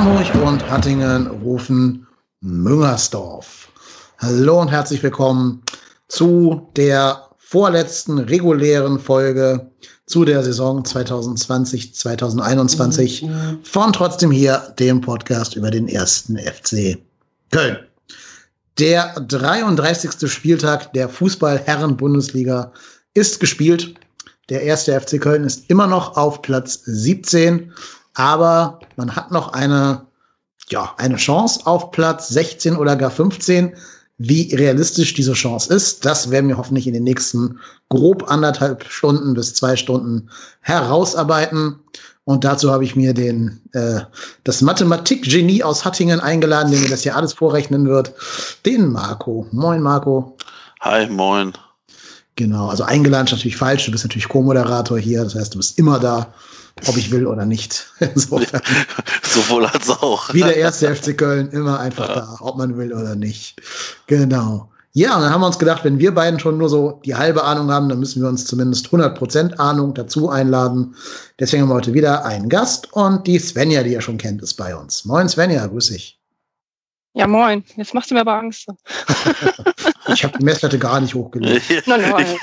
Hamburg und Hattingen rufen Müngersdorf. Hallo und herzlich willkommen zu der vorletzten regulären Folge zu der Saison 2020/2021 von Trotzdem hier, dem Podcast über den 1. FC Köln. Der 33. Spieltag der Fußball-Herren-Bundesliga ist gespielt. Der 1. FC Köln ist immer noch auf Platz 17, aber man hat noch eine Chance auf Platz 16 oder gar 15. Wie realistisch diese Chance ist, das werden wir hoffentlich in den nächsten grob 1,5 Stunden bis 2 Stunden herausarbeiten. Und dazu habe ich mir das Mathematikgenie aus Hattingen eingeladen, der mir das hier alles vorrechnen wird, den Marco. Moin, Marco. Hi, moin. Genau, also eingeladen ist natürlich falsch. Du bist natürlich Co-Moderator hier, das heißt, du bist immer da, ob ich will oder nicht. Insofern. Sowohl als auch. Wie der 1. FC Köln, immer einfach da, ob man will oder nicht. Genau. Ja, und dann haben wir uns gedacht, wenn wir beiden schon nur so die halbe Ahnung haben, dann müssen wir uns zumindest 100% Ahnung dazu einladen. Deswegen haben wir heute wieder einen Gast und die Svenja, die ihr schon kennt, ist bei uns. Moin Svenja, grüß dich. Ja, moin. Jetzt machst du mir aber Angst. Ich habe die Messlatte gar nicht hochgelegt. Nein.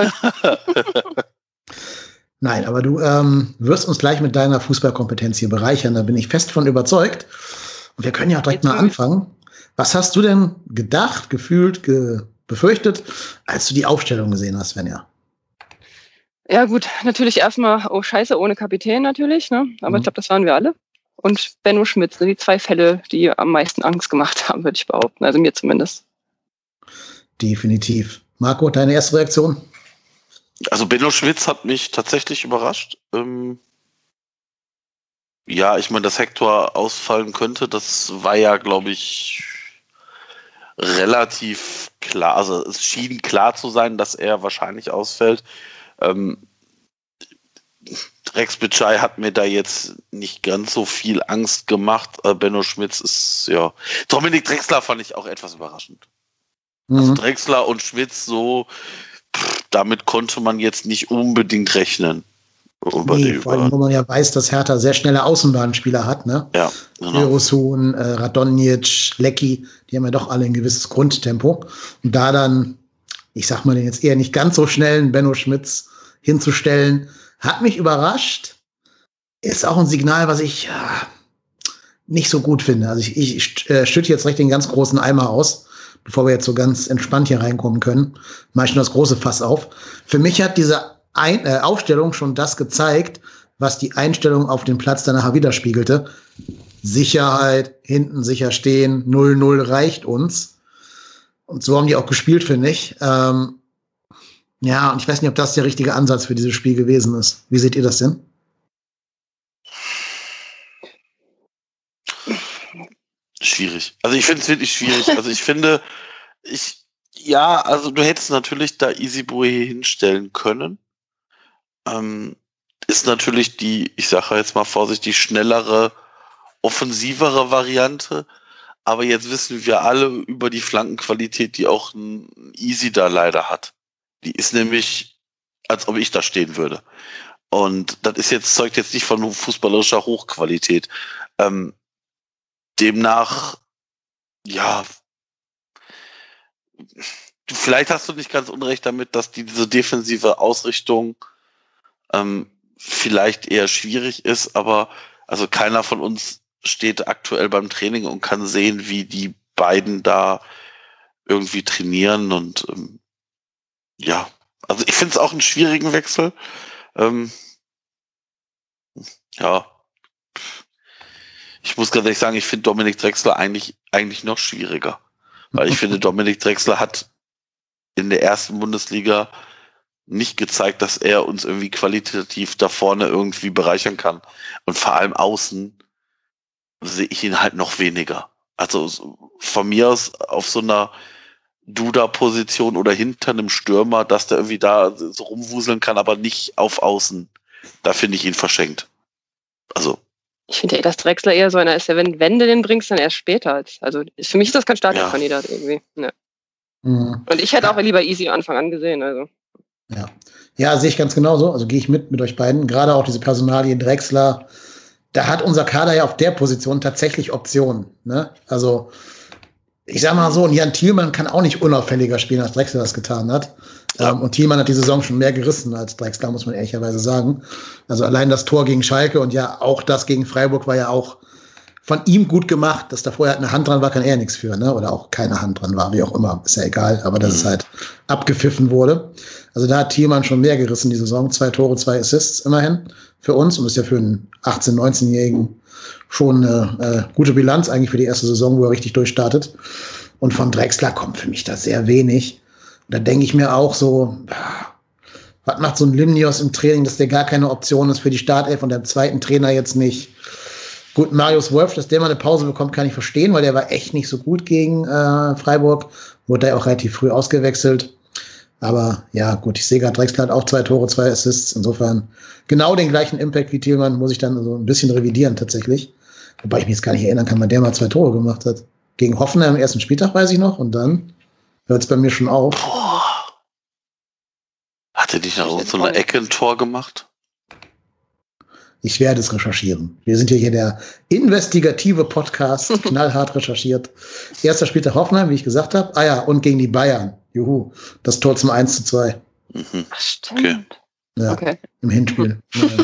Nein, aber du wirst uns gleich mit deiner Fußballkompetenz hier bereichern, da bin ich fest von überzeugt. Und wir können ja auch direkt mal anfangen. Was hast du denn gedacht, gefühlt, befürchtet, als du die Aufstellung gesehen hast, Svenja? Ja gut, natürlich erstmal, oh scheiße, ohne Kapitän natürlich, ne? Aber ich glaube, das waren wir alle. Und Benno Schmitz, die 2 Fälle, die am meisten Angst gemacht haben, würde ich behaupten. Also mir zumindest. Definitiv. Marco, deine erste Reaktion? Also Benno Schmitz hat mich tatsächlich überrascht. Ja, ich meine, dass Hector ausfallen könnte, das war ja, glaube ich, relativ klar. Also es schien klar zu sein, dass er wahrscheinlich ausfällt. Rex Bitschei hat mir da jetzt nicht ganz so viel Angst gemacht. Benno Schmitz ist, ja. Dominik Drexler fand ich auch etwas überraschend. Also Drexler und Schmitz so, damit konnte man jetzt nicht unbedingt rechnen. Vor allem, wo man ja weiß, dass Hertha sehr schnelle Außenbahnspieler hat, ne? Ja, genau. Eurosun, Radonjic, Lecky, die haben ja doch alle ein gewisses Grundtempo. Und da dann, ich sag mal, den jetzt eher nicht ganz so schnellen Benno Schmitz hinzustellen, hat mich überrascht. Ist auch ein Signal, was ich nicht so gut finde. Also ich schütte jetzt recht den ganz großen Eimer aus, bevor wir jetzt so ganz entspannt hier reinkommen können. Mach ich nur das große Fass auf. Für mich hat diese Aufstellung schon das gezeigt, was die Einstellung auf dem Platz danach widerspiegelte. Sicherheit, hinten sicher stehen, 0-0 reicht uns. Und so haben die auch gespielt, finde ich. Ja, und ich weiß nicht, ob das der richtige Ansatz für dieses Spiel gewesen ist. Wie seht ihr das denn? Schwierig. Also ich finde es wirklich schwierig. Also ich finde, also du hättest natürlich da Easy Boy hinstellen können. Ist natürlich die, ich sage jetzt mal vorsichtig, schnellere, offensivere Variante. Aber jetzt wissen wir alle über die Flankenqualität, die auch ein Easy da leider hat. Die ist nämlich, als ob ich da stehen würde. Und das zeugt jetzt nicht von fußballerischer Hochqualität. Demnach, ja, vielleicht hast du nicht ganz unrecht damit, dass diese defensive Ausrichtung vielleicht eher schwierig ist, aber also keiner von uns steht aktuell beim Training und kann sehen, wie die beiden da irgendwie trainieren und ja, also ich finde es auch einen schwierigen Wechsel. Ja, ich muss ganz ehrlich sagen, ich finde Dominik Drexler eigentlich noch schwieriger, weil ich finde, Dominik Drexler hat in der ersten Bundesliga nicht gezeigt, dass er uns irgendwie qualitativ da vorne irgendwie bereichern kann. Und vor allem außen sehe ich ihn halt noch weniger. Also von mir aus auf so einer Duda-Position oder hinter einem Stürmer, dass der irgendwie da so rumwuseln kann, aber nicht auf Außen. Da finde ich ihn verschenkt. Also. Ich finde dass Drexler eher so einer ist, wenn du den bringst, dann erst später. Also für mich ist das kein Startkandidat irgendwie. Ne. Und ich hätte auch lieber Easy am Anfang an gesehen. Also. Ja, sehe ich ganz genauso. Also gehe ich mit euch beiden. Gerade auch diese Personalien Drexler, da hat unser Kader ja auf der Position tatsächlich Optionen. Ne? Also, ich sag mal so, und Jan Thielmann kann auch nicht unauffälliger spielen, als Drexler das getan hat. Ja. Und Thielmann hat die Saison schon mehr gerissen als Drexler, muss man ehrlicherweise sagen. Also allein das Tor gegen Schalke und ja auch das gegen Freiburg war ja auch von ihm gut gemacht. Dass da vorher eine Hand dran war, kann er nichts für, ne? Oder auch keine Hand dran war, wie auch immer. Ist ja egal, aber dass es halt abgepfiffen wurde. Also da hat Thielmann schon mehr gerissen die Saison. 2 Tore, 2 Assists immerhin für uns. Und ist ja für einen 18-, 19-Jährigen schon eine gute Bilanz eigentlich für die erste Saison, wo er richtig durchstartet. Und von Drexler kommt für mich da sehr wenig. Und da denke ich mir auch so, was macht so ein Limnios im Training, dass der gar keine Option ist für die Startelf und der zweiten Trainer jetzt nicht. Gut, Marius Wolf, dass der mal eine Pause bekommt, kann ich verstehen, weil der war echt nicht so gut gegen Freiburg. Wurde da auch relativ früh ausgewechselt. Aber ja, gut, ich sehe gerade, Drexler hat auch 2 Tore, 2 Assists. Insofern genau den gleichen Impact wie Thielmann, muss ich dann so ein bisschen revidieren tatsächlich. Wobei ich mich jetzt gar nicht erinnern kann, wann der mal 2 Tore gemacht hat. Gegen Hoffenheim am ersten Spieltag, weiß ich noch. Und dann hört es bei mir schon auf. Hat er nicht noch so eine Ecke ein Tor gemacht? Ich werde es recherchieren. Wir sind ja hier der investigative Podcast, knallhart recherchiert. Erster Spieltag Hoffenheim, wie ich gesagt habe. Ah ja, und gegen die Bayern. Juhu, das Tor zum 1:2. Ach, stimmt. Okay. Ja, okay. Im Hinspiel.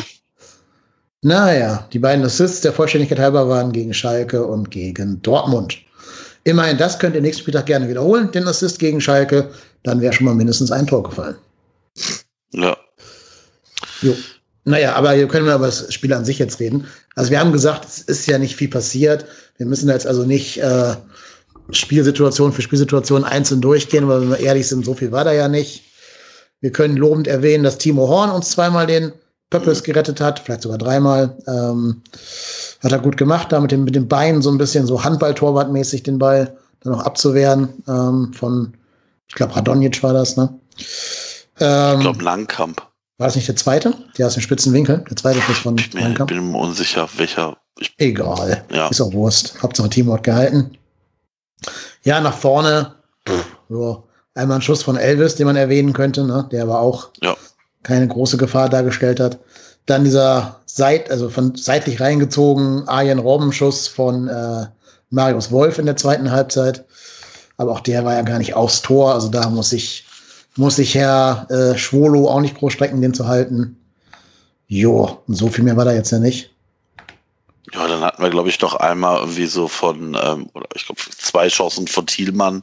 Naja, die beiden Assists der Vollständigkeit halber waren gegen Schalke und gegen Dortmund. Immerhin, das könnt ihr nächsten Spieltag gerne wiederholen, den Assist gegen Schalke. Dann wäre schon mal mindestens ein Tor gefallen. Ja. Jo. Naja, aber hier können wir über das Spiel an sich jetzt reden. Also wir haben gesagt, es ist ja nicht viel passiert. Wir müssen jetzt also nicht Spielsituation für Spielsituation einzeln durchgehen, weil wenn wir ehrlich sind, so viel war da ja nicht. Wir können lobend erwähnen, dass Timo Horn uns zweimal den Pöppels gerettet hat, vielleicht sogar 3-mal. Hat er gut gemacht, da mit dem Bein so ein bisschen so Handball-Torwart-mäßig den Ball dann noch abzuwehren. Von, ich glaube, Radonjic war das, ne? Ich glaube, Langkamp. War das nicht der zweite? Der aus dem spitzen Winkel? Der zweite Schuss von Langkamp? Ich bin mir unsicher, welcher. Egal. Ja. Ist auch Wurst. Hauptsache Timo hat gehalten. Ja, nach vorne. Ja, einmal ein Schuss von Elvis, den man erwähnen könnte, ne? Der aber auch keine große Gefahr dargestellt hat. Dann dieser von seitlich reingezogen Arjen Robben-Schuss von Marius Wolf in der zweiten Halbzeit. Aber auch der war ja gar nicht aufs Tor. Also da muss sich Herr Schwolo auch nicht groß strecken, den zu halten. Jo, so viel mehr war da jetzt ja nicht. Ja, dann hatten wir, glaube ich, doch einmal irgendwie so von, oder ich glaube, 2 Chancen von Thielmann,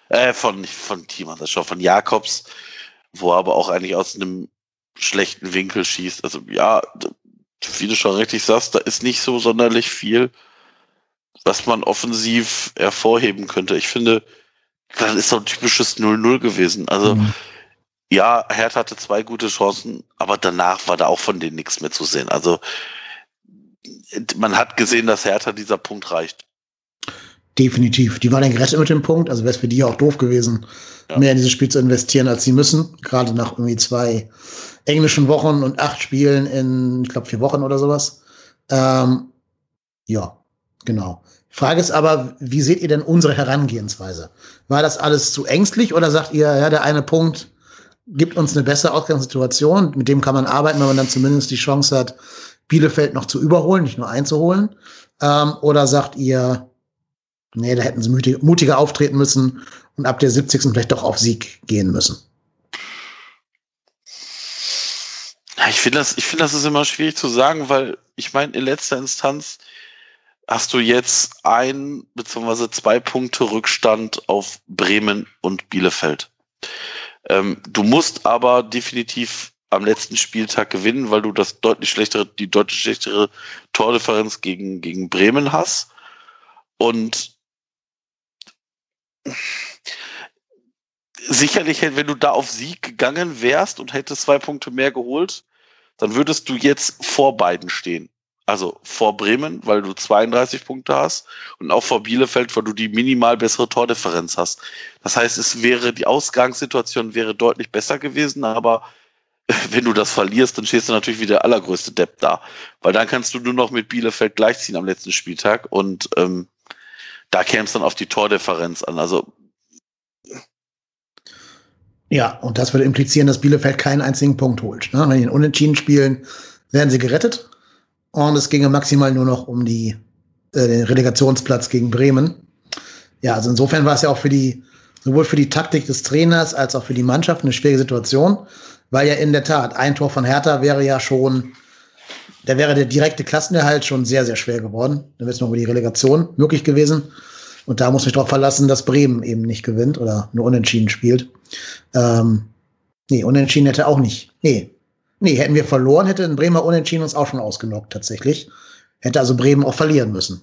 von Jakobs, wo er aber auch eigentlich aus einem schlechten Winkel schießt. Also ja, wie du schon richtig sagst, da ist nicht so sonderlich viel, was man offensiv hervorheben könnte. Ich finde, das ist so ein typisches 0-0 gewesen. Also ja, Hertha hatte 2 gute Chancen, aber danach war da auch von denen nichts mehr zu sehen. Also man hat gesehen, dass Hertha dieser Punkt reicht. Definitiv. Die waren dann gerettet mit dem Punkt. Also wäre es für die auch doof gewesen, mehr in dieses Spiel zu investieren, als sie müssen. Gerade nach irgendwie 2 englischen Wochen und 8 Spielen in, ich glaube, 4 Wochen oder sowas. Ja, genau. Frage ist aber, wie seht ihr denn unsere Herangehensweise? War das alles zu ängstlich oder sagt ihr, ja, der eine Punkt gibt uns eine bessere Ausgangssituation, mit dem kann man arbeiten, wenn man dann zumindest die Chance hat, Bielefeld noch zu überholen, nicht nur einzuholen? Oder sagt ihr, nee, da hätten sie mutiger auftreten müssen und ab der 70. vielleicht doch auf Sieg gehen müssen? Ja, ich finde, das ist immer schwierig zu sagen, weil ich meine, in letzter Instanz hast du jetzt 1 bzw. 2 Punkte Rückstand auf Bremen und Bielefeld. Du musst aber definitiv am letzten Spieltag gewinnen, weil du die deutlich schlechtere Tordifferenz gegen Bremen hast. Und sicherlich, wenn du da auf Sieg gegangen wärst und hättest 2 Punkte mehr geholt, dann würdest du jetzt vor beiden stehen. Also vor Bremen, weil du 32 Punkte hast und auch vor Bielefeld, weil du die minimal bessere Tordifferenz hast. Das heißt, die Ausgangssituation wäre deutlich besser gewesen, aber wenn du das verlierst, dann stehst du natürlich wie der allergrößte Depp da. Weil dann kannst du nur noch mit Bielefeld gleichziehen am letzten Spieltag und da käme es dann auf die Tordifferenz an. Also ja, und das würde implizieren, dass Bielefeld keinen einzigen Punkt holt. Ne? Wenn die einen Unentschieden spielen, werden sie gerettet. Und es ginge maximal nur noch um den Relegationsplatz gegen Bremen. Ja, also insofern war es ja auch sowohl für die Taktik des Trainers als auch für die Mannschaft eine schwierige Situation, weil ja in der Tat ein Tor von Hertha wäre der direkte Klassenerhalt schon sehr, sehr schwer geworden. Dann wäre es noch über die Relegation möglich gewesen. Und da muss ich darauf verlassen, dass Bremen eben nicht gewinnt oder nur unentschieden spielt. Unentschieden hätte auch nicht. Nee, hätten wir verloren, hätte ein Bremer Unentschieden uns auch schon ausgenockt, tatsächlich. Hätte also Bremen auch verlieren müssen.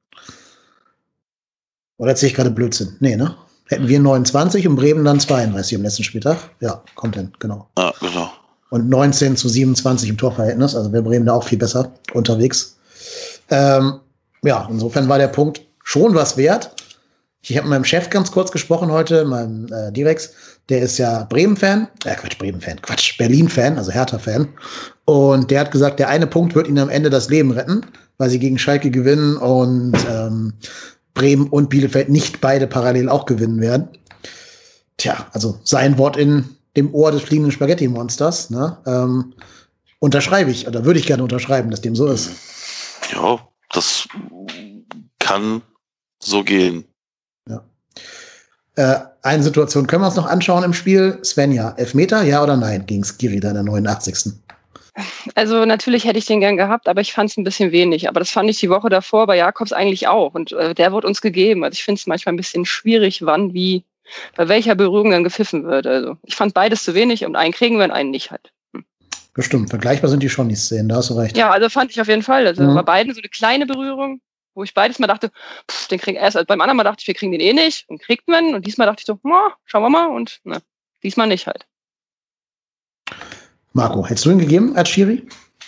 Oder erzähle ich gerade Blödsinn? Nee, ne? Hätten wir 29 und Bremen dann 32 am letzten Spieltag. Ja, kommt hin, genau. Ja, genau. Und 19-27 im Torverhältnis. Also wäre Bremen da auch viel besser unterwegs. Insofern war der Punkt schon was wert. Ich habe mit meinem Chef ganz kurz gesprochen heute, meinem Direx. Der ist ja Bremen-Fan. Berlin-Fan, also Hertha-Fan. Und der hat gesagt, der eine Punkt wird ihnen am Ende das Leben retten, weil sie gegen Schalke gewinnen und Bremen und Bielefeld nicht beide parallel auch gewinnen werden. Tja, also sein Wort in dem Ohr des fliegenden Spaghetti-Monsters, ne? Unterschreibe ich, oder würde ich gerne unterschreiben, dass dem so ist. Ja, das kann so gehen. Ja. Eine Situation können wir uns noch anschauen im Spiel. Svenja, Elfmeter, ja oder nein, gegen Skiri da in der 89. Also natürlich hätte ich den gern gehabt, aber ich fand es ein bisschen wenig. Aber das fand ich die Woche davor bei Jakobs eigentlich auch. Und der wird uns gegeben. Also ich finde es manchmal ein bisschen schwierig, bei welcher Berührung dann gepfiffen wird. Also ich fand beides zu wenig und einen kriegen wir und einen nicht halt. Bestimmt, vergleichbar sind die schon, die Szenen, da hast du recht. Ja, also fand ich auf jeden Fall. Also bei beiden so eine kleine Berührung, wo ich beides mal dachte, den kriegen erst, also beim anderen Mal dachte ich, wir kriegen den eh nicht und kriegt man. Und diesmal dachte ich so, schauen wir mal und diesmal nicht halt. Marco, hättest du ihn gegeben als Schiri?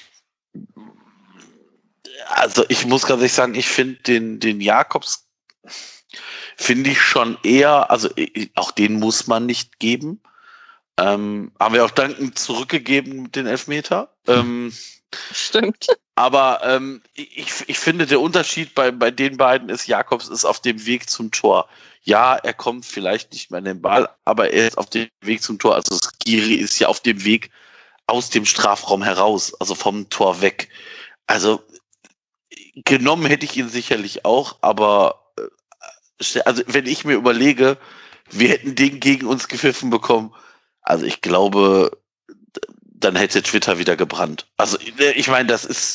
Also ich muss ganz ehrlich sagen, ich finde den Jakobs finde ich schon eher, also auch den muss man nicht geben. Haben wir auch dankend zurückgegeben mit den Elfmeter. Stimmt. Aber ich finde, der Unterschied bei den beiden ist, Jakobs ist auf dem Weg zum Tor. Ja, er kommt vielleicht nicht mehr an den Ball, aber er ist auf dem Weg zum Tor. Also Skiri ist ja auf dem Weg aus dem Strafraum heraus, also vom Tor weg. Also genommen hätte ich ihn sicherlich auch, aber also wenn ich mir überlege, wir hätten den gegen uns gepfiffen bekommen, also ich glaube, dann hätte Twitter wieder gebrannt. Also ich meine, das ist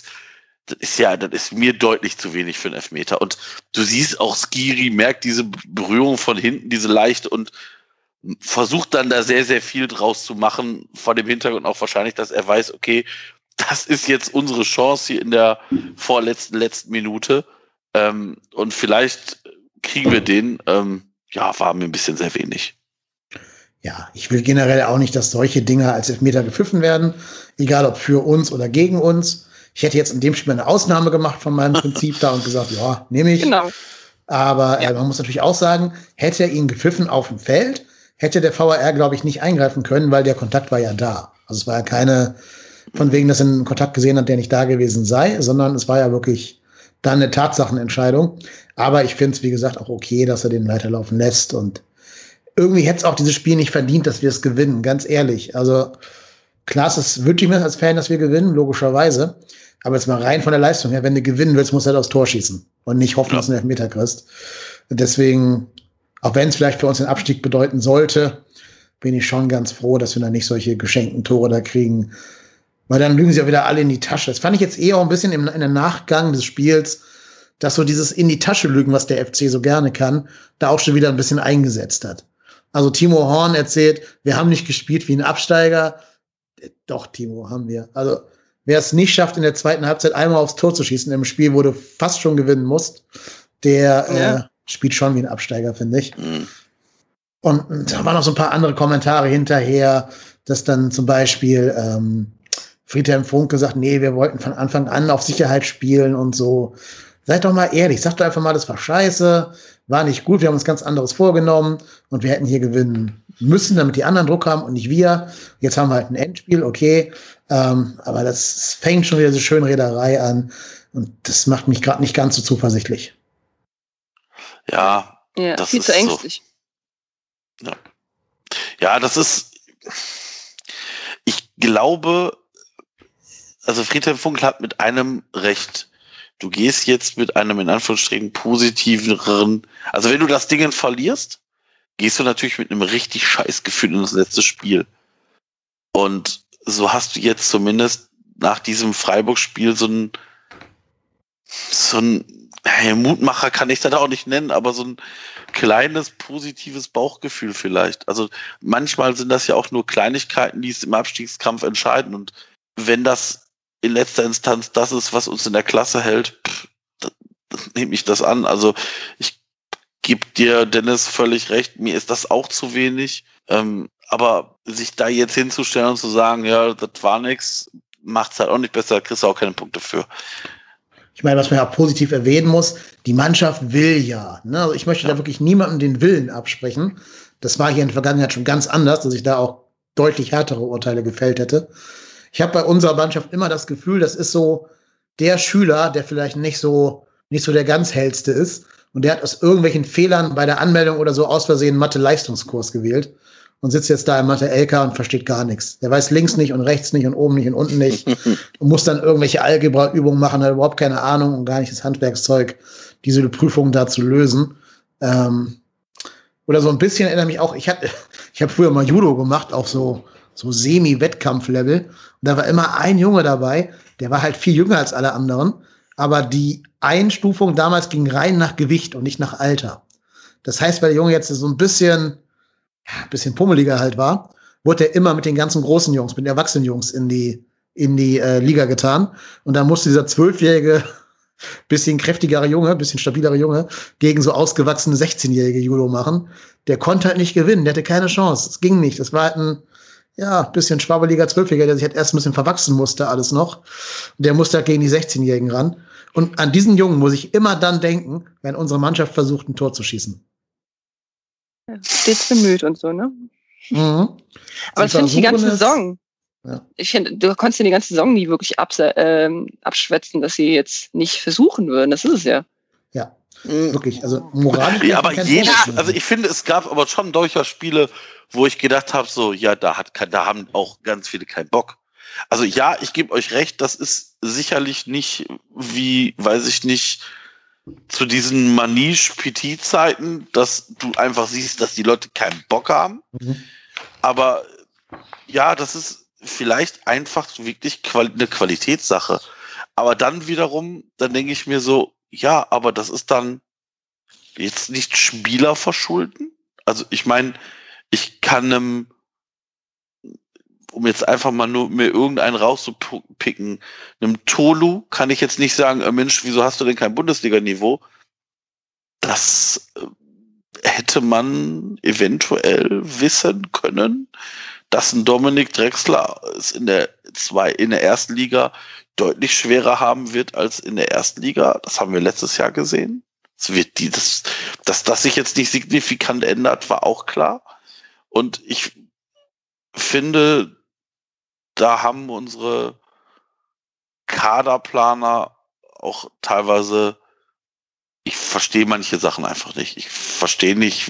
mir deutlich zu wenig für einen Elfmeter. Und du siehst auch, Skiri merkt diese Berührung von hinten, diese leichte, und versucht dann da sehr, sehr viel draus zu machen, vor dem Hintergrund auch wahrscheinlich, dass er weiß, okay, das ist jetzt unsere Chance hier in der letzten Minute. Und vielleicht kriegen wir den. War mir ein bisschen sehr wenig. Ja, ich will generell auch nicht, dass solche Dinge als Elfmeter gepfiffen werden, egal ob für uns oder gegen uns. Ich hätte jetzt in dem Spiel eine Ausnahme gemacht von meinem Prinzip da und gesagt, ja, nehme ich. Genau. Aber man muss natürlich auch sagen, hätte er ihn gepfiffen auf dem Feld, hätte der VAR, glaube ich, nicht eingreifen können, weil der Kontakt war ja da. Also es war ja keine, von wegen, dass er einen Kontakt gesehen hat, der nicht da gewesen sei, sondern es war ja wirklich dann eine Tatsachenentscheidung. Aber ich finde es, wie gesagt, auch okay, dass er den weiterlaufen lässt. Und irgendwie hätte es auch dieses Spiel nicht verdient, dass wir es gewinnen, ganz ehrlich. Also klar, das wünsche ich mir als Fan, dass wir gewinnen, logischerweise. Aber jetzt mal rein von der Leistung her, wenn du gewinnen willst, musst du halt aufs Tor schießen und nicht hoffen, dass du einen Elfmeter kriegst. Deswegen, auch wenn es vielleicht für uns den Abstieg bedeuten sollte, bin ich schon ganz froh, dass wir dann nicht solche geschenkten Tore da kriegen. Weil dann lügen sie ja wieder alle in die Tasche. Das fand ich jetzt eher auch ein bisschen in den Nachgang des Spiels, dass so dieses in die Tasche lügen, was der FC so gerne kann, da auch schon wieder ein bisschen eingesetzt hat. Also Timo Horn erzählt, wir haben nicht gespielt wie ein Absteiger. Doch, Timo, haben wir. Also wer es nicht schafft, in der zweiten Halbzeit einmal aufs Tor zu schießen, im Spiel, wo du fast schon gewinnen musst, der spielt schon wie ein Absteiger, finde ich. Und da waren noch so ein paar andere Kommentare hinterher, dass dann zum Beispiel Friedhelm Funke sagt, nee, wir wollten von Anfang an auf Sicherheit spielen und so. Seid doch mal ehrlich, sagt doch einfach mal, das war scheiße, war nicht gut, wir haben uns ganz anderes vorgenommen und wir hätten hier gewinnen müssen, damit die anderen Druck haben und nicht wir. Jetzt haben wir halt ein Endspiel, okay, aber das fängt schon wieder so schön Reederei an und das macht mich gerade nicht ganz so zuversichtlich. Ja, das viel ist zu ängstlich. So. Ja, das ist, ich glaube, also Friedhelm Funkel hat mit einem recht. Du gehst jetzt mit einem in Anführungsstrichen positiveren, also wenn du das Ding verlierst, gehst du natürlich mit einem richtig scheiß Gefühl in das letzte Spiel. Und so hast du jetzt zumindest nach diesem Freiburg-Spiel so ein Mutmacher kann ich das auch nicht nennen, aber so ein kleines positives Bauchgefühl vielleicht. Also manchmal sind das ja auch nur Kleinigkeiten, die es im Abstiegskampf entscheiden. Und wenn das in letzter Instanz das ist, was uns in der Klasse hält, dann nehme ich das an. Also ich gebe dir, Dennis, völlig recht, mir ist das auch zu wenig. Aber sich da jetzt hinzustellen und zu sagen, ja, das war nix, macht es halt auch nicht besser, da kriegst du auch keine Punkte für. Ich meine, was man ja auch positiv erwähnen muss, die Mannschaft will ja. Ne? Also ich möchte da wirklich niemandem den Willen absprechen. Das war hier in der Vergangenheit schon ganz anders, dass ich da auch deutlich härtere Urteile gefällt hätte. Ich habe bei unserer Mannschaft immer das Gefühl, das ist so der Schüler, der vielleicht nicht so der ganz hellste ist. Und der hat aus irgendwelchen Fehlern bei der Anmeldung oder so aus Versehen Mathe-Leistungskurs gewählt und sitzt jetzt da im Mathe-LK und versteht gar nichts. Der weiß links nicht und rechts nicht und oben nicht und unten nicht und muss dann irgendwelche Algebra-Übungen machen, hat überhaupt keine Ahnung und gar nicht das Handwerkszeug, diese Prüfungen da zu lösen. Oder so ein bisschen erinnere mich auch, ich hab früher mal Judo gemacht, auch so Semi-Wettkampflevel. Und da war immer ein Junge dabei, der war halt viel jünger als alle anderen, aber die Einstufung damals ging rein nach Gewicht und nicht nach Alter. Das heißt, weil der Junge jetzt so ein bisschen pummeliger halt war, wurde er immer mit den ganzen großen Jungs, mit den erwachsenen Jungs in die Liga getan. Und dann musste dieser 12-jährige, bisschen kräftigere Junge, bisschen stabilere Junge, gegen so ausgewachsene 16-jährige Judo machen. Der konnte halt nicht gewinnen, der hatte keine Chance. Es ging nicht. Das war halt ein bisschen schwabbeliger 12-Jähriger, der sich halt erst ein bisschen verwachsen musste, alles noch. Und der musste halt gegen die 16-Jährigen ran. Und an diesen Jungen muss ich immer dann denken, wenn unsere Mannschaft versucht, ein Tor zu schießen. Ja, stets bemüht und so, ne? Mhm. Aber das finde ich die ganze Saison. Ja. Ich finde, du konntest ja die ganze Saison nie wirklich abschwätzen, dass sie jetzt nicht versuchen würden. Das ist es ja. Ja, wirklich. Also moralisch. Ja, aber also ich finde, es gab aber schon durchaus Spiele, wo ich gedacht habe, so, ja, da haben auch ganz viele keinen Bock. Also ja, ich gebe euch recht, das ist sicherlich nicht wie, weiß ich nicht, zu diesen Maniche-PT-Zeiten, dass du einfach siehst, dass die Leute keinen Bock haben. Mhm. Aber ja, das ist vielleicht einfach wirklich eine Qualitätssache. Aber dann wiederum, dann denke ich mir so, ja, aber das ist dann jetzt nicht Spieler verschulden. Also ich meine, ich kann um jetzt einfach mal nur mir irgendeinen rauszupicken, einem Tolu kann ich jetzt nicht sagen, Mensch, wieso hast du denn kein Bundesliga-Niveau? Das hätte man eventuell wissen können, dass ein Dominik Drexler es in der ersten Liga deutlich schwerer haben wird als in der ersten Liga. Das haben wir letztes Jahr gesehen. Dass das sich jetzt nicht signifikant ändert, war auch klar. Und ich finde, da haben unsere Kaderplaner auch teilweise, ich verstehe manche Sachen einfach nicht. Ich verstehe nicht,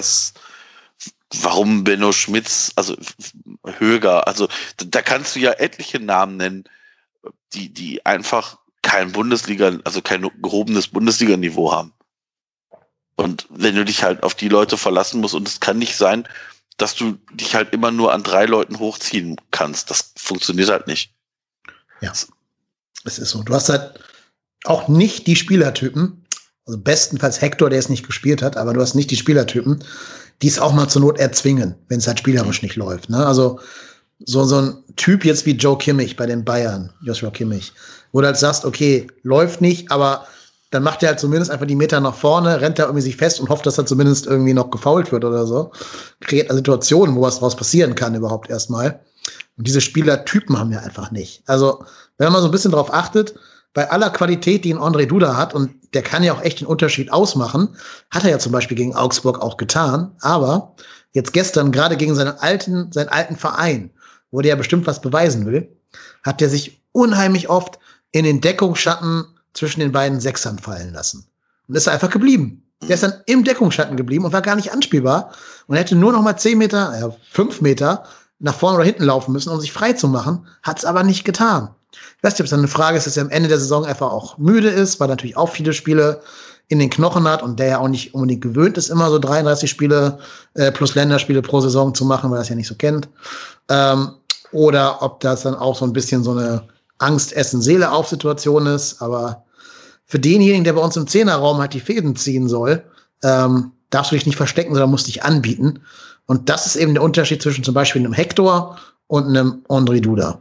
warum Benno Schmitz, also Höger, also da kannst du ja etliche Namen nennen, die einfach kein kein gehobenes Bundesliga-Niveau haben. Und wenn du dich halt auf die Leute verlassen musst, und es kann nicht sein, dass du dich halt immer nur an 3 Leuten hochziehen kannst. Das funktioniert halt nicht. Ja, es ist so. Du hast halt auch nicht die Spielertypen, also bestenfalls Hector, der es nicht gespielt hat, aber du hast nicht die Spielertypen, die es auch mal zur Not erzwingen, wenn es halt spielerisch nicht läuft. Ne? Also so ein Typ jetzt wie Joe Kimmich bei den Bayern, Joshua Kimmich, wo du halt sagst, okay, läuft nicht, aber dann macht er halt zumindest einfach die Meter nach vorne, rennt da irgendwie sich fest und hofft, dass er zumindest irgendwie noch gefoult wird oder so. Kreiert eine Situation, wo was draus passieren kann überhaupt erstmal. Und diese Spielertypen haben wir einfach nicht. Also, wenn man so ein bisschen drauf achtet, bei aller Qualität, die ein André Duda hat, und der kann ja auch echt den Unterschied ausmachen, hat er ja zum Beispiel gegen Augsburg auch getan, aber jetzt gestern, gerade gegen seinen alten Verein, wo der ja bestimmt was beweisen will, hat der sich unheimlich oft in den Deckungsschatten zwischen den beiden Sechsern fallen lassen. Und ist einfach geblieben. Der ist dann im Deckungsschatten geblieben und war gar nicht anspielbar und hätte nur noch mal 5 Meter nach vorne oder hinten laufen müssen, um sich frei zu machen, hat es aber nicht getan. Ich weiß nicht, ob es dann eine Frage ist, dass er am Ende der Saison einfach auch müde ist, weil er natürlich auch viele Spiele in den Knochen hat und der ja auch nicht unbedingt gewöhnt ist, immer so 33 Spiele plus Länderspiele pro Saison zu machen, weil er es ja nicht so kennt. Oder ob das dann auch so ein bisschen so eine Angst-Essen-Seele-auf-Situation ist. Aber für denjenigen, der bei uns im Zehnerraum halt die Fäden ziehen soll, darfst du dich nicht verstecken, sondern musst dich anbieten. Und das ist eben der Unterschied zwischen zum Beispiel einem Hector und einem André Duda.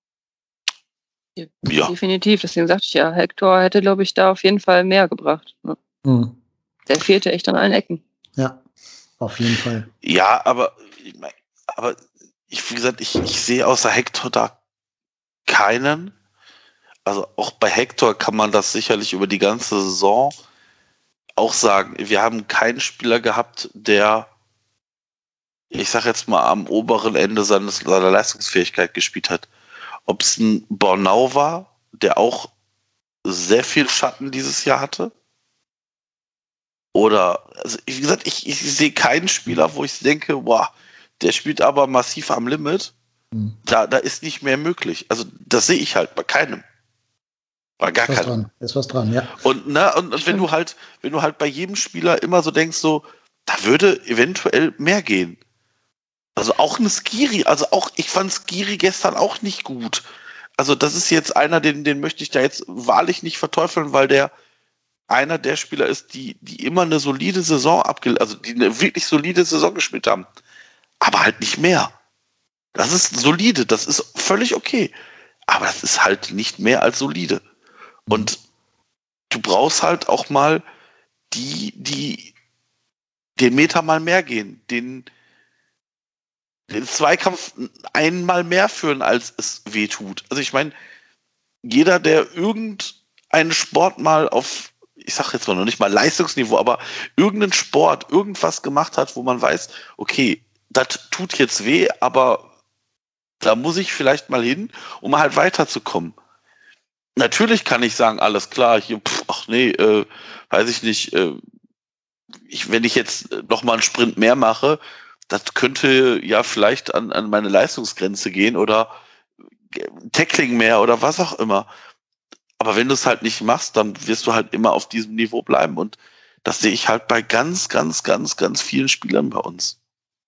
Ja. Definitiv, deswegen sagte ich ja, Hector hätte, glaube ich, da auf jeden Fall mehr gebracht. Ne? Der fehlte echt an allen Ecken. Ja, auf jeden Fall. Ja, aber wie gesagt, ich sehe außer Hector da keinen. Also auch bei Hector kann man das sicherlich über die ganze Saison auch sagen. Wir haben keinen Spieler gehabt, der, ich sag jetzt mal, am oberen Ende seiner Leistungsfähigkeit gespielt hat. Ob es ein Bornau war, der auch sehr viel Schatten dieses Jahr hatte. Oder, also wie gesagt, ich sehe keinen Spieler, wo ich denke, boah, der spielt aber massiv am Limit. Da ist nicht mehr möglich. Also das sehe ich halt bei keinem. Bei gar keinem. Ist was dran, ja. Und wenn du halt bei jedem Spieler immer so denkst, so, da würde eventuell mehr gehen. Also auch ein Skiri, ich fand Skiri gestern auch nicht gut. Also das ist jetzt einer, den möchte ich da jetzt wahrlich nicht verteufeln, weil der einer der Spieler ist, die immer eine solide Saison die eine wirklich solide Saison gespielt haben. Aber halt nicht mehr. Das ist solide, das ist völlig okay. Aber das ist halt nicht mehr als solide. Und du brauchst halt auch mal die den Meter mal mehr gehen, den Zweikampf einmal mehr führen, als es weh tut. Also ich meine, jeder, der irgendeinen Sport mal auf, ich sag jetzt mal noch nicht mal Leistungsniveau, aber irgendeinen Sport, irgendwas gemacht hat, wo man weiß, okay, das tut jetzt weh, aber da muss ich vielleicht mal hin, um halt weiterzukommen. Natürlich kann ich sagen, alles klar, hier, weiß ich nicht, wenn ich jetzt noch mal einen Sprint mehr mache, das könnte ja vielleicht an meine Leistungsgrenze gehen oder Tackling mehr oder was auch immer. Aber wenn du es halt nicht machst, dann wirst du halt immer auf diesem Niveau bleiben. Und das sehe ich halt bei ganz, ganz, ganz, ganz vielen Spielern bei uns.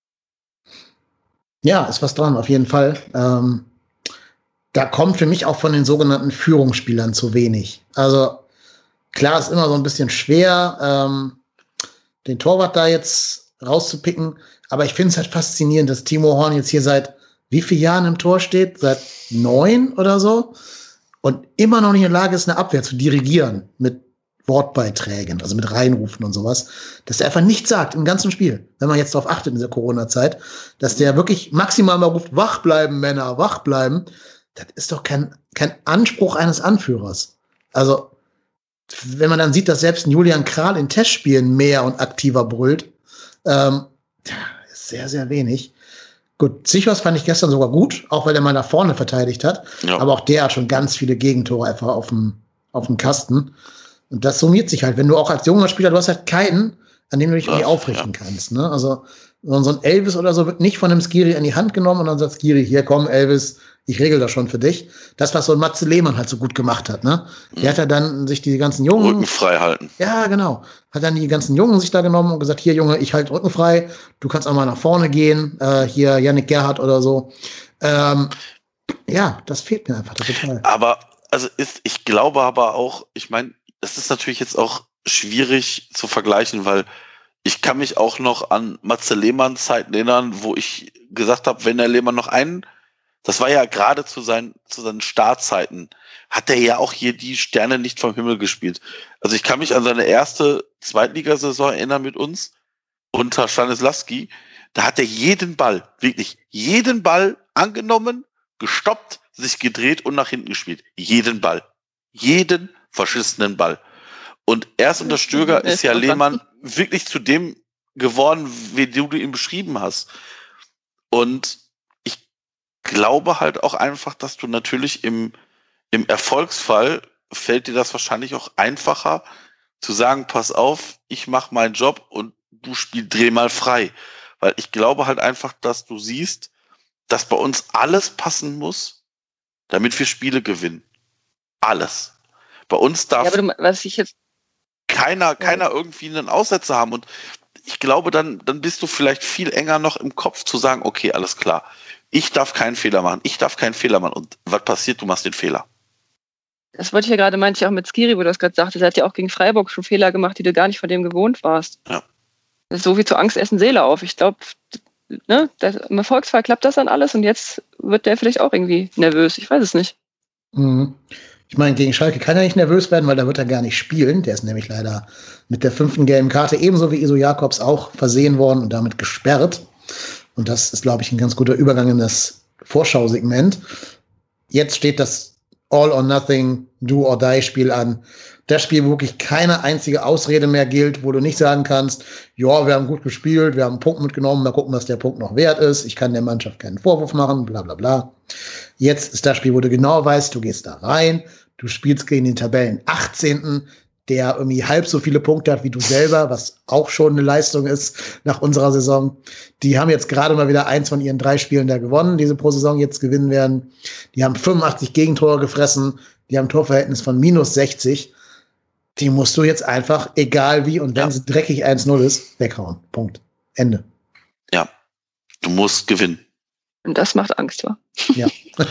Ja, ist was dran, auf jeden Fall. Da kommt für mich auch von den sogenannten Führungsspielern zu wenig. Also klar, ist immer so ein bisschen schwer, den Torwart da jetzt rauszupicken. Aber ich finde es halt faszinierend, dass Timo Horn jetzt hier seit wie vielen Jahren im Tor steht? Seit 9 oder so. Und immer noch nicht in der Lage ist, eine Abwehr zu dirigieren mit Wortbeiträgen, also mit Reinrufen und sowas. Dass er einfach nichts sagt im ganzen Spiel. Wenn man jetzt darauf achtet in dieser Corona-Zeit, dass der wirklich maximal mal ruft, wach bleiben, Männer, wach bleiben. Das ist doch kein Anspruch eines Anführers. Also, wenn man dann sieht, dass selbst ein Julian Kral in Testspielen mehr und aktiver brüllt, ist sehr, sehr wenig. Gut, Zichos fand ich gestern sogar gut, auch weil er mal nach vorne verteidigt hat. Ja. Aber auch der hat schon ganz viele Gegentore einfach auf dem Kasten. Und das summiert sich halt. Wenn du auch als junger Spieler, du hast halt keinen, an dem du dich irgendwie aufrichten kannst. Ne? Also so ein Elvis oder so wird nicht von einem Skiri in die Hand genommen und dann sagt Skiri, hier komm Elvis, ich regel das schon für dich. Das, was so ein Matze Lehmann halt so gut gemacht hat. Ne? Der hat ja dann sich die ganzen Jungen... Rücken frei halten. Ja, genau. Hat dann die ganzen Jungen sich da genommen und gesagt, hier Junge, ich halte Rücken frei, du kannst auch mal nach vorne gehen, hier Yannick Gerhardt oder so. Ja, das fehlt mir einfach total. Aber, ich glaube aber auch, ich meine, es ist natürlich jetzt auch schwierig zu vergleichen, weil ich kann mich auch noch an Matze Lehmanns Zeiten erinnern, wo ich gesagt habe, wenn der Lehmann noch das war ja gerade zu seinen Startzeiten, hat er ja auch hier die Sterne nicht vom Himmel gespielt. Also ich kann mich an seine erste Zweitligasaison erinnern mit uns unter Stanislavski. Da hat er jeden Ball, wirklich jeden Ball angenommen, gestoppt, sich gedreht und nach hinten gespielt. Jeden Ball. Jeden verschissenen Ball. Und erst unter Stöger ist ja Lehmann wirklich zu dem geworden, wie du ihn beschrieben hast. Und ich glaube halt auch einfach, dass du natürlich im Erfolgsfall fällt dir das wahrscheinlich auch einfacher zu sagen, pass auf, ich mache meinen Job und du dreh mal frei. Weil ich glaube halt einfach, dass du siehst, dass bei uns alles passen muss, damit wir Spiele gewinnen. Alles. Bei uns darf keiner irgendwie einen Aussetzer haben. Und ich glaube, dann bist du vielleicht viel enger noch im Kopf zu sagen, okay, alles klar, ich darf keinen Fehler machen. Und was passiert? Du machst den Fehler. Das wollte ich ja gerade, meinte ich auch mit Skiri, wo du das gerade sagtest, er hat ja auch gegen Freiburg schon Fehler gemacht, die du gar nicht von dem gewohnt warst. Ja. Das ist so wie zu Angst essen Seele auf. Ich glaube, ne, im Erfolgsfall klappt das dann alles und jetzt wird der vielleicht auch irgendwie nervös. Ich weiß es nicht. Mhm. Ich meine, gegen Schalke kann er nicht nervös werden, weil da wird er gar nicht spielen. Der ist nämlich leider mit der 5. gelben Karte ebenso wie Iso Jakobs auch versehen worden und damit gesperrt. Und das ist, glaube ich, ein ganz guter Übergang in das Vorschausegment. Jetzt steht das All-or-Nothing, Do-or-Die-Spiel an. Das Spiel, wo wirklich keine einzige Ausrede mehr gilt, wo du nicht sagen kannst, ja, wir haben gut gespielt, wir haben einen Punkt mitgenommen, mal gucken, was der Punkt noch wert ist. Ich kann der Mannschaft keinen Vorwurf machen, bla bla bla. Jetzt ist das Spiel, wo du genau weißt, du gehst da rein, du spielst gegen den Tabellen 18., der irgendwie halb so viele Punkte hat wie du selber, was auch schon eine Leistung ist nach unserer Saison. Die haben jetzt gerade mal wieder eins von ihren 3 Spielen da gewonnen, die sie pro Saison jetzt gewinnen werden. Die haben 85 Gegentore gefressen, die haben ein Torverhältnis von -60. Die musst du jetzt einfach, egal wie, und wenn sie dreckig 1-0 ist, weghauen. Punkt. Ende. Ja, du musst gewinnen. Und das macht Angst, wa? Ja.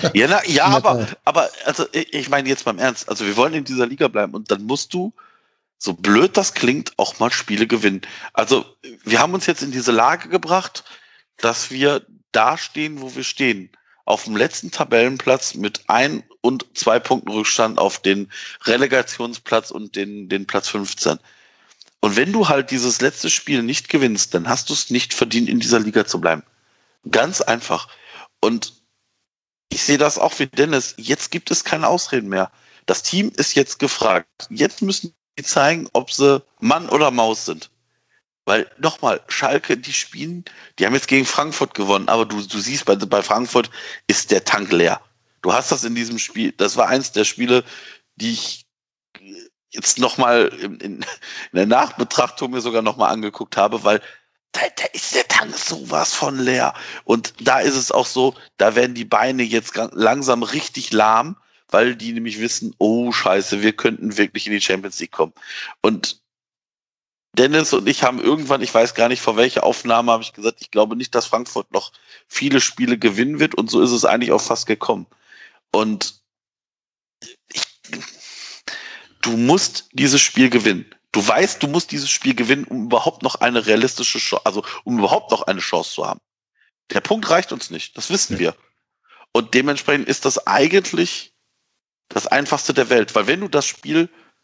aber also ich meine jetzt beim Ernst, also wir wollen in dieser Liga bleiben und dann musst du, so blöd das klingt, auch mal Spiele gewinnen. Also wir haben uns jetzt in diese Lage gebracht, dass wir da stehen, wo wir stehen. Auf dem letzten Tabellenplatz mit 1 und 2 Punkten Rückstand auf den Relegationsplatz und den Platz 15. Und wenn du halt dieses letzte Spiel nicht gewinnst, dann hast du es nicht verdient, in dieser Liga zu bleiben. Ganz einfach. Und ich sehe das auch wie Dennis. Jetzt gibt es keine Ausreden mehr. Das Team ist jetzt gefragt. Jetzt müssen die zeigen, ob sie Mann oder Maus sind. Weil, nochmal, Schalke, die haben jetzt gegen Frankfurt gewonnen, aber du siehst, bei Frankfurt ist der Tank leer. Du hast das in diesem Spiel, das war eins der Spiele, die ich jetzt nochmal in der Nachbetrachtung mir sogar nochmal angeguckt habe, weil da ist der Tank sowas von leer. Und da ist es auch so, da werden die Beine jetzt langsam richtig lahm, weil die nämlich wissen, oh Scheiße, wir könnten wirklich in die Champions League kommen. Und Dennis und ich haben irgendwann, ich weiß gar nicht vor welcher Aufnahme, habe ich gesagt, ich glaube nicht, dass Frankfurt noch viele Spiele gewinnen wird. Und so ist es eigentlich auch fast gekommen. Und du musst dieses Spiel gewinnen. Du weißt, du musst dieses Spiel gewinnen, um überhaupt noch eine realistische Chance, also um überhaupt noch eine Chance zu haben. Der Punkt reicht uns nicht, das wissen wir. Und dementsprechend ist das eigentlich das Einfachste der Welt, weil wenn du das Spiel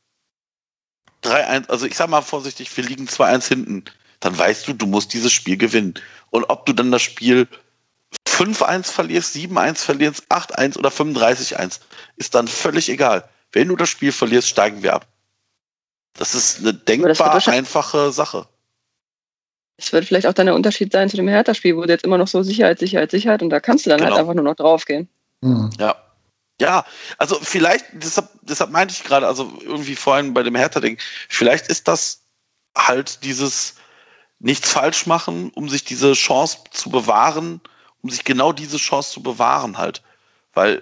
3-1, also ich sag mal vorsichtig, wir liegen 2-1 hinten, dann weißt du musst dieses Spiel gewinnen. Und ob du dann das Spiel 5-1 verlierst, 7-1 verlierst, 8-1 oder 35-1, ist dann völlig egal. Wenn du das Spiel verlierst, steigen wir ab. Das ist eine denkbar einfache Sache. Es wird vielleicht auch dann der Unterschied sein zu dem Hertha-Spiel, wo du jetzt immer noch so Sicherheit und da kannst du dann halt einfach nur noch draufgehen. Mhm. Ja, also vielleicht, deshalb meinte ich gerade, also irgendwie vorhin bei dem Hertha-Ding, vielleicht ist das halt dieses nichts falsch machen, um sich diese Chance zu bewahren, um sich genau diese Chance zu bewahren halt. Weil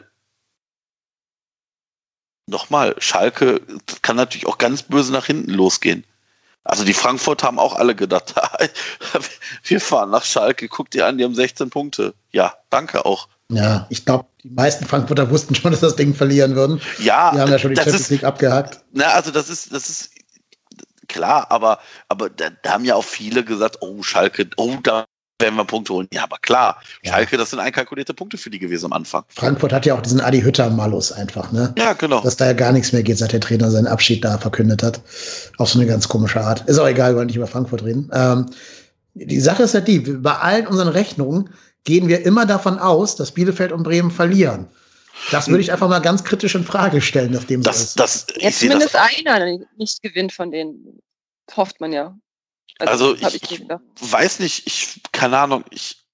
nochmal, Schalke kann natürlich auch ganz böse nach hinten losgehen. Also die Frankfurt haben auch alle gedacht, wir fahren nach Schalke, guck dir an, die haben 16 Punkte. Ja, danke auch. Ja, ich glaube, die meisten Frankfurter wussten schon, dass das Ding verlieren würden. Ja, die haben ja schon die Champions League abgehakt. Na, also das ist klar, aber da haben ja auch viele gesagt, oh, Schalke, oh, da werden wir Punkte holen. Ja, aber klar, Schalke, das sind einkalkulierte Punkte für die gewesen am Anfang. Frankfurt hat ja auch diesen Adi Hütter-Malus einfach, ne? Ja, genau. Dass da ja gar nichts mehr geht, seit der Trainer seinen Abschied da verkündet hat. Auf so eine ganz komische Art. Ist auch egal, wir wollen nicht über Frankfurt reden. Die Sache ist halt die, bei allen unseren Rechnungen gehen wir immer davon aus, dass Bielefeld und Bremen verlieren. Das würde ich einfach mal ganz kritisch in Frage stellen, nachdem das jetzt zumindest einer nicht gewinnt von denen, hofft man ja. Also ich weiß nicht, keine Ahnung,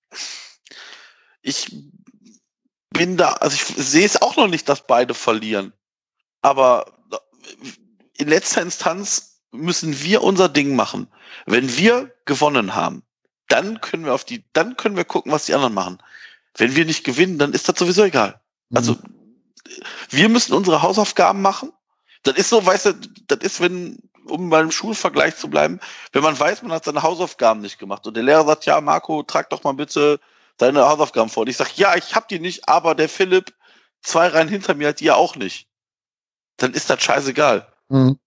ich bin da, also ich sehe es auch noch nicht, dass beide verlieren. Aber in letzter Instanz müssen wir unser Ding machen. Wenn wir gewonnen haben, dann können wir gucken, was die anderen machen. Wenn wir nicht gewinnen, dann ist das sowieso egal. Also wir müssen unsere Hausaufgaben machen. Das ist so, weißt du, das ist, um beim Schulvergleich zu bleiben, wenn man weiß, man hat seine Hausaufgaben nicht gemacht und der Lehrer sagt, ja, Marco, trag doch mal bitte deine Hausaufgaben vor. Und ich sage, ja, ich hab die nicht, aber der Philipp 2 Reihen hinter mir hat die ja auch nicht. Dann ist das scheißegal. Mhm.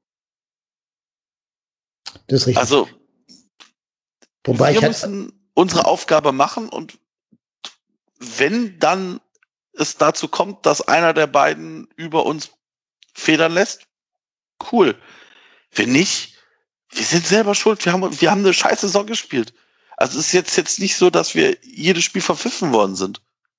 Das ist richtig. Also, Wobei wir müssen unsere Aufgabe machen und wenn dann es dazu kommt, dass einer der beiden über uns federn lässt, cool. Wenn nicht, wir sind selber schuld. Wir haben eine scheiß Saison gespielt. Also es ist jetzt nicht so, dass wir jedes Spiel verpfiffen worden sind.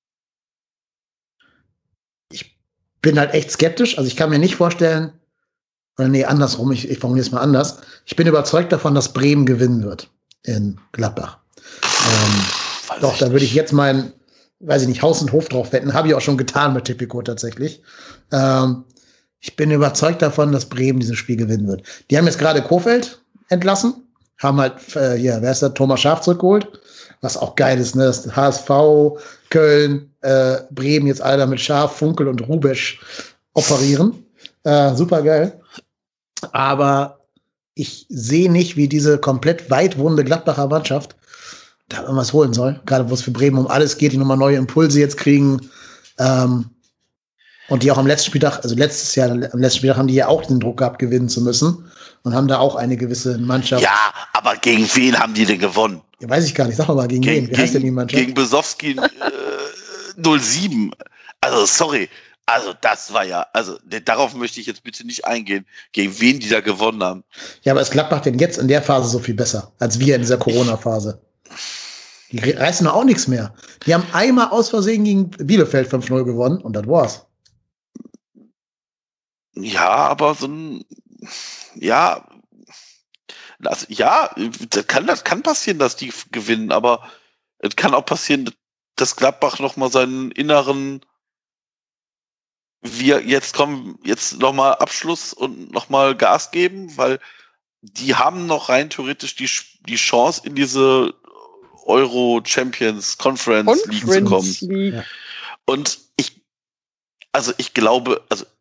Ich bin halt echt skeptisch. Also ich kann mir nicht vorstellen, oder nee, andersrum, ich formuliere es mal anders. Ich bin überzeugt davon, dass Bremen gewinnen wird in Gladbach. Doch, da würde ich jetzt meinen, weiß ich nicht, Haus und Hof drauf wetten. Habe ich auch schon getan mit Tipico tatsächlich. Ich bin überzeugt davon, dass Bremen dieses Spiel gewinnen wird. Die haben jetzt gerade Kohfeldt entlassen, haben halt, wer ist der, Thomas Schaaf zurückgeholt, was auch geil ist, ne? Das HSV, Köln, Bremen jetzt alle mit Schaaf, Funkel und Rubesch operieren. Super geil. Aber ich sehe nicht, wie diese komplett weit wohnende Gladbacher Mannschaft da irgendwas holen soll. Gerade wo es für Bremen um alles geht, die nochmal neue Impulse jetzt kriegen. Und die auch am letzten Spieltag, also letztes Jahr, am letzten Spieltag haben die ja auch den Druck gehabt, gewinnen zu müssen. Und haben da auch eine gewisse Mannschaft. Ja, aber gegen wen haben die denn gewonnen? Ja, weiß ich gar nicht. Sag mal, gegen wen? Wie heißt denn die Mannschaft? Gegen Besowski 07. Also, sorry. Also, das war ja, also, darauf möchte ich jetzt bitte nicht eingehen, gegen wen die da gewonnen haben. Ja, aber ist Gladbach denn jetzt in der Phase so viel besser, als wir in dieser Corona-Phase? Die reißen doch auch nichts mehr. Die haben einmal aus Versehen gegen Bielefeld 5-0 gewonnen und das war's. Ja, aber so ein, ja, also, ja, das kann passieren, dass die gewinnen, aber es kann auch passieren, dass Gladbach nochmal seinen inneren jetzt nochmal Abschluss und nochmal Gas geben, weil die haben noch rein theoretisch die Chance, in diese Euro Champions Conference League zu kommen. Ja. Und ich glaube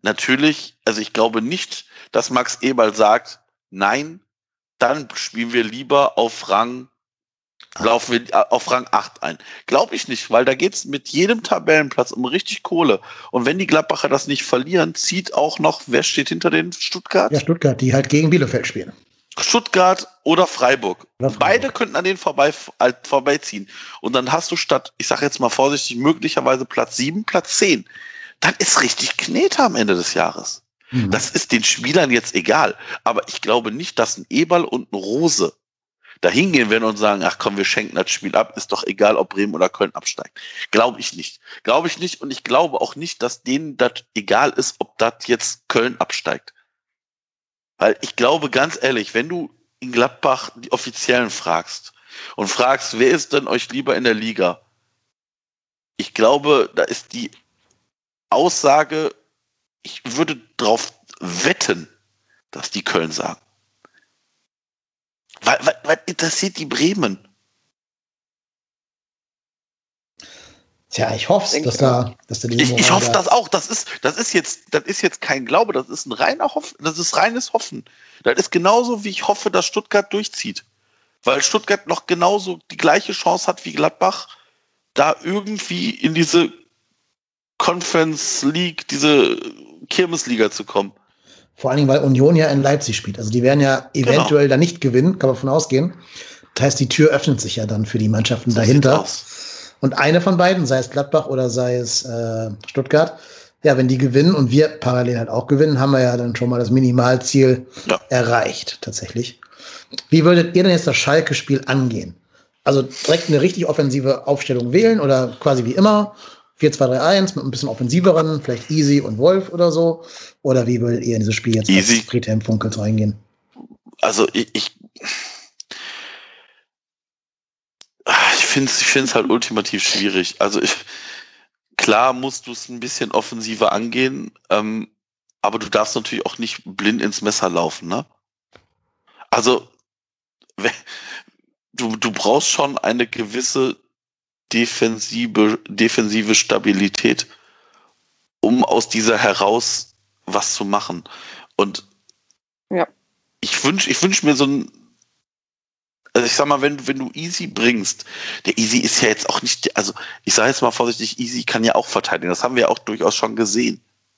nicht, dass Max Eberl sagt, nein, dann spielen wir lieber laufen wir auf Rang 8 ein. Glaube ich nicht, weil da geht's mit jedem Tabellenplatz um richtig Kohle. Und wenn die Gladbacher das nicht verlieren, zieht auch noch, wer steht hinter den Stuttgart? Ja, Stuttgart, die halt gegen Bielefeld spielen. Stuttgart oder Freiburg. Beide könnten an denen vorbeiziehen. Und dann hast du statt, ich sage jetzt mal vorsichtig, möglicherweise Platz 7, Platz 10. Dann ist richtig Knete am Ende des Jahres. Mhm. Das ist den Spielern jetzt egal. Aber ich glaube nicht, dass ein Eberl und ein Rose da hingehen werden und sagen, ach komm, wir schenken das Spiel ab, ist doch egal, ob Bremen oder Köln absteigt. Glaube ich nicht. Und ich glaube auch nicht, dass denen das egal ist, ob das jetzt Köln absteigt. Weil ich glaube, ganz ehrlich, wenn du in Gladbach die Offiziellen fragst und fragst, wer ist denn euch lieber in der Liga? Ich glaube, da ist die Aussage, ich würde drauf wetten, dass die Köln sagen. Was interessiert die Bremen? Tja, ich hoffe es, dass da ich hoffe das auch. Das ist jetzt kein Glaube, das ist das ist reines Hoffen. Das ist genauso, wie ich hoffe, dass Stuttgart durchzieht. Weil Stuttgart noch genauso die gleiche Chance hat wie Gladbach, da irgendwie in diese Conference League, diese Kirmesliga zu kommen. Vor allen Dingen, weil Union ja in Leipzig spielt. Also die werden ja eventuell da nicht gewinnen, kann man davon ausgehen. Das heißt, die Tür öffnet sich ja dann für die Mannschaften so dahinter. Und eine von beiden, sei es Gladbach oder sei es Stuttgart, ja, wenn die gewinnen und wir parallel halt auch gewinnen, haben wir ja dann schon mal das Minimalziel erreicht, tatsächlich. Wie würdet ihr denn jetzt das Schalke-Spiel angehen? Also direkt eine richtig offensive Aufstellung wählen oder quasi wie immer 4-2-3-1 mit ein bisschen offensiveren, vielleicht Easy und Wolf oder so? Oder wie würdet ihr in dieses Spiel jetzt Easy. als Friedhelm Funkel reingehen? Also ich finde es halt ultimativ schwierig. Also klar musst du es ein bisschen offensiver angehen, aber du darfst natürlich auch nicht blind ins Messer laufen, ne? Also du brauchst schon eine gewisse defensive Stabilität, um aus dieser heraus was zu machen. Und Ja. ich wünsch mir so ein, also ich sag mal, wenn du Easy bringst, der Easy ist ja jetzt auch nicht, also ich sage jetzt mal vorsichtig, Easy kann ja auch verteidigen. Das haben wir ja auch durchaus schon gesehen.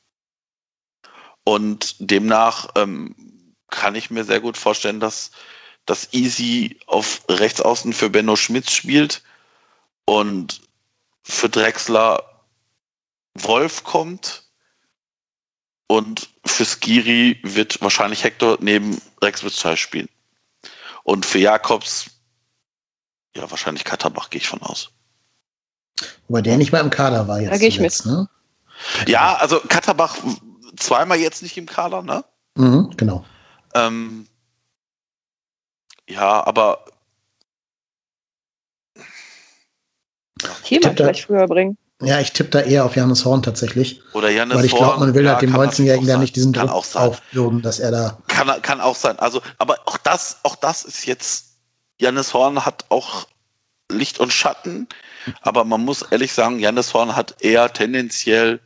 Und demnach kann ich mir sehr gut vorstellen, dass Easy auf Rechtsaußen für Benno Schmitz spielt und für Drexler Wolf kommt und für Skiri wird wahrscheinlich Hector neben Rex Bitschei spielen. Und für Jakobs, ja, wahrscheinlich Katterbach, gehe ich von aus. Wobei der nicht mal im Kader war jetzt. Da gehe ich zuletzt, mit. Ne? Ja, also Katterbach zweimal jetzt nicht im Kader, ne? Mhm, genau. Ja, aber Thema vielleicht früher bringen. Ja, ich tippe da eher auf Johannes Horn tatsächlich. Oder Jannis weil ich glaube, man will ja, halt dem 19-Jährigen da nicht diesen kann Druck auch sein. aufbürden, dass er da. Kann auch sein. Also, aber auch das ist jetzt, Jannis Horn hat auch Licht und Schatten, aber man muss ehrlich sagen, Jannis Horn hat eher tendenziell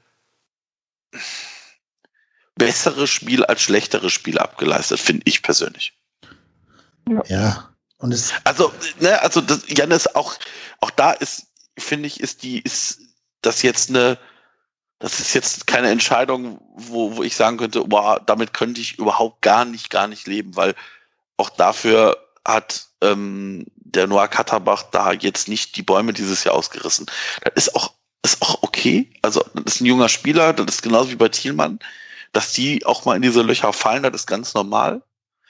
bessere Spiel als schlechtere Spiele abgeleistet, finde ich persönlich. Ja. Und es Also, ne, also das, Jannis auch da ist, finde ich, ist das jetzt das ist jetzt keine Entscheidung, wo ich sagen könnte, boah, damit könnte ich überhaupt gar nicht leben, weil auch dafür hat der Noah Katterbach da jetzt nicht die Bäume dieses Jahr ausgerissen. Das ist auch okay. Also, das ist ein junger Spieler, das ist genauso wie bei Thielmann, dass die auch mal in diese Löcher fallen, das ist ganz normal.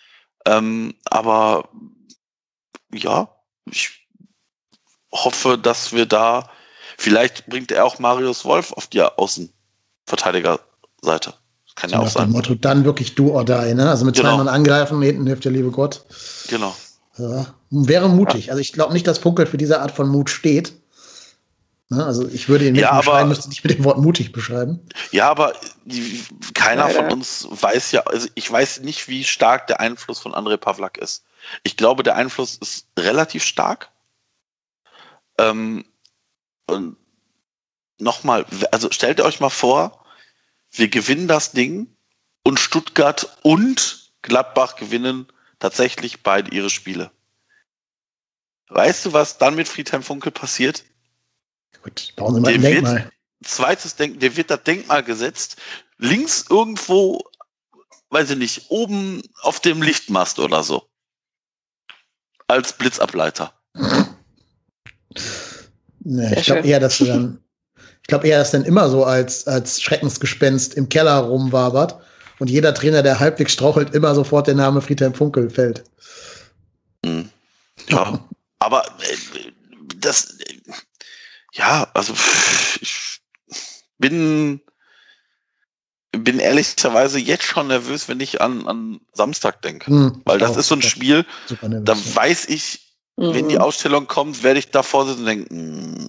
Aber ja, ich hoffe, dass wir da, vielleicht bringt er auch Marius Wolf auf die Außenverteidigerseite. Das kann ja auch sein. Motto, dann wirklich do or die, ne? Also mit zwei Mann angreifen, hinten hilft der liebe Gott. Genau. Ja, wäre mutig. Ja. Also ich glaube nicht, dass Funkel für diese Art von Mut steht. Ne? Also ich würde ihn müsste nicht mit dem Wort mutig beschreiben. Ja, aber keiner von uns weiß ja, also ich weiß nicht, wie stark der Einfluss von André Pavlak ist. Ich glaube, der Einfluss ist relativ stark. Und nochmal, also stellt euch mal vor, wir gewinnen das Ding und Stuttgart und Gladbach gewinnen tatsächlich beide ihre Spiele. Weißt du, was dann mit Friedhelm Funkel passiert? Gut, bauen Sie mal ein Denkmal. Der wird das Denkmal gesetzt, links irgendwo, weiß ich nicht, oben auf dem Lichtmast oder so. Als Blitzableiter. Ne, ich glaube eher, dass dann immer so als Schreckensgespenst im Keller rumwabert und jeder Trainer, der halbwegs strauchelt, immer sofort der Name Friedhelm Funkel fällt. Ja, aber also ich bin ehrlicherweise jetzt schon nervös, wenn ich an Samstag denke. Weil das ist so ein Spiel, da weiß ich, wenn die Ausstellung kommt, werde ich davor sitzen und denken.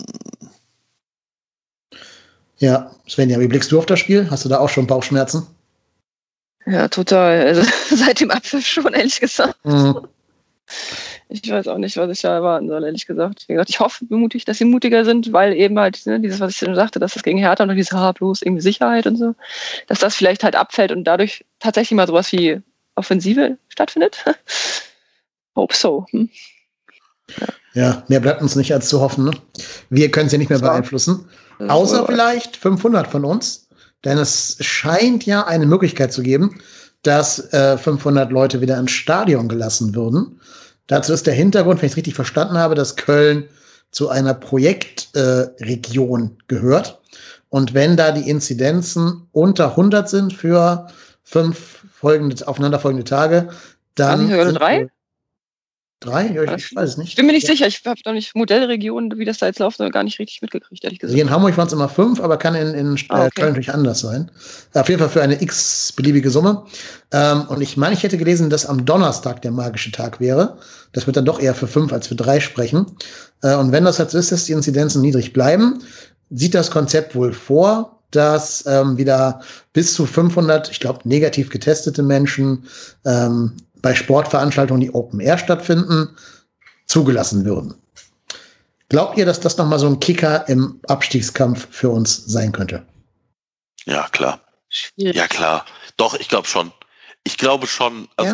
Ja, Svenja, wie blickst du auf das Spiel? Hast du da auch schon Bauchschmerzen? Ja, total. Also seit dem Abpfiff schon, ehrlich gesagt. Ich weiß auch nicht, was ich da erwarten soll, ehrlich gesagt. Wie gesagt, ich hoffe mutig, dass sie mutiger sind, weil eben halt dieses, was ich schon sagte, dass das gegen Hertha und dieses bloß irgendwie Sicherheit und so, dass das vielleicht halt abfällt und dadurch tatsächlich mal sowas wie Offensive stattfindet. Hope so. Ja, mehr bleibt uns nicht als zu hoffen. Ne? Wir können es ja nicht mehr beeinflussen. Außer vielleicht 500 von uns. Denn es scheint ja eine Möglichkeit zu geben, dass 500 Leute wieder ins Stadion gelassen würden. Dazu ist der Hintergrund, wenn ich es richtig verstanden habe, dass Köln zu einer Projektregion gehört. Und wenn da die Inzidenzen unter 100 sind für 5 aufeinanderfolgende Tage, dann sind 3? 3? Ja, ich weiß es nicht. Ich bin mir nicht sicher. Ich habe noch nicht Modellregionen, wie das da jetzt läuft, gar nicht richtig mitgekriegt, ehrlich gesagt. Also hier in Hamburg waren es immer 5, aber kann in Köln natürlich anders sein. Auf jeden Fall für eine x-beliebige Summe. Und ich meine, ich hätte gelesen, dass am Donnerstag der magische Tag wäre. Das wird dann doch eher für 5 als für 3 sprechen. Und wenn das halt so ist, dass die Inzidenzen niedrig bleiben, sieht das Konzept wohl vor, dass wieder bis zu 500, ich glaube, negativ getestete Menschen bei Sportveranstaltungen, die Open Air stattfinden, zugelassen würden. Glaubt ihr, dass das nochmal so ein Kicker im Abstiegskampf für uns sein könnte? Ja, klar. Schwierig. Ja, klar. Doch, ich glaube schon. Ich glaube schon. Also Ja.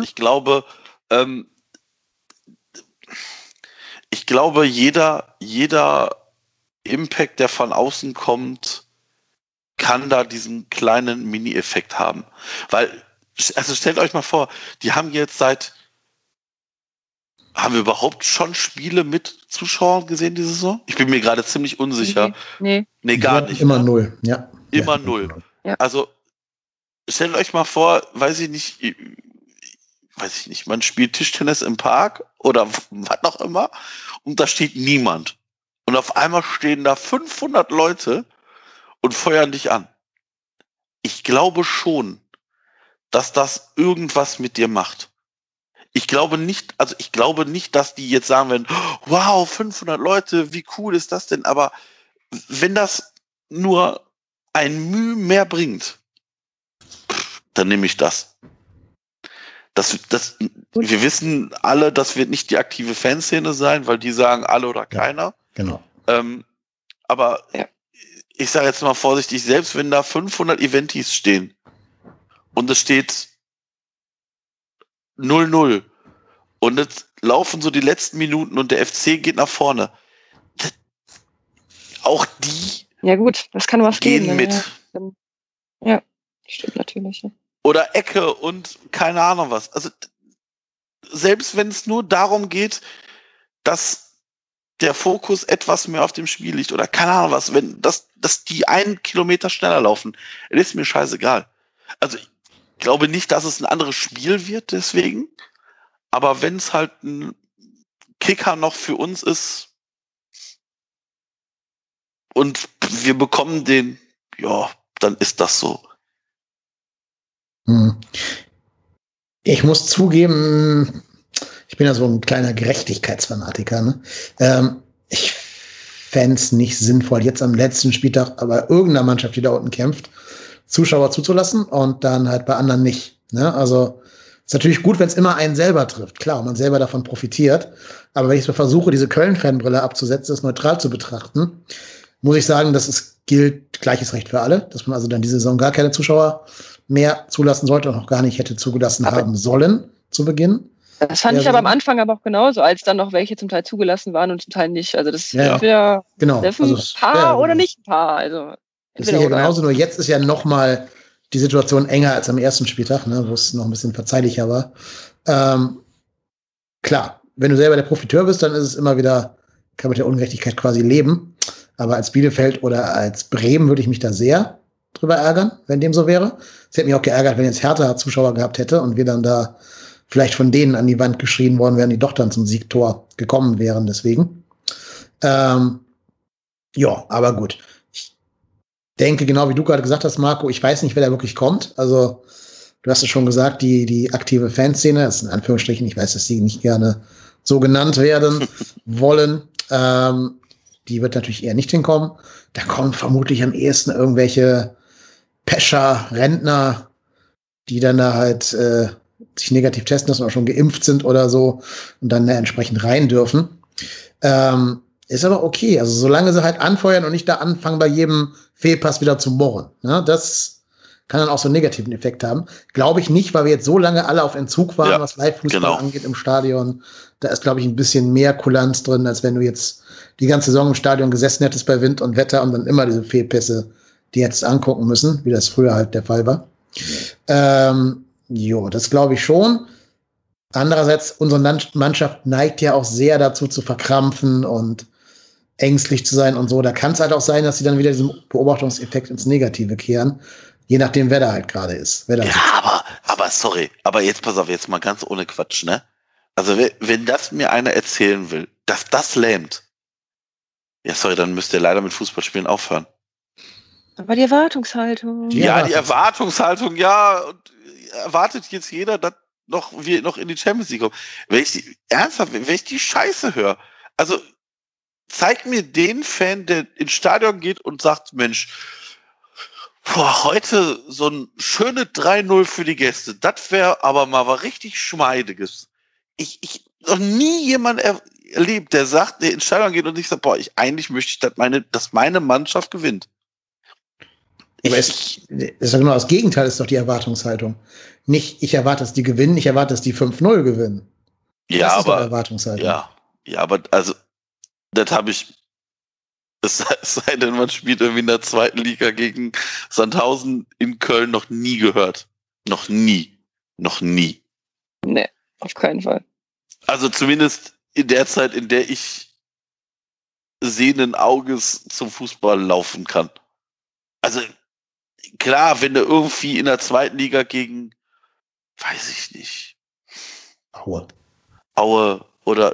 ich glaube, jeder Impact, der von außen kommt, kann da diesen kleinen Mini-Effekt haben. Weil, also stellt euch mal vor, die haben jetzt haben wir überhaupt schon Spiele mit Zuschauern gesehen diese Saison? Ich bin mir gerade ziemlich unsicher. Nee. Nee, gar nicht. Immer Ne? 0, ja. Immer Ja, 0. Ja. Also, stellt euch mal vor, weiß ich nicht, man spielt Tischtennis im Park oder was auch immer und da steht niemand. Und auf einmal stehen da 500 Leute und feuern dich an. Ich glaube schon, dass das irgendwas mit dir macht. Ich glaube nicht, dass die jetzt sagen werden, wow, 500 Leute, wie cool ist das denn? Aber wenn das nur ein Mühe mehr bringt, dann nehme ich das. Wir wissen alle, das wird nicht die aktive Fanszene sein, weil die sagen alle oder keiner. Genau. Aber Ja. ich sage jetzt mal vorsichtig, selbst wenn da 500 Eventis stehen und es steht 0-0 und jetzt laufen so die letzten Minuten und der FC geht nach vorne, auch die Ja gut, das kann was gehen geben. mit. Ja, stimmt natürlich. Ja. Oder Ecke und keine Ahnung was. Also selbst wenn es nur darum geht, dass der Fokus etwas mehr auf dem Spiel liegt oder keine Ahnung was, dass die 1 Kilometer schneller laufen, ist mir scheißegal. Also ich glaube nicht, dass es ein anderes Spiel wird deswegen, aber wenn es halt ein Kicker noch für uns ist und wir bekommen den, ja, dann ist das so. Ich muss zugeben, ich bin ja so ein kleiner Gerechtigkeitsfanatiker. Ne? Ich fände es nicht sinnvoll, jetzt am letzten Spieltag aber irgendeiner Mannschaft, die da unten kämpft, Zuschauer zuzulassen und dann halt bei anderen nicht. Ne? Also ist natürlich gut, wenn es immer einen selber trifft. Klar, und man selber davon profitiert. Aber wenn ich so versuche, diese Köln-Fanbrille abzusetzen, das neutral zu betrachten, muss ich sagen, dass es gilt gleiches Recht für alle, dass man also dann diese Saison gar keine Zuschauer mehr zulassen sollte und auch gar nicht hätte zugelassen haben sollen zu Beginn. Das fand ich aber am Anfang aber auch genauso, als dann noch welche zum Teil zugelassen waren und zum Teil nicht. Also das ist entweder genau. ein Paar oder nicht ein Paar. Also das sehe ich ja genauso, nur jetzt ist ja noch mal die Situation enger als am ersten Spieltag, ne, wo es noch ein bisschen verzeihlicher war. Klar, wenn du selber der Profiteur bist, dann ist es immer wieder, kann mit der Ungerechtigkeit quasi leben. Aber als Bielefeld oder als Bremen würde ich mich da sehr drüber ärgern, wenn dem so wäre. Es hätte mich auch geärgert, wenn jetzt Hertha Zuschauer gehabt hätte und wir dann da vielleicht von denen an die Wand geschrien worden wären, die doch dann zum Siegtor gekommen wären. Deswegen. Ja, aber gut. Ich denke, genau wie du gerade gesagt hast, Marco, ich weiß nicht, wer da wirklich kommt. Also, du hast es schon gesagt, die aktive Fanszene, das ist in Anführungsstrichen, ich weiß, dass die nicht gerne so genannt werden wollen. Die wird natürlich eher nicht hinkommen. Da kommen vermutlich am ehesten irgendwelche Pescher, Rentner, die dann da halt sich negativ testen lassen oder schon geimpft sind oder so und dann entsprechend rein dürfen. Ist aber okay. Also solange sie halt anfeuern und nicht da anfangen, bei jedem Fehlpass wieder zu murren. Ne? Das kann dann auch so einen negativen Effekt haben. Glaube ich nicht, weil wir jetzt so lange alle auf Entzug waren, was Live-Fußball angeht im Stadion. Da ist, glaube ich, ein bisschen mehr Kulanz drin, als wenn du jetzt die ganze Saison im Stadion gesessen hättest bei Wind und Wetter und dann immer diese Fehlpässe, die jetzt angucken müssen, wie das früher halt der Fall war. Das glaube ich schon. Andererseits, unsere Mannschaft neigt ja auch sehr dazu zu verkrampfen und ängstlich zu sein und so. Da kann es halt auch sein, dass sie dann wieder diesen Beobachtungseffekt ins Negative kehren. Je nachdem, wer da halt gerade ist. Aber sorry, aber jetzt pass auf, jetzt mal ganz ohne Quatsch, ne? Also wenn das mir einer erzählen will, dass das lähmt, ja sorry, dann müsst ihr leider mit Fußballspielen aufhören. Aber die Erwartungshaltung. Die Erwartungshaltung, ja, und erwartet jetzt jeder, dass wir noch in die Champions League kommen. Wenn ich die Scheiße höre, also zeig mir den Fan, der ins Stadion geht und sagt, Mensch, heute so ein schöne 3-0 für die Gäste. Das wäre aber mal was richtig Schmeidiges. Ich noch nie jemand erlebt, der sagt, der ins Stadion geht und nicht sagt, eigentlich möchte ich, dass meine Mannschaft gewinnt. Aber ist doch genau das Gegenteil, ist doch die Erwartungshaltung. Nicht, ich erwarte, dass die gewinnen, ich erwarte, dass die 5-0 gewinnen. Ja, das ist doch aber Erwartungshaltung. Ja, aber also, das habe ich, es sei denn, man spielt irgendwie in der zweiten Liga gegen Sandhausen in Köln noch nie gehört. Noch nie. Nee, auf keinen Fall. Also zumindest in der Zeit, in der ich sehenden Auges zum Fußball laufen kann. Also klar, wenn du irgendwie in der zweiten Liga gegen, weiß ich nicht, Aue oder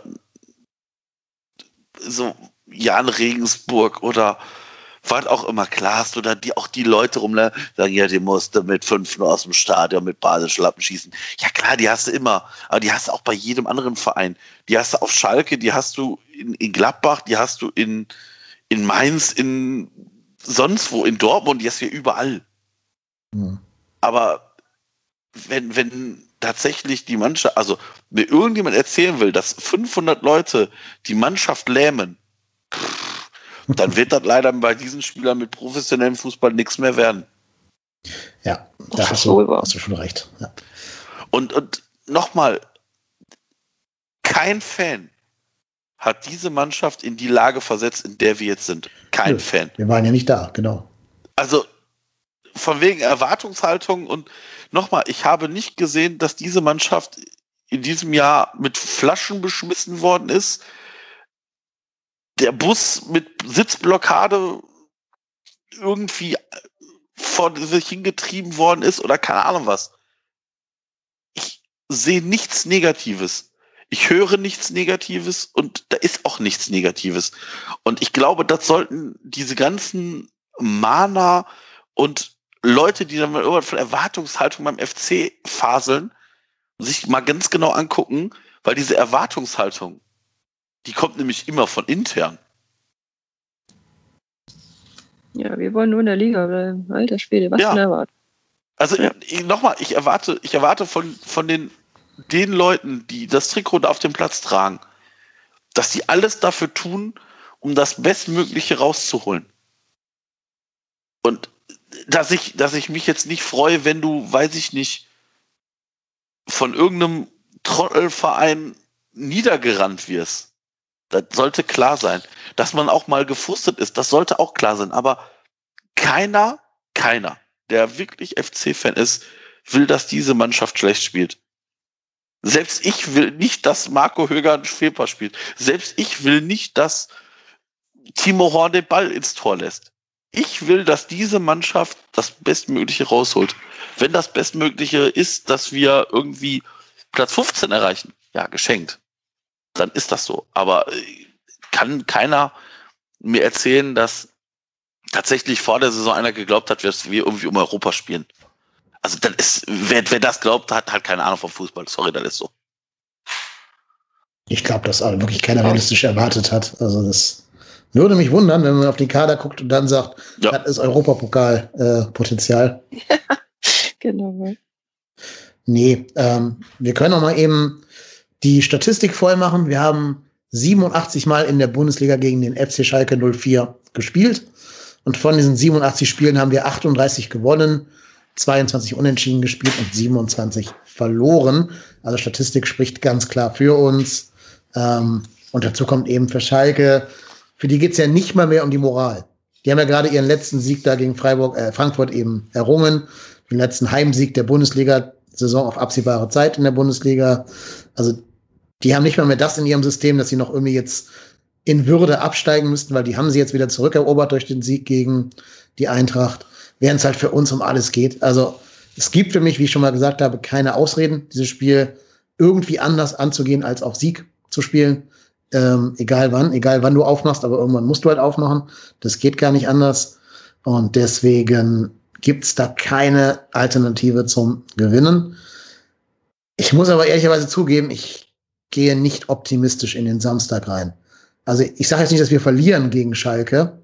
so Jan Regensburg oder was auch immer, klar hast du da auch die Leute sagen, ja, die musste mit 5 nur aus dem Stadion mit Badeschlappen schießen. Ja klar, die hast du immer, aber die hast du auch bei jedem anderen Verein. Die hast du auf Schalke, die hast du in Gladbach, die hast du in Mainz, in sonst wo, in Dortmund, die hast du ja überall. Mhm. Aber wenn tatsächlich die Mannschaft, also mir irgendjemand erzählen will, dass 500 Leute die Mannschaft lähmen, dann wird das leider bei diesen Spielern mit professionellem Fußball nichts mehr werden. Ja, da hast du schon recht. Ja. Und nochmal, kein Fan hat diese Mannschaft in die Lage versetzt, in der wir jetzt sind. Kein Fan. Wir waren ja nicht da, genau. Also von wegen Erwartungshaltung und nochmal, ich habe nicht gesehen, dass diese Mannschaft in diesem Jahr mit Flaschen beschmissen worden ist. Der Bus mit Sitzblockade irgendwie vor sich hingetrieben worden ist oder keine Ahnung was. Ich sehe nichts Negatives. Ich höre nichts Negatives und da ist auch nichts Negatives. Und ich glaube, das sollten diese ganzen Mahner und Leute, die dann mal irgendwann von Erwartungshaltung beim FC faseln, sich mal ganz genau angucken, weil diese Erwartungshaltung, die kommt nämlich immer von intern. Ja, wir wollen nur in der Liga bleiben. Alter Schwede, was denn erwartet? Also nochmal, ich erwarte von den Leuten, die das Trikot da auf dem Platz tragen, dass die alles dafür tun, um das Bestmögliche rauszuholen. Und dass ich mich jetzt nicht freue, wenn du, weiß ich nicht, von irgendeinem Trottelverein niedergerannt wirst. Das sollte klar sein. Dass man auch mal gefrustet ist, das sollte auch klar sein. Aber keiner, der wirklich FC-Fan ist, will, dass diese Mannschaft schlecht spielt. Selbst ich will nicht, dass Marco Höger einen Fehlpass spielt. Selbst ich will nicht, dass Timo Horn den Ball ins Tor lässt. Ich will, dass diese Mannschaft das Bestmögliche rausholt. Wenn das Bestmögliche ist, dass wir irgendwie Platz 15 erreichen, ja, geschenkt. Dann ist das so. Aber kann keiner mir erzählen, dass tatsächlich vor der Saison einer geglaubt hat, dass wir irgendwie um Europa spielen. Also dann ist, wer das glaubt, hat halt keine Ahnung vom Fußball. Sorry, das ist so. Ich glaube, dass auch wirklich keiner realistisch erwartet hat. Also das würde mich wundern, wenn man auf den Kader guckt und dann sagt, das ist Europapokal-Potenzial. Genau. Nee, wir können auch mal eben die Statistik voll machen. Wir haben 87 Mal in der Bundesliga gegen den FC Schalke 04 gespielt. Und von diesen 87 Spielen haben wir 38 gewonnen, 22 unentschieden gespielt und 27 verloren. Also Statistik spricht ganz klar für uns. Und dazu kommt eben für Schalke, für die geht es ja nicht mal mehr um die Moral. Die haben ja gerade ihren letzten Sieg da gegen Frankfurt eben errungen. Den letzten Heimsieg der Bundesliga-Saison auf absehbare Zeit in der Bundesliga. Also die haben nicht mal mehr das in ihrem System, dass sie noch irgendwie jetzt in Würde absteigen müssten, weil die haben sie jetzt wieder zurückerobert durch den Sieg gegen die Eintracht, während es halt für uns um alles geht. Also es gibt für mich, wie ich schon mal gesagt habe, keine Ausreden, dieses Spiel irgendwie anders anzugehen, als auf Sieg zu spielen. Egal wann du aufmachst, aber irgendwann musst du halt aufmachen. Das geht gar nicht anders. Und deswegen gibt's da keine Alternative zum Gewinnen. Ich muss aber ehrlicherweise zugeben, ich gehe nicht optimistisch in den Samstag rein. Also ich sage jetzt nicht, dass wir verlieren gegen Schalke.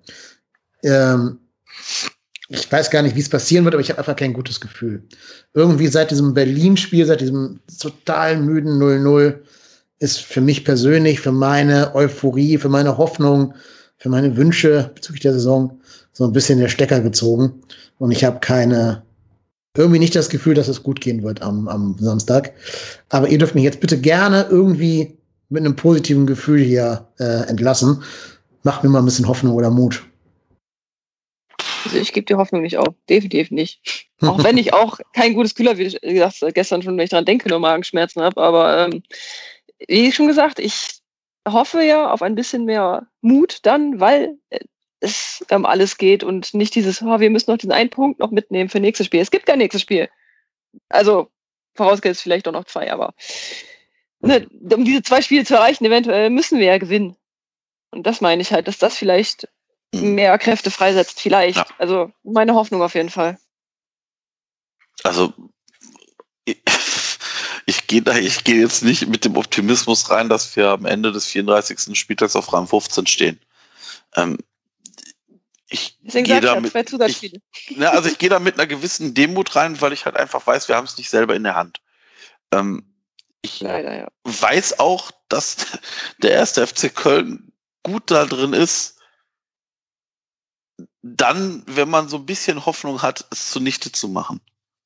Ich weiß gar nicht, wie es passieren wird, aber ich habe einfach kein gutes Gefühl. Irgendwie seit diesem Berlin-Spiel, seit diesem total müden 0-0, ist für mich persönlich, für meine Euphorie, für meine Hoffnung, für meine Wünsche bezüglich der Saison so ein bisschen der Stecker gezogen. Und ich habe irgendwie nicht das Gefühl, dass es gut gehen wird am Samstag. Aber ihr dürft mich jetzt bitte gerne irgendwie mit einem positiven Gefühl hier entlassen. Macht mir mal ein bisschen Hoffnung oder Mut. Also ich gebe die Hoffnung nicht auf. Definitiv nicht. Auch wenn ich auch kein gutes Gefühl habe, wie gesagt, gestern schon, wenn ich dran denke, nur Magenschmerzen habe. Aber wie schon gesagt, ich hoffe ja auf ein bisschen mehr Mut dann, weil es alles geht und nicht dieses, wir müssen noch diesen einen Punkt noch mitnehmen für nächstes Spiel. Es gibt kein nächstes Spiel. Also vorausgesetzt vielleicht doch noch 2, aber um diese 2 Spiele zu erreichen, eventuell müssen wir ja gewinnen. Und das meine ich halt, dass das vielleicht mehr Kräfte freisetzt, vielleicht. Ja. Also meine Hoffnung auf jeden Fall. Also ich gehe jetzt nicht mit dem Optimismus rein, dass wir am Ende des 34. Spieltags auf Rang 15 stehen. Ich gehe da mit einer gewissen Demut rein, weil ich halt einfach weiß, wir haben es nicht selber in der Hand. Ich weiß auch, dass der 1. FC Köln gut da drin ist, dann, wenn man so ein bisschen Hoffnung hat, es zunichte zu machen.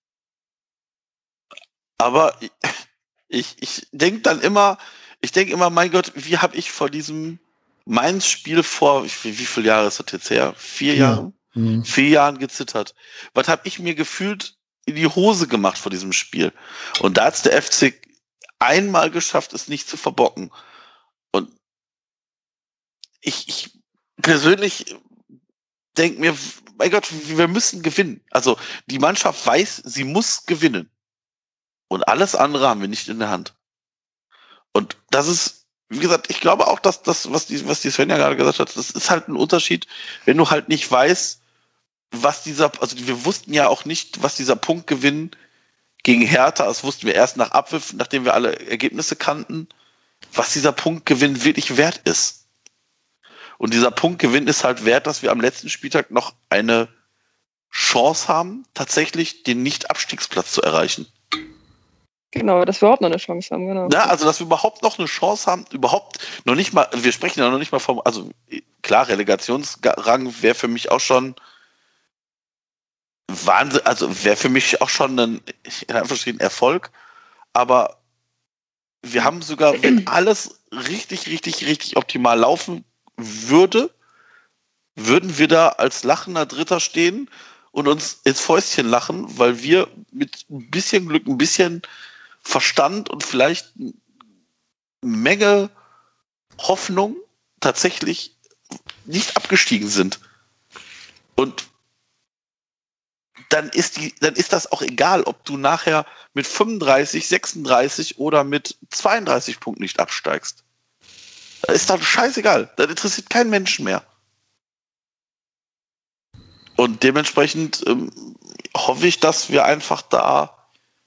Aber ich denke immer, mein Gott, wie habe ich vor diesem Mainz-Spiel vor, wie viele Jahre ist das jetzt her? 4 Jahre? 4 Jahren gezittert. Was habe ich mir gefühlt in die Hose gemacht vor diesem Spiel? Und da hat es der FC einmal geschafft, es nicht zu verbocken. Und ich persönlich denke mir, mein Gott, wir müssen gewinnen. Also die Mannschaft weiß, sie muss gewinnen. Und alles andere haben wir nicht in der Hand. Und das ist, wie gesagt, ich glaube auch, dass das, was die Svenja gerade gesagt hat, das ist halt ein Unterschied, wenn du halt nicht weißt, also wir wussten ja auch nicht, was dieser Punktgewinn gegen Hertha, das wussten wir erst nach Abpfiff, nachdem wir alle Ergebnisse kannten, was dieser Punktgewinn wirklich wert ist. Und dieser Punktgewinn ist halt wert, dass wir am letzten Spieltag noch eine Chance haben, tatsächlich den Nicht-Abstiegsplatz zu erreichen. Genau, dass wir überhaupt noch eine Chance haben, genau. Ja, also dass wir überhaupt noch eine Chance haben, überhaupt noch nicht mal, wir sprechen ja noch nicht mal vom, also klar, Relegationsrang wäre für mich auch schon Wahnsinn, also wäre für mich auch schon ein Erfolg, aber wir haben sogar, wenn alles richtig, richtig, richtig optimal laufen würden wir da als lachender Dritter stehen und uns ins Fäustchen lachen, weil wir mit ein bisschen Glück, ein bisschen Verstand und vielleicht eine Menge Hoffnung tatsächlich nicht abgestiegen sind. Und dann ist das auch egal, ob du nachher mit 35, 36 oder mit 32 Punkten nicht absteigst. Das ist dann scheißegal. Das interessiert keinen Menschen mehr. Und dementsprechend hoffe ich, dass wir einfach da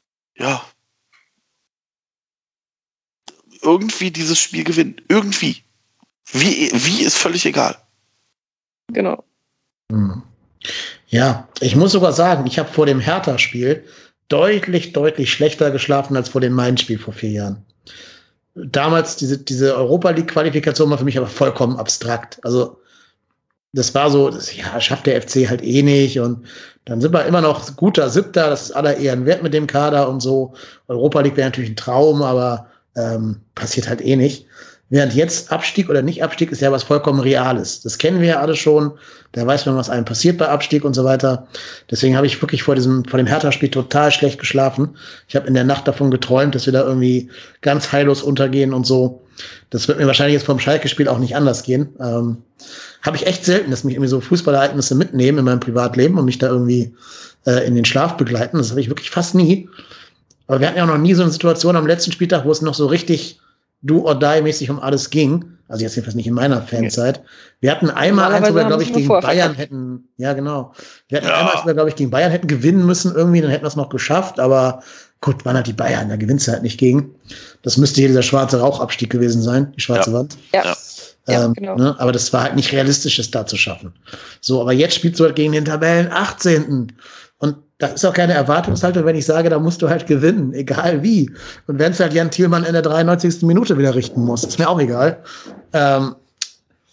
irgendwie dieses Spiel gewinnen. Irgendwie. Wie ist völlig egal. Genau. Ja, ich muss sogar sagen, ich habe vor dem Hertha-Spiel deutlich, deutlich schlechter geschlafen als vor dem Mainz-Spiel vor 4 Jahren. Damals, diese Europa-League-Qualifikation war für mich aber vollkommen abstrakt. Also, das war so, schafft der FC halt eh nicht und dann sind wir immer noch guter 7. Das ist aller Ehren wert mit dem Kader und so. Europa League wäre natürlich ein Traum, aber passiert halt eh nicht. Während jetzt Abstieg oder nicht Abstieg ist ja was vollkommen Reales. Das kennen wir ja alle schon. Da weiß man, was einem passiert bei Abstieg und so weiter. Deswegen habe ich wirklich vor dem Hertha-Spiel total schlecht geschlafen. Ich habe in der Nacht davon geträumt, dass wir da irgendwie ganz heillos untergehen und so. Das wird mir wahrscheinlich jetzt vom Schalke-Spiel auch nicht anders gehen. Habe ich echt selten, dass mich irgendwie so Fußballereignisse mitnehmen in meinem Privatleben und mich da irgendwie in den Schlaf begleiten. Das habe ich wirklich fast nie. Aber wir hatten ja auch noch nie so eine Situation am letzten Spieltag, wo es noch so richtig Do-or-Die-mäßig um alles ging. Also jetzt jedenfalls nicht in meiner Fanzeit. Wir hatten einmal eins, wo wir, glaube ich, gegen Bayern hätten, ja genau. Wir hatten einmal, wo wir, glaube ich, gegen Bayern hätten gewinnen müssen irgendwie, dann hätten wir es noch geschafft, aber gut, waren halt die Bayern, da gewinnst du halt nicht gegen. Das müsste hier dieser schwarze Rauchabstieg gewesen sein, die schwarze Wand. Ja, genau. Ne? Aber das war halt nicht realistisch, es da zu schaffen. So, aber jetzt spielst du halt gegen den Tabellen 18. Und das ist auch keine Erwartungshaltung, wenn ich sage, da musst du halt gewinnen, egal wie. Und wenn es halt Jan Thielmann in der 93. Minute wieder richten muss, ist mir auch egal.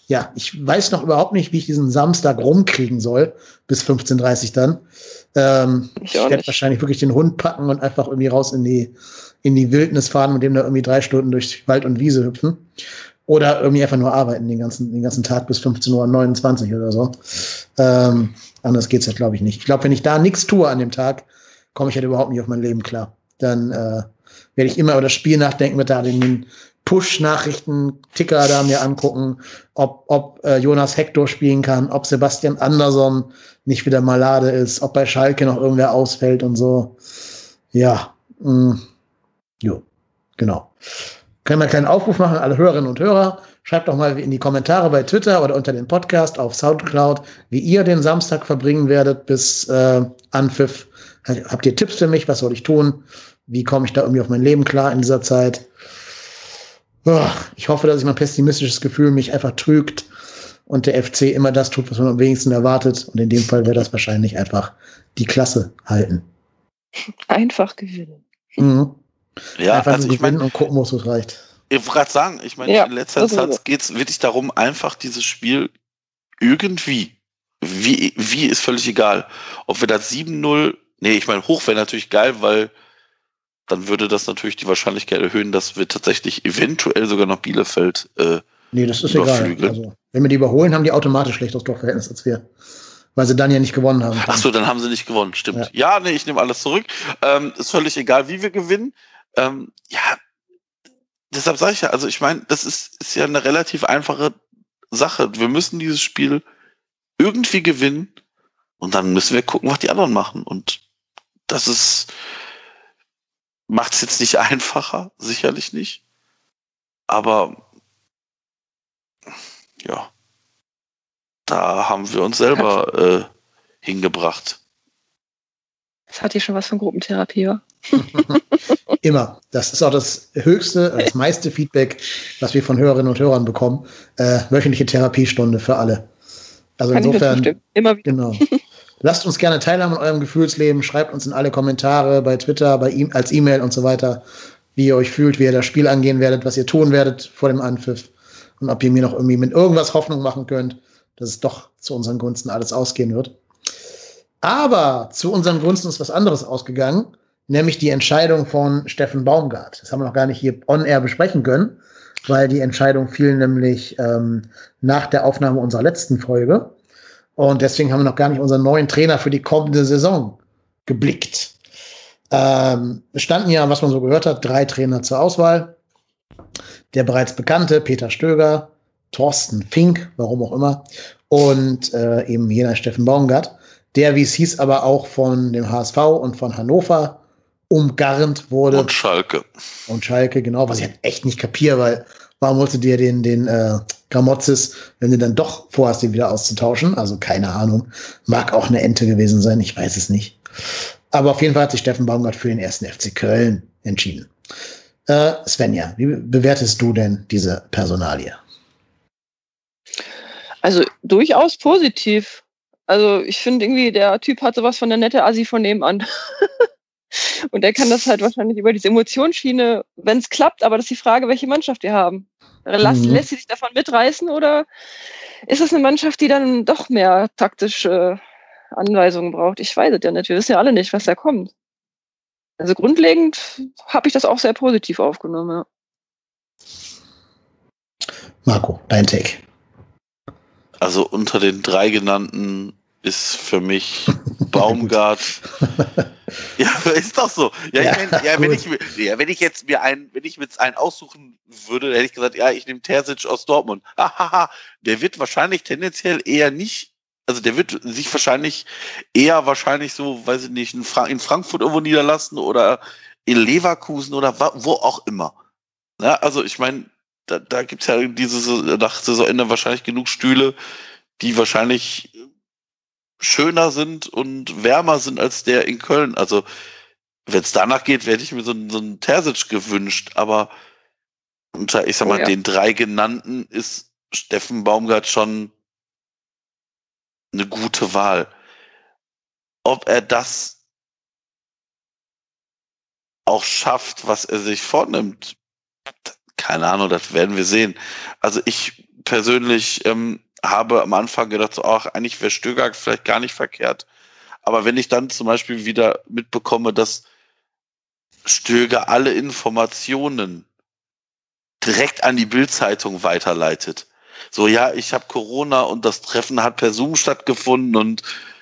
Ja, ich weiß noch überhaupt nicht, wie ich diesen Samstag rumkriegen soll, bis 15:30 dann. Ich werde wahrscheinlich wirklich den Hund packen und einfach irgendwie raus in die Wildnis fahren und dem da irgendwie 3 Stunden durch Wald und Wiese hüpfen. Oder irgendwie einfach nur arbeiten den ganzen Tag bis 15:29 Uhr oder so. Anders geht's ja, glaube ich, nicht. Ich glaube, wenn ich da nichts tue an dem Tag, komme ich halt überhaupt nicht auf mein Leben klar. Dann werde ich immer über das Spiel nachdenken, mit da den Push-Nachrichten-Ticker da mir angucken, ob Jonas Hector spielen kann, ob Sebastian Andersson nicht wieder malade ist, ob bei Schalke noch irgendwer ausfällt und so. Ja, jo, genau. Können wir einen kleinen Aufruf machen, alle Hörerinnen und Hörer. Schreibt doch mal in die Kommentare bei Twitter oder unter dem Podcast auf Soundcloud, wie ihr den Samstag verbringen werdet bis Anpfiff. Habt ihr Tipps für mich? Was soll ich tun? Wie komme ich da irgendwie auf mein Leben klar in dieser Zeit? Ich hoffe, dass ich mein pessimistisches Gefühl mich einfach trügt und der FC immer das tut, was man am wenigsten erwartet. Und in dem Fall wäre das wahrscheinlich einfach die Klasse halten. Einfach gewinnen. Mhm. Ja, einfach also ich meine, und gucken, wo es reicht. Ich wollte gerade sagen, ich meine, in letzter Instanz geht es wirklich darum, einfach dieses Spiel irgendwie, wie ist völlig egal. Ob wir das 7-0, ich meine, hoch wäre natürlich geil, weil dann würde das natürlich die Wahrscheinlichkeit erhöhen, dass wir tatsächlich eventuell sogar noch Bielefeld nee, das ist egal. Also, wenn wir die überholen, haben die automatisch schlechteres Torverhältnis als wir. Weil sie dann ja nicht gewonnen haben. Ach so, dann haben sie nicht gewonnen, stimmt. Ja, ich nehme alles zurück. Ist völlig egal, wie wir gewinnen. Deshalb sage ich ja, also ich meine, das ist ja eine relativ einfache Sache. Wir müssen dieses Spiel irgendwie gewinnen und dann müssen wir gucken, was die anderen machen. Und das macht es jetzt nicht einfacher, sicherlich nicht. Aber ja, da haben wir uns selber hingebracht. Das hat hier schon was von Gruppentherapie, wa? Immer. Das ist auch das höchste, das meiste Feedback, was wir von Hörerinnen und Hörern bekommen. Wöchentliche Therapiestunde für alle. Also kann insofern, immer wieder. Genau. Lasst uns gerne teilhaben an eurem Gefühlsleben. Schreibt uns in alle Kommentare, bei Twitter, als E-Mail und so weiter, wie ihr euch fühlt, wie ihr das Spiel angehen werdet, was ihr tun werdet vor dem Anpfiff und ob ihr mir noch irgendwie mit irgendwas Hoffnung machen könnt, dass es doch zu unseren Gunsten alles ausgehen wird. Aber zu unseren Gunsten ist was anderes ausgegangen, nämlich die Entscheidung von Steffen Baumgart. Das haben wir noch gar nicht hier on-air besprechen können, weil die Entscheidung fiel nämlich nach der Aufnahme unserer letzten Folge. Und deswegen haben wir noch gar nicht unseren neuen Trainer für die kommende Saison geblickt. Es standen ja, was man so gehört hat, 3 Trainer zur Auswahl. Der bereits bekannte Peter Stöger, Thorsten Fink, warum auch immer, und eben jener Steffen Baumgart, der, wie es hieß, aber auch von dem HSV und von Hannover umgarnt wurde. Und Schalke. Und Schalke, genau, was ich halt echt nicht kapiere, weil warum wolltest du dir den Gramotzis, wenn du dann doch vorhast, den wieder auszutauschen? Also keine Ahnung. Mag auch eine Ente gewesen sein, ich weiß es nicht. Aber auf jeden Fall hat sich Steffen Baumgart für den 1. FC Köln entschieden. Svenja, wie bewertest du denn diese Personalie? Also durchaus positiv. Also ich finde irgendwie, der Typ hat sowas von der nette Assi von nebenan. Und der kann das halt wahrscheinlich über diese Emotionsschiene, wenn es klappt, aber das ist die Frage, welche Mannschaft wir haben. Lässt sie sich davon mitreißen oder ist es eine Mannschaft, die dann doch mehr taktische Anweisungen braucht? Ich weiß es ja nicht. Wir wissen ja alle nicht, was da kommt. Also grundlegend habe ich das auch sehr positiv aufgenommen. Ja. Marco, dein Take. Also unter den 3 genannten ist für mich Baumgart. Ja, ist doch so. Ja, wenn ich jetzt einen aussuchen würde, dann hätte ich gesagt, ja, ich nehme Terzic aus Dortmund. Der wird wahrscheinlich tendenziell eher nicht, also der wird sich wahrscheinlich so, weiß ich nicht, in Frankfurt irgendwo niederlassen oder in Leverkusen oder wo auch immer. Ja, also ich meine, da gibt's ja nach Saisonende wahrscheinlich genug Stühle, die wahrscheinlich schöner sind und wärmer sind als der in Köln. Also wenn es danach geht, hätte ich mir so einen Terzic gewünscht. Aber unter, ich sag mal, den 3 genannten ist Steffen Baumgart schon eine gute Wahl. Ob er das auch schafft, was er sich vornimmt, keine Ahnung, das werden wir sehen. Also ich persönlich habe am Anfang gedacht, so, ach, eigentlich wäre Stöger vielleicht gar nicht verkehrt. Aber wenn ich dann zum Beispiel wieder mitbekomme, dass Stöger alle Informationen direkt an die Bild-Zeitung weiterleitet. So, ja, ich habe Corona und das Treffen hat per Zoom stattgefunden und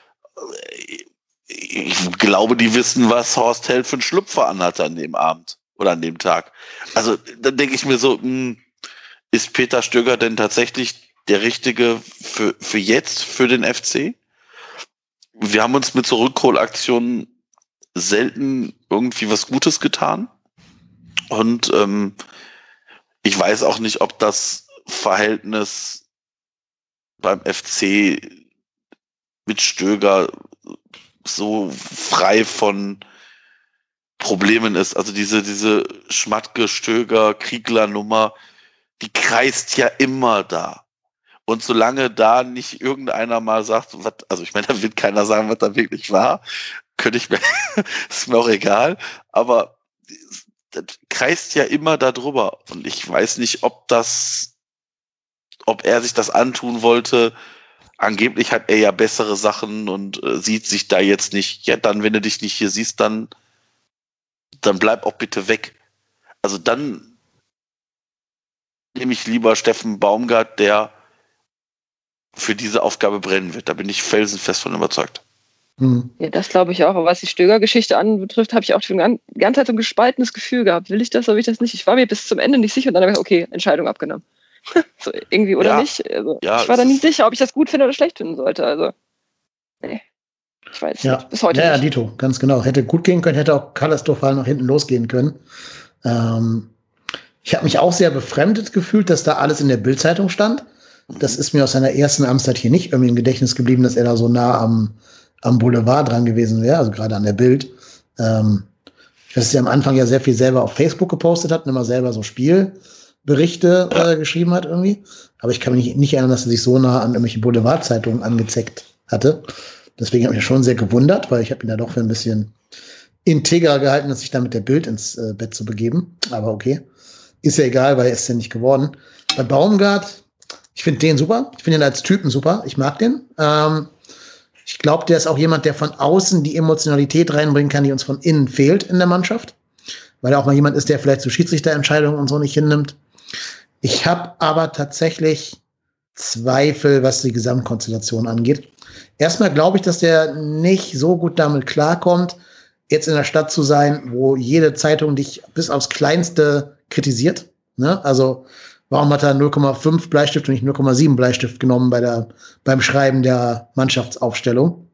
ich glaube, die wissen, was Horst Held für einen Schlüpfer anhatte an dem Abend oder an dem Tag. Also, dann denke ich mir so, ist Peter Stöger denn tatsächlich der Richtige für jetzt, für den FC? Wir haben uns mit so Rückholaktionen selten irgendwie was Gutes getan. Und ich weiß auch nicht, ob das Verhältnis beim FC mit Stöger so frei von Problemen ist. Also diese Schmatke-Stöger-Kriegler-Nummer, die kreist ja immer da. Und solange da nicht irgendeiner mal sagt, also ich meine, da wird keiner sagen, was da wirklich war, ist mir auch egal, aber das kreist ja immer da drüber. Und ich weiß nicht, ob er sich das antun wollte. Angeblich hat er ja bessere Sachen und sieht sich da jetzt nicht. Ja, dann, wenn du dich nicht hier siehst, dann bleib auch bitte weg. Also dann nehme ich lieber Steffen Baumgart, der für diese Aufgabe brennen wird. Da bin ich felsenfest von überzeugt. Ja, das glaube ich auch. Aber was die Stöger-Geschichte anbetrifft, habe ich auch die ganze Zeit so ein gespaltenes Gefühl gehabt. Will ich das oder will ich das nicht? Ich war mir bis zum Ende nicht sicher und dann habe ich gesagt, okay, Entscheidung abgenommen. So irgendwie oder nicht. Also, ich war da nicht sicher, ob ich das gut finde oder schlecht finden sollte. Also, nee. Ich weiß nicht. Bis heute nicht. Ja, Dito, ganz genau. Hätte gut gehen können, hätte auch katastrophal nach hinten losgehen können. Ich habe mich auch sehr befremdet gefühlt, dass da alles in der Bild-Zeitung stand. Das ist mir aus seiner ersten Amtszeit hier nicht irgendwie im Gedächtnis geblieben, dass er da so nah am Boulevard dran gewesen wäre, also gerade an der Bild. Ich weiß, dass er am Anfang ja sehr viel selber auf Facebook gepostet hat und immer selber so Spielberichte geschrieben hat irgendwie. Aber ich kann mich nicht erinnern, dass er sich so nah an irgendwelche Boulevardzeitungen angezeckt hatte. Deswegen habe ich mich schon sehr gewundert, weil ich habe ihn da doch für ein bisschen integrer gehalten, als sich da mit der Bild ins Bett zu begeben. Aber okay, ist ja egal, weil er ist ja nicht geworden. Bei Baumgart, ich finde den super. Ich finde ihn als Typen super. Ich mag den. Ich glaube, der ist auch jemand, der von außen die Emotionalität reinbringen kann, die uns von innen fehlt in der Mannschaft. Weil er auch mal jemand ist, der vielleicht so Schiedsrichterentscheidungen und so nicht hinnimmt. Ich habe aber tatsächlich Zweifel, was die Gesamtkonstellation angeht. Erstmal glaube ich, dass der nicht so gut damit klarkommt, jetzt in der Stadt zu sein, wo jede Zeitung dich bis aufs Kleinste kritisiert. Ne? Also warum hat er 0,5 Bleistift und nicht 0,7 Bleistift genommen beim Schreiben der Mannschaftsaufstellung?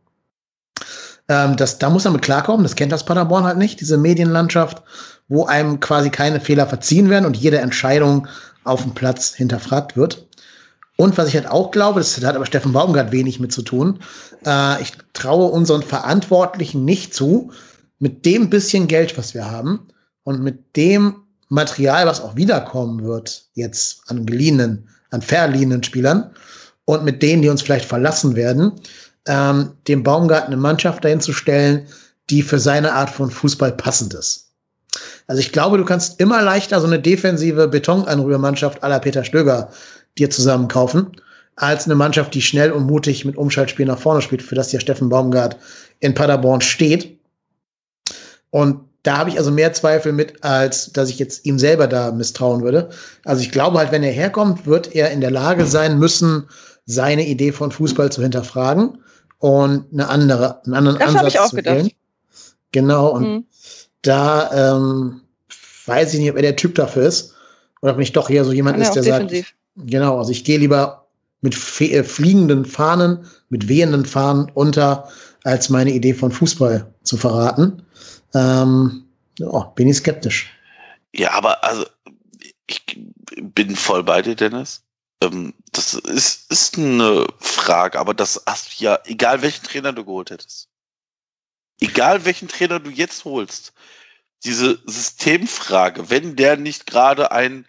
Da muss er mit klarkommen. Das kennt das Paderborn halt nicht, diese Medienlandschaft, wo einem quasi keine Fehler verziehen werden und jede Entscheidung auf dem Platz hinterfragt wird. Und was ich halt auch glaube, das hat aber Steffen Baumgart wenig mit zu tun, ich traue unseren Verantwortlichen nicht zu, mit dem bisschen Geld, was wir haben und mit dem Material, was auch wiederkommen wird, jetzt an verliehenen Spielern und mit denen, die uns vielleicht verlassen werden, dem Baumgart eine Mannschaft dahin zu stellen, die für seine Art von Fußball passend ist. Also ich glaube, du kannst immer leichter so eine defensive Betonanrührmannschaft à la Peter Stöger dir zusammen kaufen, als eine Mannschaft, die schnell und mutig mit Umschaltspiel nach vorne spielt, für das ja Steffen Baumgart in Paderborn steht. Und da habe ich also mehr Zweifel mit, als dass ich jetzt ihm selber da misstrauen würde. Also ich glaube halt, wenn er herkommt, wird er in der Lage sein müssen, seine Idee von Fußball zu hinterfragen und einen anderen Ansatz zu wählen. Genau, und da weiß ich nicht, ob er der Typ dafür ist oder ob nicht doch eher so jemand ist, der defensiv sagt, genau, also ich gehe lieber mit fliegenden Fahnen, mit wehenden Fahnen unter, als meine Idee von Fußball zu verraten. Bin ich skeptisch. Ja, aber also ich bin voll bei dir, Dennis. Das ist eine Frage, aber das hast du ja, egal welchen Trainer du geholt hättest. Egal welchen Trainer du jetzt holst, diese Systemfrage, wenn der nicht gerade ein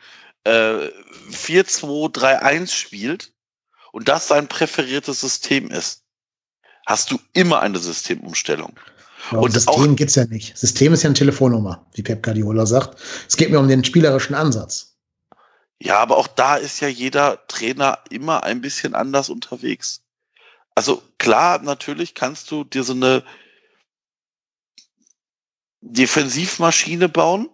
4-2-3-1 spielt und das sein präferiertes System ist, hast du immer eine Systemumstellung. Ja, und System gibt's ja nicht. System ist ja eine Telefonnummer, wie Pep Guardiola sagt. Es geht mir um den spielerischen Ansatz. Ja, aber auch da ist ja jeder Trainer immer ein bisschen anders unterwegs. Also klar, natürlich kannst du dir so eine Defensivmaschine bauen.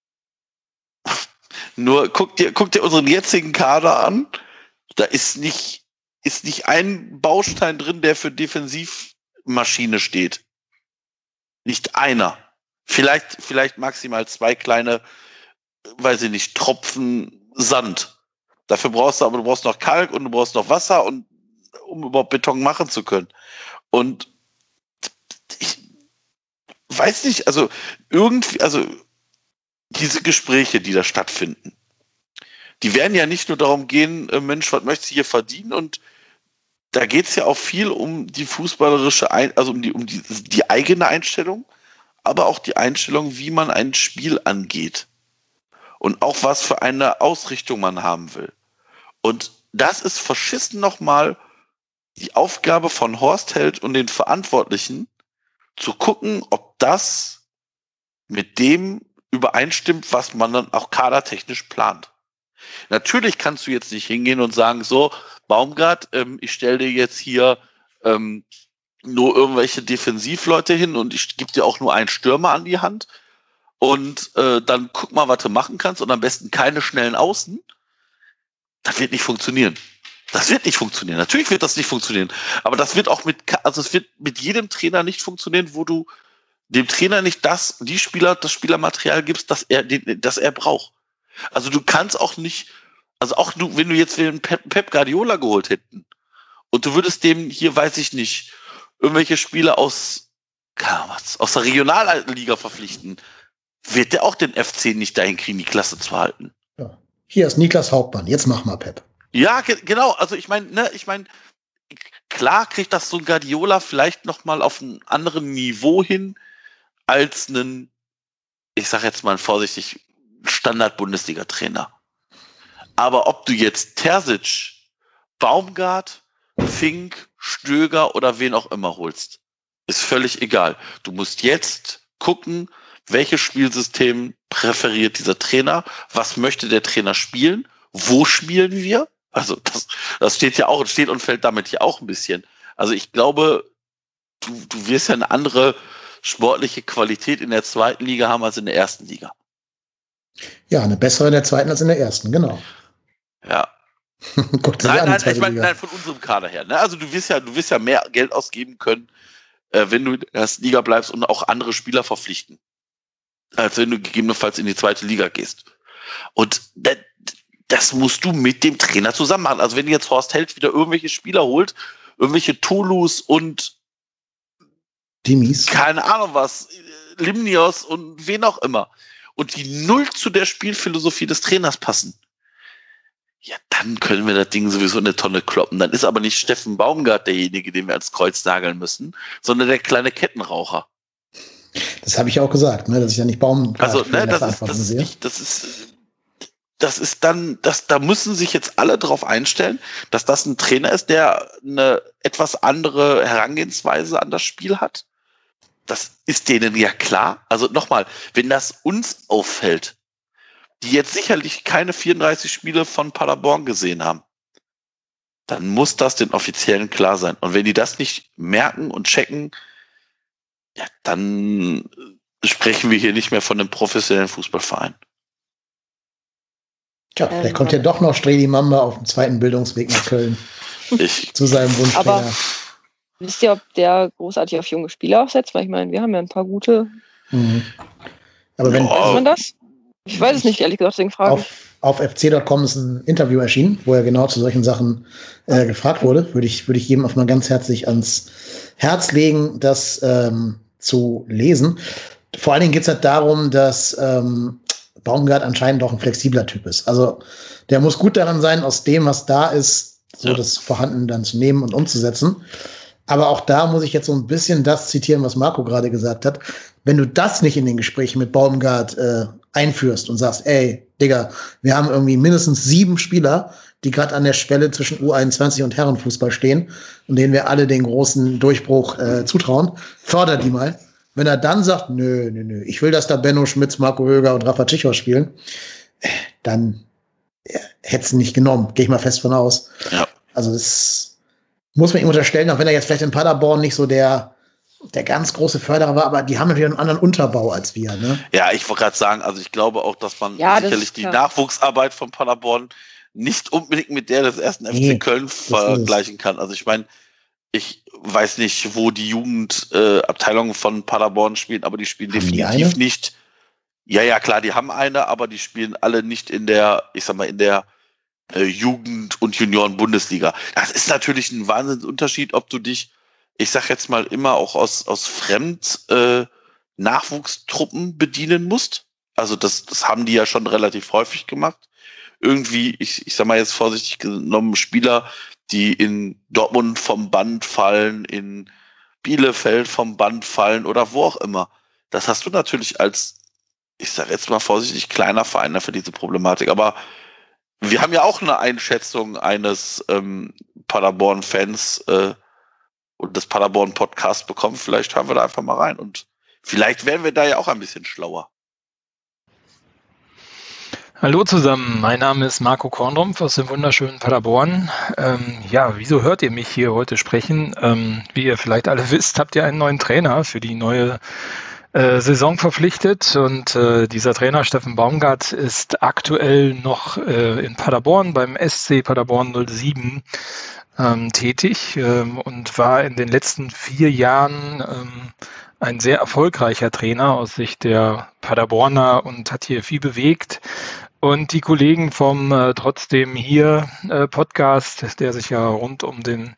Nur guck dir unseren jetzigen Kader an. Da ist nicht ein Baustein drin, der für Defensivmaschine steht. Nicht einer. Vielleicht maximal 2 kleine, weiß ich nicht, Tropfen Sand. Dafür brauchst du noch Kalk und du brauchst noch Wasser, und um überhaupt Beton machen zu können. Und ich weiß nicht, also irgendwie, also diese Gespräche, die da stattfinden, die werden ja nicht nur darum gehen, Mensch, was möchtest du hier verdienen? Und da geht es ja auch viel um die fußballerische, also um die eigene Einstellung, aber auch die Einstellung, wie man ein Spiel angeht. Und auch was für eine Ausrichtung man haben will. Und das ist verschissen nochmal die Aufgabe von Horst Held und den Verantwortlichen, zu gucken, ob das mit dem übereinstimmt, was man dann auch kadertechnisch plant. Natürlich kannst du jetzt nicht hingehen und sagen, so, Baumgart, ich stelle dir jetzt hier nur irgendwelche Defensivleute hin und ich gebe dir auch nur einen Stürmer an die Hand und dann guck mal, was du machen kannst, und am besten keine schnellen Außen. Das wird nicht funktionieren. Natürlich wird das nicht funktionieren. Aber das wird auch es wird mit jedem Trainer nicht funktionieren, wo du dem Trainer nicht das Spielermaterial gibst, das er braucht. Also du kannst auch nicht, also auch du, wenn du jetzt den Pep Guardiola geholt hätten und du würdest dem hier, weiß ich nicht, irgendwelche Spieler aus der Regionalliga verpflichten, wird der auch den FC nicht dahin kriegen, die Klasse zu halten. Ja. Hier ist Niklas Hauptmann, jetzt mach mal, Pep. Ja, genau. Also ich meine, klar kriegt das so ein Guardiola vielleicht noch mal auf ein anderes Niveau hin als einen, ich sag jetzt mal vorsichtig, Standard-Bundesliga-Trainer. Aber ob du jetzt Terzic, Baumgart, Fink, Stöger oder wen auch immer holst, ist völlig egal. Du musst jetzt gucken, welches Spielsystem präferiert dieser Trainer, was möchte der Trainer spielen, wo spielen wir? Also das steht und fällt damit ja auch ein bisschen. Also ich glaube, du wirst ja eine andere sportliche Qualität in der zweiten Liga haben als in der ersten Liga. Ja, eine bessere in der zweiten als in der ersten, genau. Ja. Nein, von unserem Kader her. Ne? Also du wirst ja mehr Geld ausgeben können, wenn du in der ersten Liga bleibst und auch andere Spieler verpflichten, als wenn du gegebenenfalls in die zweite Liga gehst. Und das musst du mit dem Trainer zusammen machen. Also wenn jetzt Horst Held wieder irgendwelche Spieler holt, irgendwelche Toulouse und Dimis, keine Ahnung was, Limnios und wen auch immer, und die null zu der Spielphilosophie des Trainers passen, ja, dann können wir das Ding sowieso in eine Tonne kloppen. Dann ist aber nicht Steffen Baumgart derjenige, den wir ans Kreuz nageln müssen, sondern der kleine Kettenraucher. Das habe ich auch gesagt, ne, dass ich ja nicht Baumgart sehe. Da müssen sich jetzt alle drauf einstellen, dass das ein Trainer ist, der eine etwas andere Herangehensweise an das Spiel hat. Das ist denen ja klar. Also nochmal, wenn das uns auffällt, die jetzt sicherlich keine 34 Spiele von Paderborn gesehen haben, dann muss das den Offiziellen klar sein. Und wenn die das nicht merken und checken, ja, dann sprechen wir hier nicht mehr von einem professionellen Fußballverein. Tja, vielleicht kommt ja doch noch Streli Mamba auf dem zweiten Bildungsweg nach Köln. Zu seinem Wunschtrainer. Aber wisst ihr, ob der großartig auf junge Spieler aufsetzt? Weil ich meine, wir haben ja ein paar gute. Mhm. Aber wenn weiß man das? Ich weiß es nicht, ehrlich gesagt, deswegen frage ich. Auf fc.com ist ein Interview erschienen, wo er genau zu solchen Sachen gefragt wurde. Würde ich jedem auch mal ganz herzlich ans Herz legen, das zu lesen. Vor allen Dingen geht es halt darum, dass Baumgart anscheinend auch ein flexibler Typ ist. Also der muss gut daran sein, aus dem, was da ist, so das Vorhandene dann zu nehmen und umzusetzen. Aber auch da muss ich jetzt so ein bisschen das zitieren, was Marco gerade gesagt hat. Wenn du das nicht in den Gesprächen mit Baumgart einführst und sagst, ey, Digga, wir haben irgendwie mindestens 7 Spieler, die gerade an der Schwelle zwischen U21 und Herrenfußball stehen und denen wir alle den großen Durchbruch zutrauen, förder die mal. Wenn er dann sagt, nö, ich will, dass da Benno Schmitz, Marco Höger und Rafa Tschichos spielen, dann hätte es nicht genommen. Gehe ich mal fest von aus. Ja. Also das muss man ihm unterstellen, auch wenn er jetzt vielleicht in Paderborn nicht so der ganz große Förderer war, aber die haben natürlich einen anderen Unterbau als wir. Ne? Ja, ich wollte gerade sagen, also ich glaube auch, dass man sicherlich die Nachwuchsarbeit von Paderborn nicht unbedingt mit der des ersten FC Köln vergleichen kann. Also ich meine, ich weiß nicht, wo die Jugendabteilungen von Paderborn spielen, aber die spielen definitiv nicht. Ja, klar, die haben eine, aber die spielen alle nicht in der, ich sag mal, in der Jugend- und Junioren-Bundesliga. Das ist natürlich ein Wahnsinnsunterschied, ob du dich, ich sag jetzt mal, immer auch aus Nachwuchstruppen bedienen musst. Also das haben die ja schon relativ häufig gemacht. Irgendwie, ich sag mal jetzt vorsichtig genommen, Spieler, die in Dortmund vom Band fallen, in Bielefeld vom Band fallen oder wo auch immer. Das hast du natürlich als, ich sag jetzt mal vorsichtig, kleiner Verein für diese Problematik. Aber wir haben ja auch eine Einschätzung eines Paderborn-Fans und des Paderborn-Podcasts bekommen. Vielleicht hören wir da einfach mal rein und vielleicht werden wir da ja auch ein bisschen schlauer. Hallo zusammen, mein Name ist Marco Korndrumpf aus dem wunderschönen Paderborn. Wieso hört ihr mich hier heute sprechen? Wie ihr vielleicht alle wisst, habt ihr einen neuen Trainer für die neue Saison verpflichtet und dieser Trainer Steffen Baumgart ist aktuell noch in Paderborn beim SC Paderborn 07 tätig und war in den letzten 4 Jahren ein sehr erfolgreicher Trainer aus Sicht der Paderborner und hat hier viel bewegt. Und die Kollegen vom Trotzdem hier Podcast, der sich ja rund um den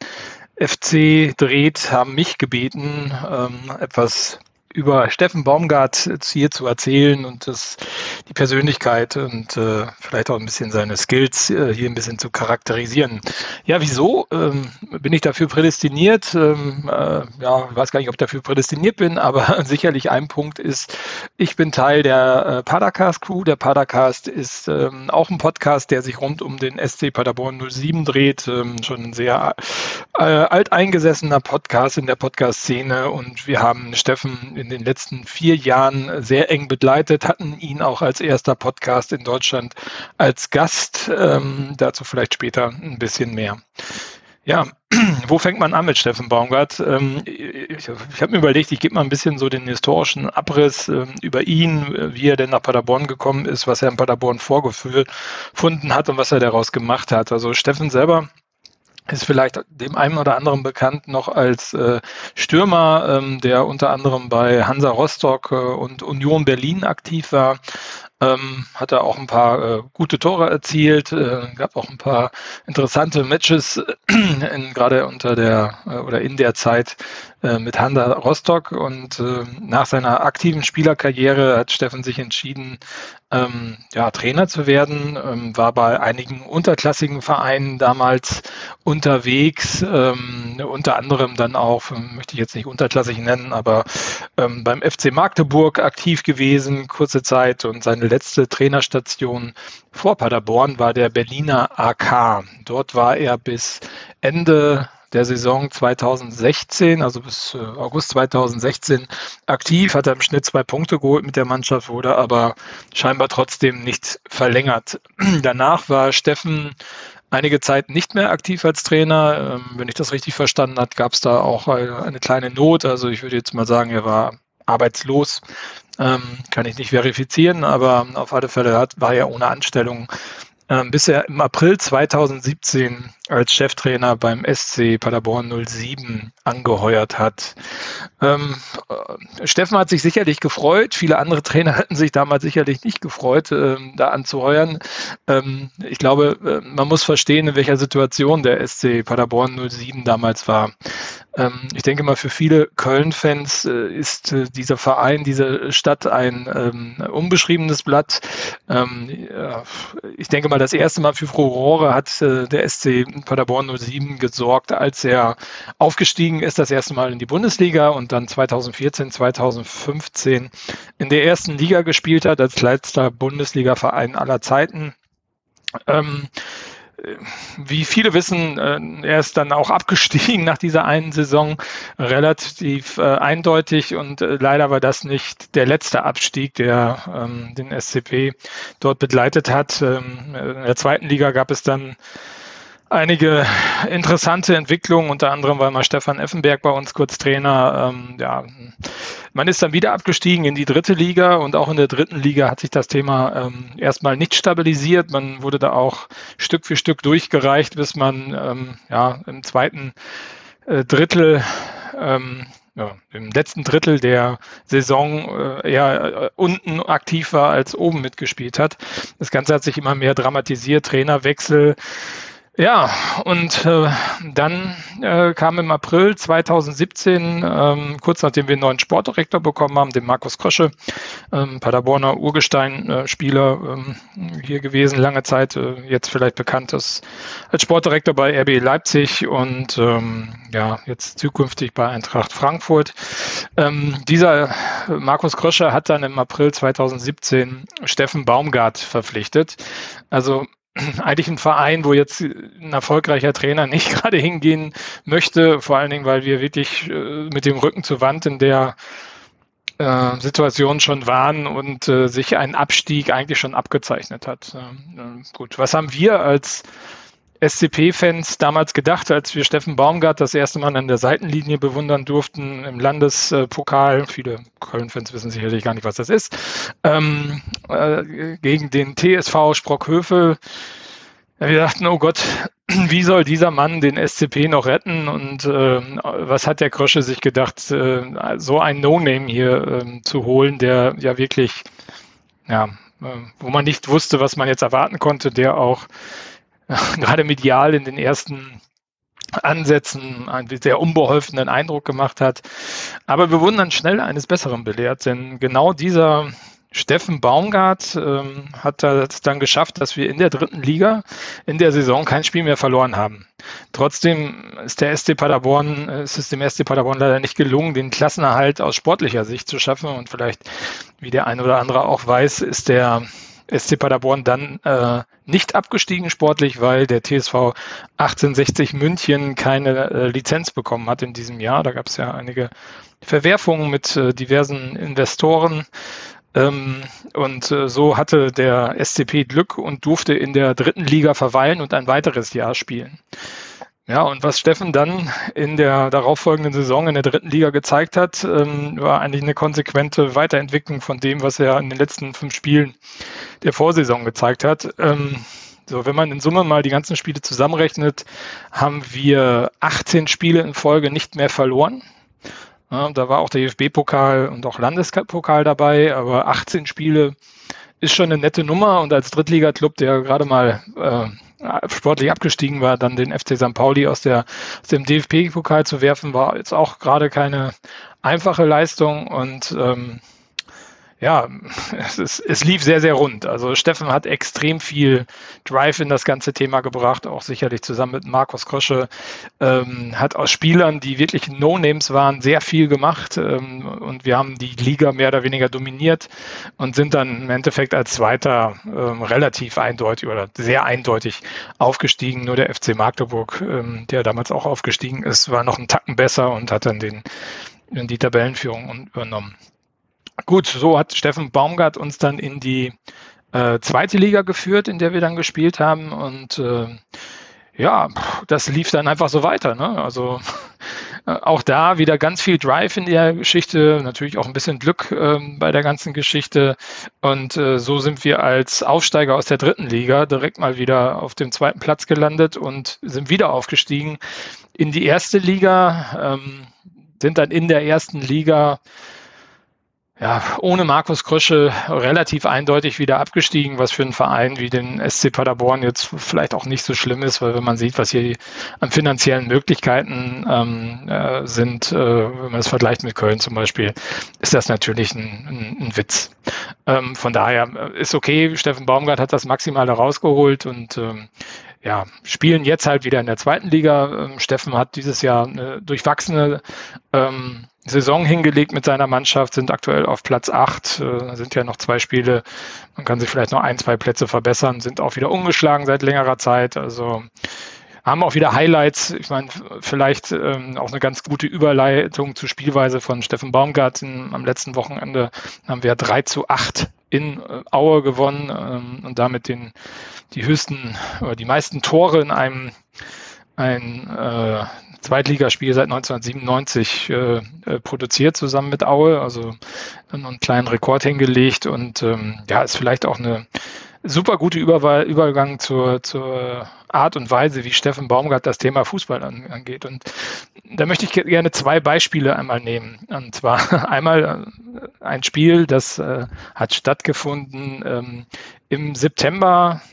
FC dreht, haben mich gebeten, etwas über Steffen Baumgart hier zu erzählen und die Persönlichkeit und vielleicht auch ein bisschen seine Skills hier ein bisschen zu charakterisieren. Ja, wieso bin ich dafür prädestiniert? Ich weiß gar nicht, ob ich dafür prädestiniert bin, aber sicherlich ein Punkt ist, ich bin Teil der Padercast-Crew. Der Padercast ist auch ein Podcast, der sich rund um den SC Paderborn 07 dreht. Schon ein sehr alteingesessener Podcast in der Podcast-Szene und wir haben Steffen in den letzten 4 Jahren sehr eng begleitet, hatten ihn auch als erster Podcast in Deutschland als Gast. Dazu vielleicht später ein bisschen mehr. Ja, wo fängt man an mit Steffen Baumgart? Ich habe mir überlegt, ich gebe mal ein bisschen so den historischen Abriss über ihn, wie er denn nach Paderborn gekommen ist, was er in Paderborn vorgefunden hat und was er daraus gemacht hat. Also Steffen selber ist vielleicht dem einen oder anderen bekannt noch als Stürmer, der unter anderem bei Hansa Rostock und Union Berlin aktiv war. Hat er auch ein paar gute Tore erzielt, gab auch ein paar interessante Matches gerade in der Zeit mit Hansa Rostock und nach seiner aktiven Spielerkarriere hat Steffen sich entschieden, Trainer zu werden, war bei einigen unterklassigen Vereinen damals unterwegs, unter anderem dann auch, möchte ich jetzt nicht unterklassig nennen, aber beim FC Magdeburg aktiv gewesen, kurze Zeit und seine letzte Trainerstation vor Paderborn war der Berliner AK. Dort war er bis Ende der Saison 2016, also bis August 2016 aktiv, hat er im Schnitt 2 Punkte geholt mit der Mannschaft, wurde aber scheinbar trotzdem nicht verlängert. Danach war Steffen einige Zeit nicht mehr aktiv als Trainer. Wenn ich das richtig verstanden habe, gab es da auch eine kleine Not. Also ich würde jetzt mal sagen, er war arbeitslos. Kann ich nicht verifizieren, aber auf alle Fälle war er ohne Anstellung, bis er im April 2017 als Cheftrainer beim SC Paderborn 07 angeheuert hat. Steffen hat sich sicherlich gefreut. Viele andere Trainer hätten sich damals sicherlich nicht gefreut, da anzuheuern. Ich glaube, man muss verstehen, in welcher Situation der SC Paderborn 07 damals war. Ich denke mal, für viele Köln-Fans ist dieser Verein, diese Stadt ein unbeschriebenes Blatt. Ich denke mal, das erste Mal für Furore hat der SC Paderborn 07 gesorgt, als er aufgestiegen ist, das erste Mal in die Bundesliga und dann 2014, 2015 in der ersten Liga gespielt hat, als letzter Bundesliga-Verein aller Zeiten. wie viele wissen, er ist dann auch abgestiegen nach dieser einen Saison, relativ eindeutig, und leider war das nicht der letzte Abstieg, der den SCP dort begleitet hat. In der zweiten Liga gab es dann einige interessante Entwicklungen, unter anderem war mal Stefan Effenberg bei uns kurz Trainer. Man ist dann wieder abgestiegen in die dritte Liga, und auch in der dritten Liga hat sich das Thema erstmal nicht stabilisiert. Man wurde da auch Stück für Stück durchgereicht, bis man im zweiten Drittel, im letzten Drittel der Saison eher unten aktiv war als oben mitgespielt hat. Das Ganze hat sich immer mehr dramatisiert, Trainerwechsel. Ja, und dann kam im April 2017, kurz nachdem wir einen neuen Sportdirektor bekommen haben, den Markus Krösche, Paderborner Urgestein-Spieler hier gewesen, lange Zeit, jetzt vielleicht bekannt als Sportdirektor bei RB Leipzig und jetzt zukünftig bei Eintracht Frankfurt. Dieser Markus Krösche hat dann im April 2017 Steffen Baumgart verpflichtet. Also eigentlich ein Verein, wo jetzt ein erfolgreicher Trainer nicht gerade hingehen möchte, vor allen Dingen, weil wir wirklich mit dem Rücken zur Wand in der Situation schon waren und sich ein Abstieg eigentlich schon abgezeichnet hat. Gut, was haben wir als SCP-Fans damals gedacht, als wir Steffen Baumgart das erste Mal an der Seitenlinie bewundern durften im Landespokal? Viele Köln-Fans wissen sicherlich gar nicht, was das ist. Gegen den TSV Sprockhövel. Wir dachten, oh Gott, wie soll dieser Mann den SCP noch retten? Und was hat der Krösche sich gedacht, so ein No-Name hier zu holen, der ja wirklich, wo man nicht wusste, was man jetzt erwarten konnte, der auch gerade medial in den ersten Ansätzen einen sehr unbeholfenen Eindruck gemacht hat. Aber wir wurden dann schnell eines Besseren belehrt, denn genau dieser Steffen Baumgart hat es dann geschafft, dass wir in der dritten Liga in der Saison kein Spiel mehr verloren haben. Trotzdem ist dem SC Paderborn leider nicht gelungen, den Klassenerhalt aus sportlicher Sicht zu schaffen. Und vielleicht, wie der eine oder andere auch weiß, ist der SC Paderborn dann nicht abgestiegen sportlich, weil der TSV 1860 München keine Lizenz bekommen hat in diesem Jahr. Da gab es ja einige Verwerfungen mit diversen Investoren. Und so hatte der SCP Glück und durfte in der dritten Liga verweilen und ein weiteres Jahr spielen. Ja, und was Steffen dann in der darauffolgenden Saison in der dritten Liga gezeigt hat, war eigentlich eine konsequente Weiterentwicklung von dem, was er in den letzten 5 Spielen der Vorsaison gezeigt hat. Wenn man in Summe mal die ganzen Spiele zusammenrechnet, haben wir 18 Spiele in Folge nicht mehr verloren. Ja, da war auch der DFB-Pokal und auch Landespokal dabei, aber 18 Spiele ist schon eine nette Nummer, und als Drittligaklub, der gerade mal sportlich abgestiegen war, dann den FC St. Pauli aus dem DFB-Pokal zu werfen, war jetzt auch gerade keine einfache Leistung, und es lief sehr, sehr rund. Also Steffen hat extrem viel Drive in das ganze Thema gebracht, auch sicherlich zusammen mit Markus Krösche, hat aus Spielern, die wirklich No-Names waren, sehr viel gemacht, und wir haben die Liga mehr oder weniger dominiert und sind dann im Endeffekt als Zweiter relativ eindeutig oder sehr eindeutig aufgestiegen. Nur der FC Magdeburg, der damals auch aufgestiegen ist, war noch einen Tacken besser und hat dann die Tabellenführung übernommen. Gut, so hat Steffen Baumgart uns dann in die zweite Liga geführt, in der wir dann gespielt haben, und das lief dann einfach so weiter, ne? Also auch da wieder ganz viel Drive in der Geschichte, natürlich auch ein bisschen Glück bei der ganzen Geschichte, und so sind wir als Aufsteiger aus der dritten Liga direkt mal wieder auf dem zweiten Platz gelandet und sind wieder aufgestiegen in die erste Liga, sind dann in der ersten Liga ohne Markus Krösche relativ eindeutig wieder abgestiegen, was für einen Verein wie den SC Paderborn jetzt vielleicht auch nicht so schlimm ist, weil wenn man sieht, was hier an finanziellen Möglichkeiten sind, wenn man es vergleicht mit Köln zum Beispiel, ist das natürlich ein Witz. Von daher ist okay, Steffen Baumgart hat das Maximale rausgeholt und spielen jetzt halt wieder in der zweiten Liga. Steffen hat dieses Jahr eine durchwachsene Saison hingelegt mit seiner Mannschaft, sind aktuell auf Platz 8, sind ja noch 2 Spiele, man kann sich vielleicht noch 1-2 Plätze verbessern, sind auch wieder ungeschlagen seit längerer Zeit, also haben auch wieder Highlights, ich meine, vielleicht auch eine ganz gute Überleitung zur Spielweise von Steffen Baumgart. Am letzten Wochenende haben wir 3-8 in Aue gewonnen und damit die höchsten oder die meisten Tore in ein Zweitligaspiel seit 1997 produziert, zusammen mit Aue, also einen kleinen Rekord hingelegt und ist vielleicht auch eine super gute Übergang zur Art und Weise, wie Steffen Baumgart das Thema Fußball angeht. Und da möchte ich gerne 2 Beispiele einmal nehmen. Und zwar einmal ein Spiel, das hat stattgefunden im September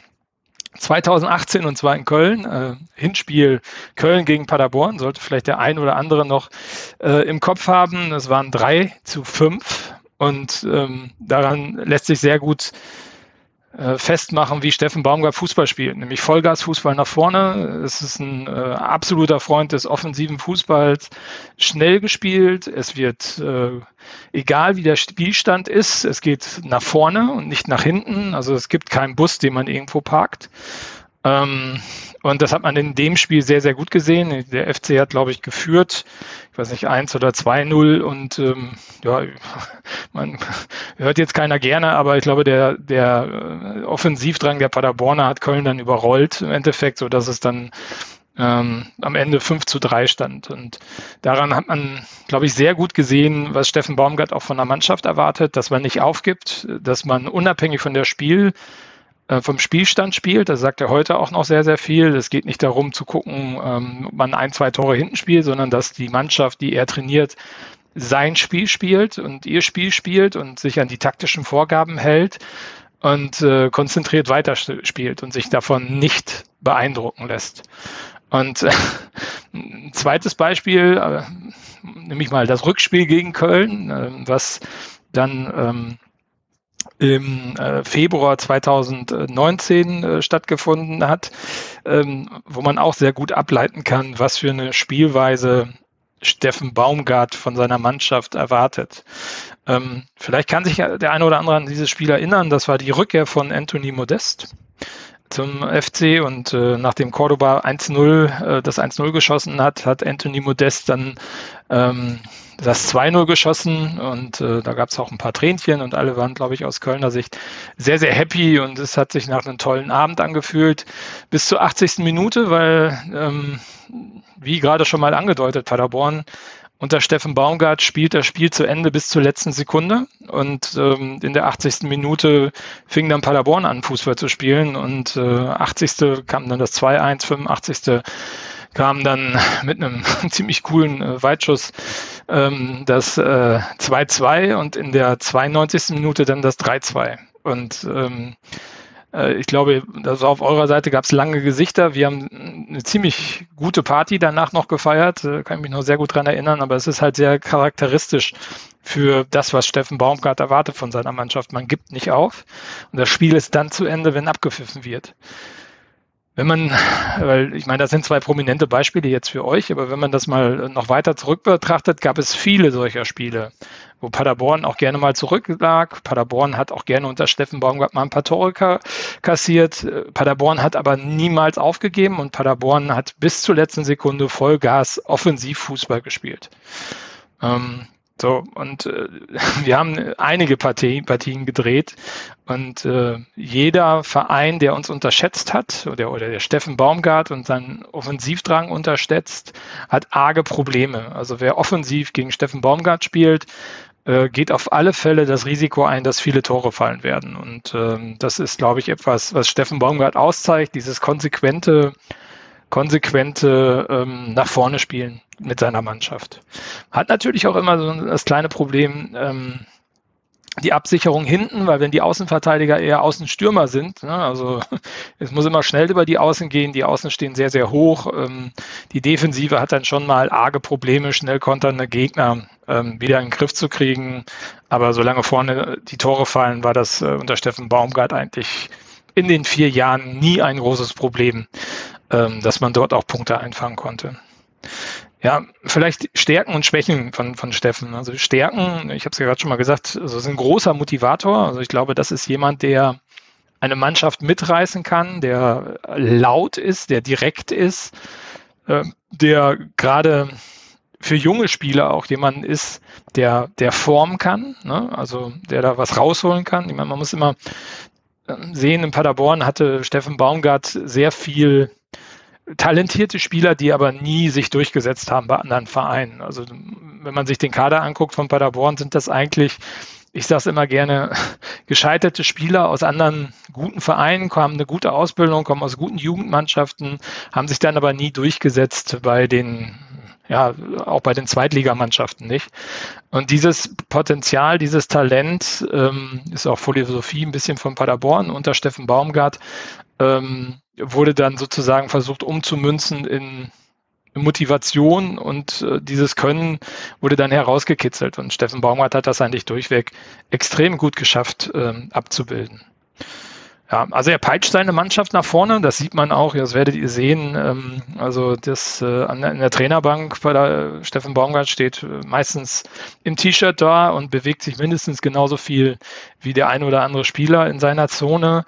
2018 und zwar in Köln. Hinspiel Köln gegen Paderborn, sollte vielleicht der ein oder andere noch im Kopf haben. Es waren 3-5 und daran lässt sich sehr gut festmachen, wie Steffen Baumgart Fußball spielt, nämlich Vollgas-Fußball nach vorne. Es ist ein absoluter Freund des offensiven Fußballs, schnell gespielt. Es wird, egal wie der Spielstand ist, es geht nach vorne und nicht nach hinten. Also es gibt keinen Bus, den man irgendwo parkt. Und das hat man in dem Spiel sehr, sehr gut gesehen. Der FC hat, glaube ich, geführt, ich weiß nicht, 1 oder 2-0 und man hört jetzt keiner gerne, aber ich glaube, der Offensivdrang der Paderborner hat Köln dann überrollt im Endeffekt, sodass es dann am Ende 5-3 stand. Und daran hat man, glaube ich, sehr gut gesehen, was Steffen Baumgart auch von der Mannschaft erwartet, dass man nicht aufgibt, dass man unabhängig von vom Spielstand spielt. Das sagt er heute auch noch sehr, sehr viel. Es geht nicht darum zu gucken, ob man 1-2 Tore hinten spielt, sondern dass die Mannschaft, die er trainiert, sein Spiel spielt und ihr Spiel spielt und sich an die taktischen Vorgaben hält und konzentriert weiterspielt und sich davon nicht beeindrucken lässt. Und ein zweites Beispiel, nämlich mal das Rückspiel gegen Köln, was dann im Februar 2019 stattgefunden hat, wo man auch sehr gut ableiten kann, was für eine Spielweise Steffen Baumgart von seiner Mannschaft erwartet. Vielleicht kann sich der eine oder andere an dieses Spiel erinnern. Das war die Rückkehr von Anthony Modest zum FC und nachdem Cordoba das 1-0 geschossen hat Anthony Modest dann das 2-0 geschossen und da gab es auch ein paar Tränchen und alle waren, glaube ich, aus Kölner Sicht sehr, sehr happy und es hat sich nach einem tollen Abend angefühlt bis zur 80. Minute, weil, wie gerade schon mal angedeutet, Paderborn unter Steffen Baumgart spielt das Spiel zu Ende bis zur letzten Sekunde und in der 80. Minute fing dann Paderborn an, Fußball zu spielen und 80. kam dann das 2-1, 85. kam dann mit einem ziemlich coolen Weitschuss das 2-2 und in der 92. Minute dann das 3-2. Und ich glaube, also auf eurer Seite gab es lange Gesichter. Wir haben eine ziemlich gute Party danach noch gefeiert. Kann ich mich noch sehr gut dran erinnern. Aber es ist halt sehr charakteristisch für das, was Steffen Baumgart erwartet von seiner Mannschaft. Man gibt nicht auf. Und das Spiel ist dann zu Ende, wenn abgepfiffen wird. Weil ich meine, das sind 2 prominente Beispiele jetzt für euch, aber wenn man das mal noch weiter zurück betrachtet, gab es viele solcher Spiele, wo Paderborn auch gerne mal zurücklag. Paderborn hat auch gerne unter Steffen Baumgart mal ein paar Tore kassiert. Paderborn hat aber niemals aufgegeben und Paderborn hat bis zur letzten Sekunde Vollgas Offensivfußball gespielt. Wir haben einige Partien gedreht und jeder Verein, der uns unterschätzt hat oder der Steffen Baumgart und seinen Offensivdrang unterschätzt, hat arge Probleme. Also wer offensiv gegen Steffen Baumgart spielt, geht auf alle Fälle das Risiko ein, dass viele Tore fallen werden. Und das ist, glaube ich, etwas, was Steffen Baumgart auszeigt, dieses konsequente nach vorne spielen mit seiner Mannschaft. Hat natürlich auch immer so das kleine Problem, die Absicherung hinten, weil wenn die Außenverteidiger eher Außenstürmer sind, ne, also es muss immer schnell über die Außen gehen, die Außen stehen sehr, sehr hoch, die Defensive hat dann schon mal arge Probleme, schnell konternde Gegner wieder in den Griff zu kriegen, aber solange vorne die Tore fallen, war das unter Steffen Baumgart eigentlich in den 4 Jahren nie ein großes Problem, dass man dort auch Punkte einfangen konnte. Ja, vielleicht Stärken und Schwächen von Steffen. Also Stärken, ich habe es ja gerade schon mal gesagt, also ist ein großer Motivator. Also ich glaube, das ist jemand, der eine Mannschaft mitreißen kann, der laut ist, der direkt ist, der gerade für junge Spieler auch jemand ist, der formen kann, ne? Also der da was rausholen kann. Ich meine, man muss immer sehen, in Paderborn hatte Steffen Baumgart sehr viel talentierte Spieler, die aber nie sich durchgesetzt haben bei anderen Vereinen. Also wenn man sich den Kader anguckt von Paderborn, sind das eigentlich, ich sage es immer gerne, gescheiterte Spieler aus anderen guten Vereinen, haben eine gute Ausbildung, kommen aus guten Jugendmannschaften, haben sich dann aber nie durchgesetzt bei den, ja, auch bei den Zweitligamannschaften nicht. Und dieses Potenzial, dieses Talent ist auch Philosophie ein bisschen von Paderborn unter Steffen Baumgart, wurde dann sozusagen versucht umzumünzen in Motivation und dieses Können wurde dann herausgekitzelt und Steffen Baumgart hat das eigentlich durchweg extrem gut geschafft abzubilden. Ja, also er peitscht seine Mannschaft nach vorne, das sieht man auch, das werdet ihr sehen. Also das in der Trainerbank bei der Steffen Baumgart steht meistens im T-Shirt da und bewegt sich mindestens genauso viel wie der ein oder andere Spieler in seiner Zone.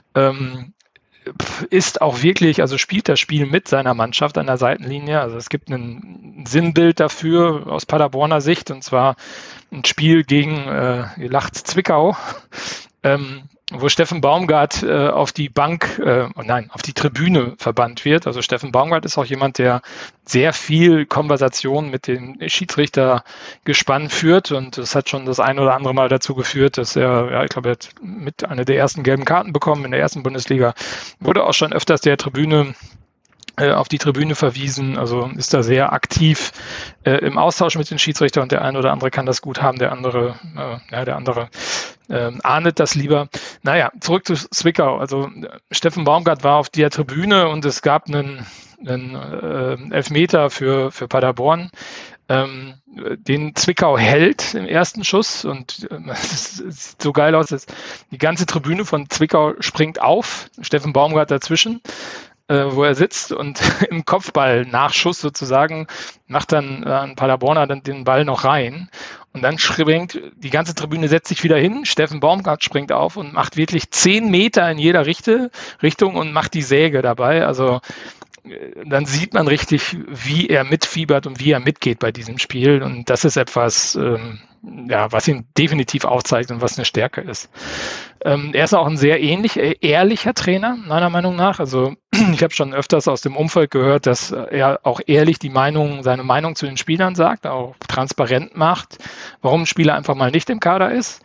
Ist auch wirklich, also spielt das Spiel mit seiner Mannschaft an der Seitenlinie. Also es gibt ein Sinnbild dafür aus Paderborner Sicht und zwar ein Spiel gegen Zwickau, wo Steffen Baumgart auf die auf die Tribüne verbannt wird. Also Steffen Baumgart ist auch jemand, der sehr viel Konversation mit dem Schiedsrichtergespann führt und das hat schon das ein oder andere Mal dazu geführt, dass er, ja, ich glaube, er hat mit einer der ersten gelben Karten bekommen in der ersten Bundesliga, wurde auch schon öfters auf die Tribüne verwiesen, also ist da sehr aktiv im Austausch mit den Schiedsrichtern und der eine oder andere kann das gut haben, der andere ahndet das lieber. Naja, zurück zu Zwickau. Also Steffen Baumgart war auf der Tribüne und es gab einen Elfmeter für Paderborn, den Zwickau hält im ersten Schuss und es sieht so geil aus, dass die ganze Tribüne von Zwickau springt auf, Steffen Baumgart dazwischen, wo er sitzt und im Kopfball-Nachschuss sozusagen macht dann ein Paderborner dann den Ball noch rein und dann springt die ganze Tribüne, setzt sich wieder hin, Steffen Baumgart springt auf und macht wirklich 10 Meter in jeder Richtung und macht die Säge dabei, also dann sieht man richtig, wie er mitfiebert und wie er mitgeht bei diesem Spiel und das ist etwas, was ihn definitiv auszeichnet und was eine Stärke ist. Er ist auch ein sehr ehrlicher Trainer, meiner Meinung nach. Also ich habe schon öfters aus dem Umfeld gehört, dass er auch ehrlich seine Meinung zu den Spielern sagt, auch transparent macht, warum ein Spieler einfach mal nicht im Kader ist.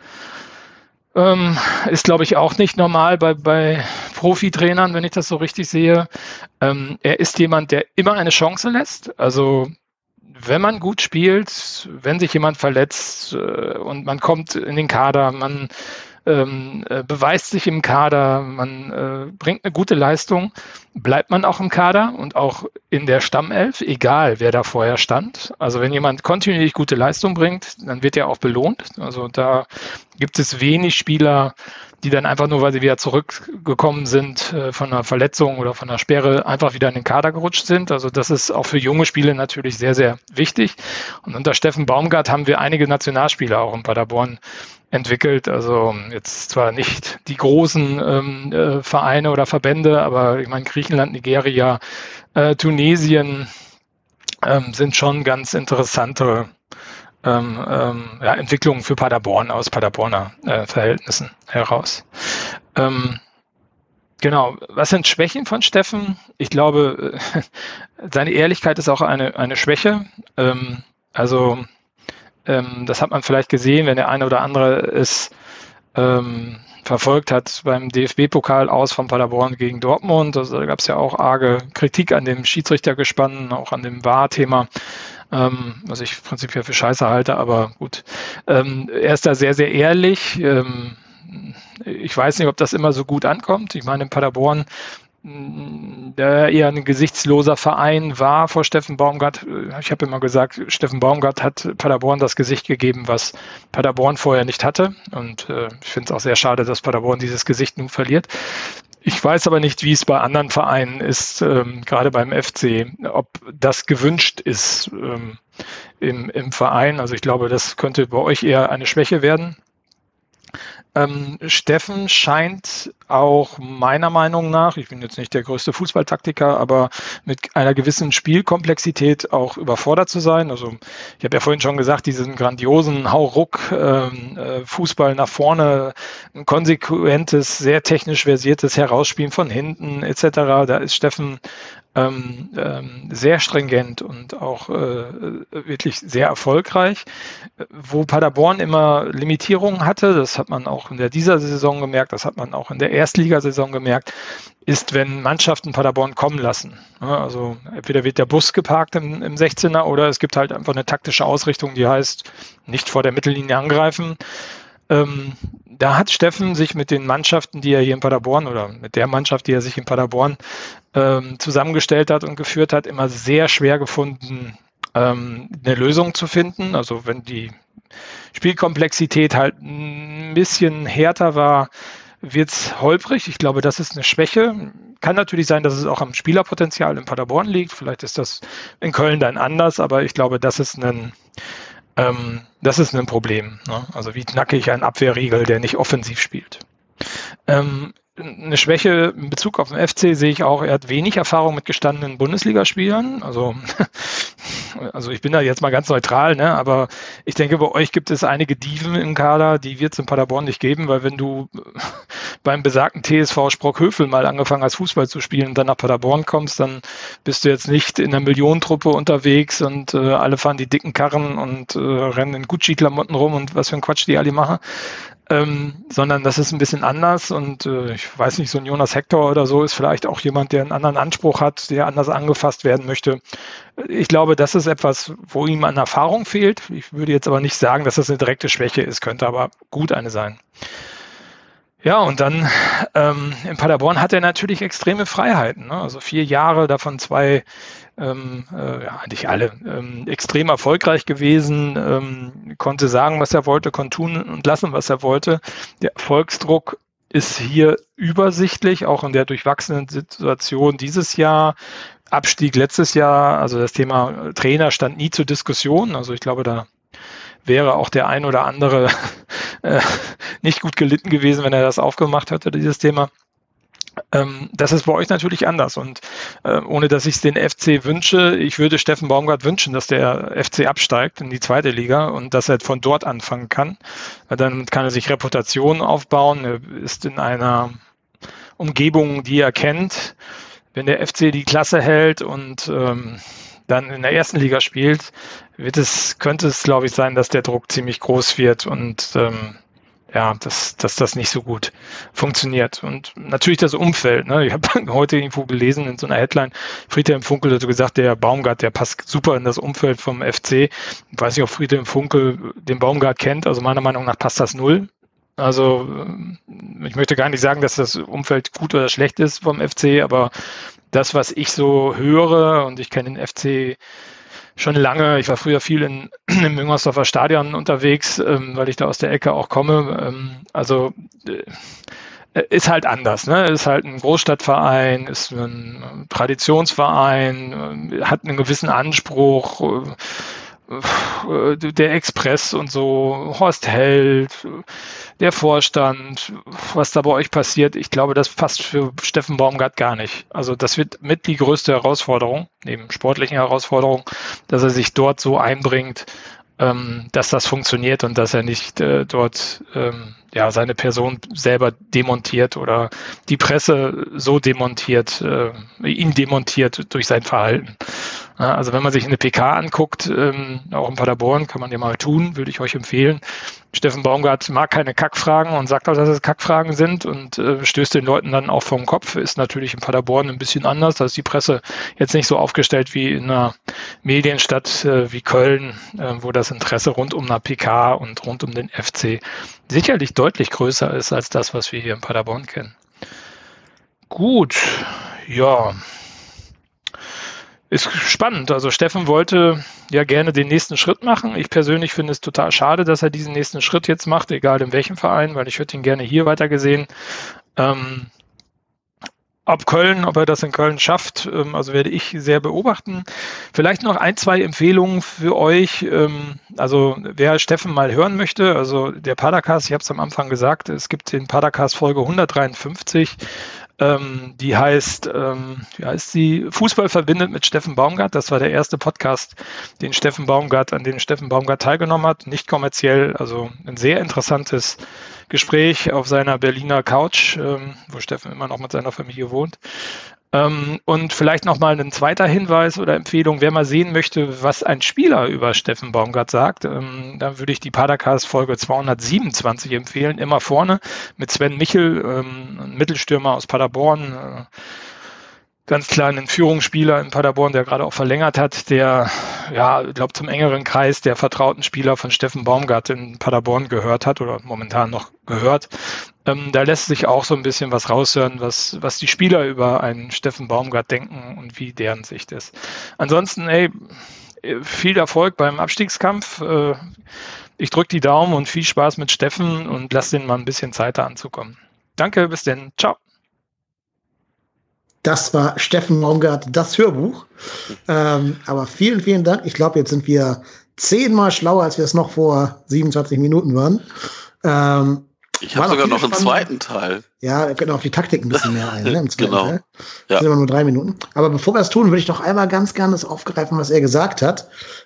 Ist, glaube ich, auch nicht normal bei Profitrainern, wenn ich das so richtig sehe. Er ist jemand, der immer eine Chance lässt. Also wenn man gut spielt, wenn sich jemand verletzt und man kommt in den Kader, man beweist sich im Kader, man bringt eine gute Leistung, bleibt man auch im Kader und auch in der Stammelf, egal wer da vorher stand. Also wenn jemand kontinuierlich gute Leistung bringt, dann wird er auch belohnt. Also da gibt es wenig Spieler, die dann einfach nur, weil sie wieder zurückgekommen sind von einer Verletzung oder von einer Sperre, einfach wieder in den Kader gerutscht sind. Also das ist auch für junge Spieler natürlich sehr, sehr wichtig. Und unter Steffen Baumgart haben wir einige Nationalspieler auch in Paderborn entwickelt. Also jetzt zwar nicht die großen Vereine oder Verbände, aber ich meine Griechenland, Nigeria, Tunesien sind schon ganz interessante Entwicklungen für Paderborn aus Paderborner Verhältnissen heraus. Genau, was sind Schwächen von Steffen? Ich glaube, seine Ehrlichkeit ist auch eine Schwäche. Das hat man vielleicht gesehen, wenn der eine oder andere es verfolgt hat beim DFB-Pokal aus von Paderborn gegen Dortmund. Also da gab es ja auch arge Kritik an dem Schiedsrichtergespann, auch an dem VAR-Thema, was ich prinzipiell für Scheiße halte, aber gut. Er ist da sehr, sehr ehrlich. Ich weiß nicht, ob das immer so gut ankommt. Ich meine, in Paderborn, der eher ein gesichtsloser Verein war vor Steffen Baumgart. Ich habe immer gesagt, Steffen Baumgart hat Paderborn das Gesicht gegeben, was Paderborn vorher nicht hatte. Und ich finde es auch sehr schade, dass Paderborn dieses Gesicht nun verliert. Ich weiß aber nicht, wie es bei anderen Vereinen ist, gerade beim FC, ob das gewünscht ist im Verein. Also ich glaube, das könnte bei euch eher eine Schwäche werden. Steffen scheint auch meiner Meinung nach, ich bin jetzt nicht der größte Fußballtaktiker, aber mit einer gewissen Spielkomplexität auch überfordert zu sein. Also ich habe ja vorhin schon gesagt, diesen grandiosen Hauruck, Fußball nach vorne, ein konsequentes, sehr technisch versiertes Herausspielen von hinten etc. Da ist Steffen sehr stringent und auch wirklich sehr erfolgreich. Wo Paderborn immer Limitierungen hatte, das hat man auch in dieser Saison gemerkt, das hat man auch in der Erstligasaison gemerkt, ist, wenn Mannschaften Paderborn kommen lassen. Also entweder wird der Bus geparkt im 16er oder es gibt halt einfach eine taktische Ausrichtung, die heißt, nicht vor der Mittellinie angreifen. Da hat Steffen sich mit den Mannschaften, die er hier in Paderborn oder mit der Mannschaft, die er sich in Paderborn zusammengestellt hat und geführt hat, immer sehr schwer gefunden, eine Lösung zu finden. Also wenn die Spielkomplexität halt ein bisschen härter war, wird es holprig. Ich glaube, das ist eine Schwäche. Kann natürlich sein, dass es auch am Spielerpotenzial in Paderborn liegt. Vielleicht ist das in Köln dann anders, aber ich glaube, das ist ein Problem. Ne? Also wie knacke ich einen Abwehrriegel, der nicht offensiv spielt? Eine Schwäche in Bezug auf den FC sehe ich auch, er hat wenig Erfahrung mit gestandenen Bundesligaspielern. Also ich bin da jetzt mal ganz neutral, ne? Aber ich denke, bei euch gibt es einige Dieven im Kader, die wird es in Paderborn nicht geben, weil wenn du beim besagten TSV Sprockhövel mal angefangen hast, Fußball zu spielen und dann nach Paderborn kommst, dann bist du jetzt nicht in einer Millionentruppe unterwegs und alle fahren die dicken Karren und rennen in Gucci-Klamotten rum und was für ein Quatsch die alle machen. Sondern das ist ein bisschen anders und ich weiß nicht, so ein Jonas Hector oder so ist vielleicht auch jemand, der einen anderen Anspruch hat, der anders angefasst werden möchte. Ich glaube, das ist etwas, wo ihm an Erfahrung fehlt. Ich würde jetzt aber nicht sagen, dass das eine direkte Schwäche ist, könnte aber gut eine sein. Ja, und dann in Paderborn hat er natürlich extreme Freiheiten. Ne? Also 4 Jahre, davon 2, eigentlich alle, extrem erfolgreich gewesen, konnte sagen, was er wollte, konnte tun und lassen, was er wollte. Der Erfolgsdruck ist hier übersichtlich, auch in der durchwachsenen Situation dieses Jahr. Abstieg letztes Jahr, also das Thema Trainer stand nie zur Diskussion. Also ich glaube, da wäre auch der ein oder andere nicht gut gelitten gewesen, wenn er das aufgemacht hätte, dieses Thema. Das ist bei euch natürlich anders und ohne dass ich es den FC wünsche, ich würde Steffen Baumgart wünschen, dass der FC absteigt in die 2. Liga und dass er von dort anfangen kann. Dann kann er sich Reputation aufbauen, er ist in einer Umgebung, die er kennt. Wenn der FC die Klasse hält und dann in der 1. Liga spielt, könnte es, glaube ich, sein, dass der Druck ziemlich groß wird und dass das nicht so gut funktioniert. Und natürlich das Umfeld. Ne? Ich habe heute irgendwo gelesen in so einer Headline, Friedhelm Funkel hat so gesagt, der Baumgart, der passt super in das Umfeld vom FC. Ich weiß nicht, ob Friedhelm Funkel den Baumgart kennt. Also meiner Meinung nach passt das 0. Also ich möchte gar nicht sagen, dass das Umfeld gut oder schlecht ist vom FC, aber das, was ich so höre, und ich kenne den FC schon lange, ich war früher viel im Müngersdorfer Stadion unterwegs, weil ich da aus der Ecke auch komme, ist halt anders, ne? Ist halt ein Großstadtverein, ist ein Traditionsverein, hat einen gewissen Anspruch, der Express und so, Horst Held, der Vorstand, was da bei euch passiert, ich glaube, das passt für Steffen Baumgart gar nicht. Also das wird mit die größte Herausforderung, neben sportlichen Herausforderungen, dass er sich dort so einbringt, dass das funktioniert und dass er nicht dort seine Person selber demontiert oder die Presse so demontiert, ihn demontiert durch sein Verhalten. Also wenn man sich eine PK anguckt, auch in Paderborn, kann man ja mal tun, würde ich euch empfehlen. Steffen Baumgart mag keine Kackfragen und sagt auch, dass es Kackfragen sind und stößt den Leuten dann auch vom Kopf. Ist natürlich in Paderborn ein bisschen anders. Da ist die Presse jetzt nicht so aufgestellt wie in einer Medienstadt wie Köln, wo das Interesse rund um eine PK und rund um den FC sicherlich deutlich größer ist als das, was wir hier in Paderborn kennen. Gut, ja. Ist spannend. Also Steffen wollte ja gerne den nächsten Schritt machen. Ich persönlich finde es total schade, dass er diesen nächsten Schritt jetzt macht, egal in welchem Verein, weil ich hätte ihn gerne hier weiter gesehen. Ob er das in Köln schafft, also werde ich sehr beobachten. Vielleicht noch 1, 2 Empfehlungen für euch. Also wer Steffen mal hören möchte, also der Padercast, ich habe es am Anfang gesagt, es gibt den Padercast Folge 153, die heißt, wie heißt sie? Fußball verbindet mit Steffen Baumgart. Das war der erste Podcast, an dem Steffen Baumgart teilgenommen hat. Nicht kommerziell, also ein sehr interessantes Gespräch auf seiner Berliner Couch, wo Steffen immer noch mit seiner Familie wohnt. Und vielleicht nochmal ein zweiter Hinweis oder Empfehlung, wer mal sehen möchte, was ein Spieler über Steffen Baumgart sagt, dann würde ich die Padercast Folge 227 empfehlen, immer vorne mit Sven Michel, ein Mittelstürmer aus Paderborn, ganz klar ein Führungsspieler in Paderborn, der gerade auch verlängert hat, der, ja, ich glaube, zum engeren Kreis der vertrauten Spieler von Steffen Baumgart in Paderborn gehört hat oder momentan noch gehört. Da lässt sich auch so ein bisschen was raushören, was die Spieler über einen Steffen Baumgart denken und wie deren Sicht ist. Ansonsten, viel Erfolg beim Abstiegskampf. Ich drücke die Daumen und viel Spaß mit Steffen und lass den mal ein bisschen Zeit da anzukommen. Danke, bis denn. Ciao. Das war Steffen Baumgart, das Hörbuch. Aber vielen, vielen Dank. Ich glaube, jetzt sind wir 10-mal schlauer, als wir es noch vor 27 Minuten waren. Ich habe sogar noch einen zweiten Teil. Ja, wir können auf die Taktik ein bisschen mehr ein, ne, im zweiten Genau. Teil. Ja. Das sind immer nur 3 Minuten. Aber bevor wir das tun, würde ich noch einmal ganz gerne das aufgreifen, was er gesagt hat.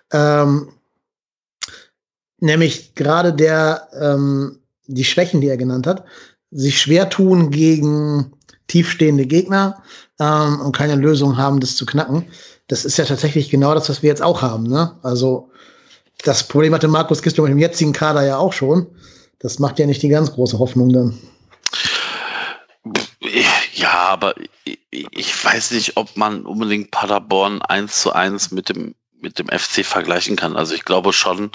Nämlich gerade die Schwächen, die er genannt hat, sich schwer tun gegen tiefstehende Gegner und keine Lösung haben, das zu knacken. Das ist ja tatsächlich genau das, was wir jetzt auch haben, ne? Also das Problem hatte Markus Gisdol mit dem jetzigen Kader ja auch schon. Das macht ja nicht die ganz große Hoffnung dann. Ja, aber ich weiß nicht, ob man unbedingt Paderborn 1:1 mit dem FC vergleichen kann. Also ich glaube schon,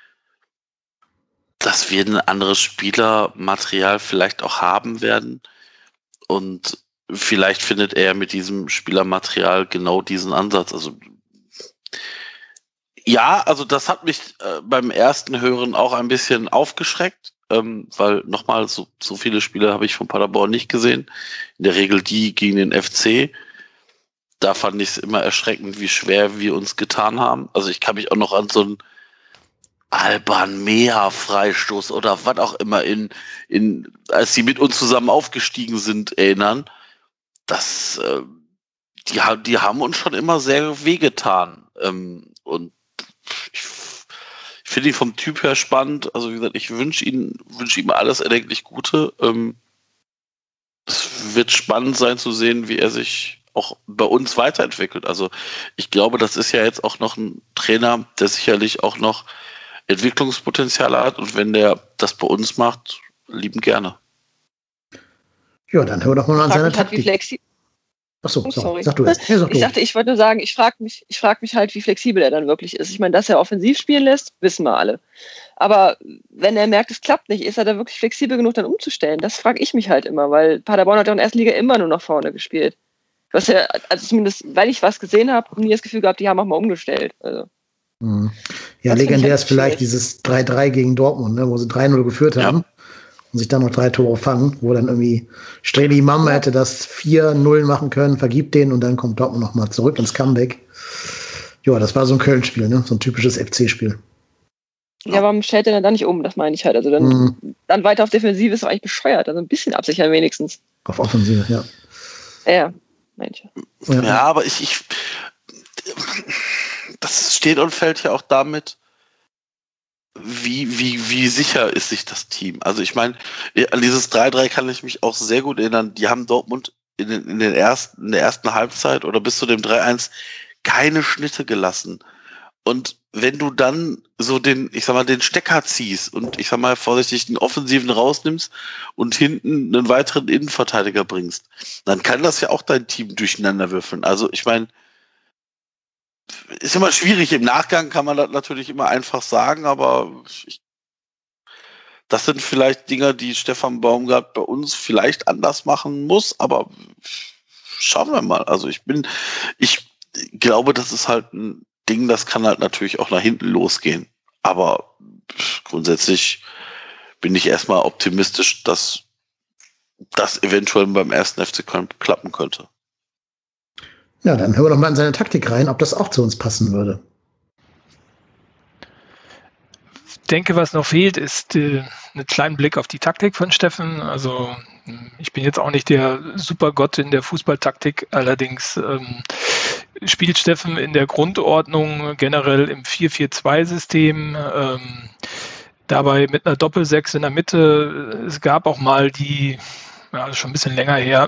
dass wir ein anderes Spielermaterial vielleicht auch haben werden. Und vielleicht findet er mit diesem Spielermaterial genau diesen Ansatz. Also ja, also das hat mich beim ersten Hören auch ein bisschen aufgeschreckt, weil nochmal so viele Spiele habe ich von Paderborn nicht gesehen. In der Regel die gegen den FC. Da fand ich es immer erschreckend, wie schwer wir uns getan haben. Also ich kann mich auch noch an so einen Alban Meher Freistoß oder was auch immer als sie mit uns zusammen aufgestiegen sind, erinnern. Die haben uns schon immer sehr wehgetan. Und ich finde ihn vom Typ her spannend. Also wie gesagt, ich wünsche ihm alles erdenklich Gute. Es wird spannend sein zu sehen, wie er sich auch bei uns weiterentwickelt. Also ich glaube, das ist ja jetzt auch noch ein Trainer, der sicherlich auch noch Entwicklungspotenzial hat. Und wenn der das bei uns macht, lieben gerne. Ja, dann hör doch mal an seine Taktik. Achso, sorry. Sag du erst. Ja, ich dachte, ich wollte nur sagen, ich frage mich halt, wie flexibel er dann wirklich ist. Ich meine, dass er offensiv spielen lässt, wissen wir alle. Aber wenn er merkt, es klappt nicht, ist er da wirklich flexibel genug, dann umzustellen? Das frage ich mich halt immer, weil Paderborn hat ja in der ersten Liga immer nur nach vorne gespielt. Was ja, also zumindest, weil ich was gesehen habe, nie das Gefühl gehabt, die haben auch mal umgestellt. Also. Ja, legendär ist vielleicht dieses 3-3 gegen Dortmund, ne, wo sie 3-0 geführt haben und sich dann noch 3 Tore fangen, wo dann irgendwie Streli Mamba hätte das 4-0 machen können, vergibt den und dann kommt Dortmund nochmal zurück ins Comeback. Ja, das war so ein Köln-Spiel, ne, so ein typisches FC-Spiel. Ja, warum stellt er dann nicht um? Das meine ich halt. Also dann weiter auf Defensive ist doch eigentlich bescheuert. Also ein bisschen absichern wenigstens. Auf Offensive, ja. Ja, manche. Ja, aber das steht und fällt ja auch damit, wie sicher ist sich das Team. Also ich meine, an dieses 3-3 kann ich mich auch sehr gut erinnern. Die haben Dortmund in der ersten Halbzeit oder bis zu dem 3-1 keine Schnitte gelassen. Und wenn du dann so den Stecker ziehst und ich sag mal vorsichtig den Offensiven rausnimmst und hinten einen weiteren Innenverteidiger bringst, dann kann das ja auch dein Team durcheinander würfeln. Also ich meine, ist immer schwierig. Im Nachgang kann man das natürlich immer einfach sagen, aber das sind vielleicht Dinge, die Stefan Baumgart bei uns vielleicht anders machen muss, aber schauen wir mal. Also ich glaube, das ist halt ein Ding, das kann halt natürlich auch nach hinten losgehen. Aber grundsätzlich bin ich erstmal optimistisch, dass das eventuell beim ersten FC Köln klappen könnte. Ja, dann hören wir doch mal in seine Taktik rein, ob das auch zu uns passen würde. Ich denke, was noch fehlt, ist einen kleinen Blick auf die Taktik von Steffen. Also ich bin jetzt auch nicht der Supergott in der Fußballtaktik, allerdings spielt Steffen in der Grundordnung generell im 4-4-2-System, dabei mit einer Doppel-6 in der Mitte. Es gab auch mal schon ein bisschen länger her,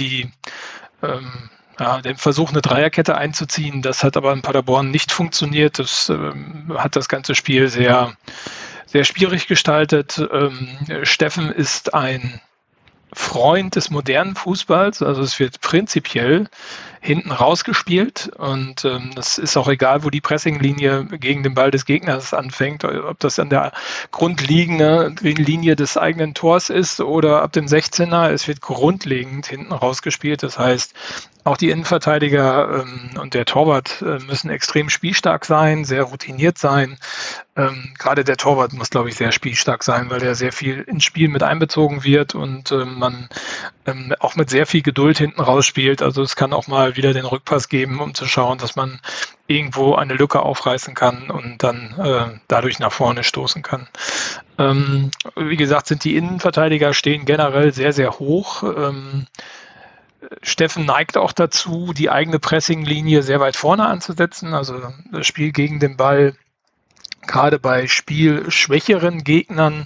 den Versuch, eine Dreierkette einzuziehen. Das hat aber in Paderborn nicht funktioniert. Das hat das ganze Spiel sehr, sehr schwierig gestaltet. Steffen ist ein Freund des modernen Fußballs, also es wird prinzipiell hinten rausgespielt und das ist auch egal, wo die Pressinglinie gegen den Ball des Gegners anfängt, ob das an der Grundlinie des eigenen Tors ist oder ab dem 16er, es wird grundlegend hinten rausgespielt, das heißt, auch die Innenverteidiger und der Torwart müssen extrem spielstark sein, sehr routiniert sein. Gerade der Torwart muss, glaube ich, sehr spielstark sein, weil er sehr viel ins Spiel mit einbezogen wird und man auch mit sehr viel Geduld hinten rausspielt. Also es kann auch mal wieder den Rückpass geben, um zu schauen, dass man irgendwo eine Lücke aufreißen kann und dann dadurch nach vorne stoßen kann. Wie gesagt, sind die Innenverteidiger stehen generell sehr, sehr hoch. Steffen neigt auch dazu, die eigene Pressinglinie sehr weit vorne anzusetzen, also das Spiel gegen den Ball, gerade bei spielschwächeren Gegnern,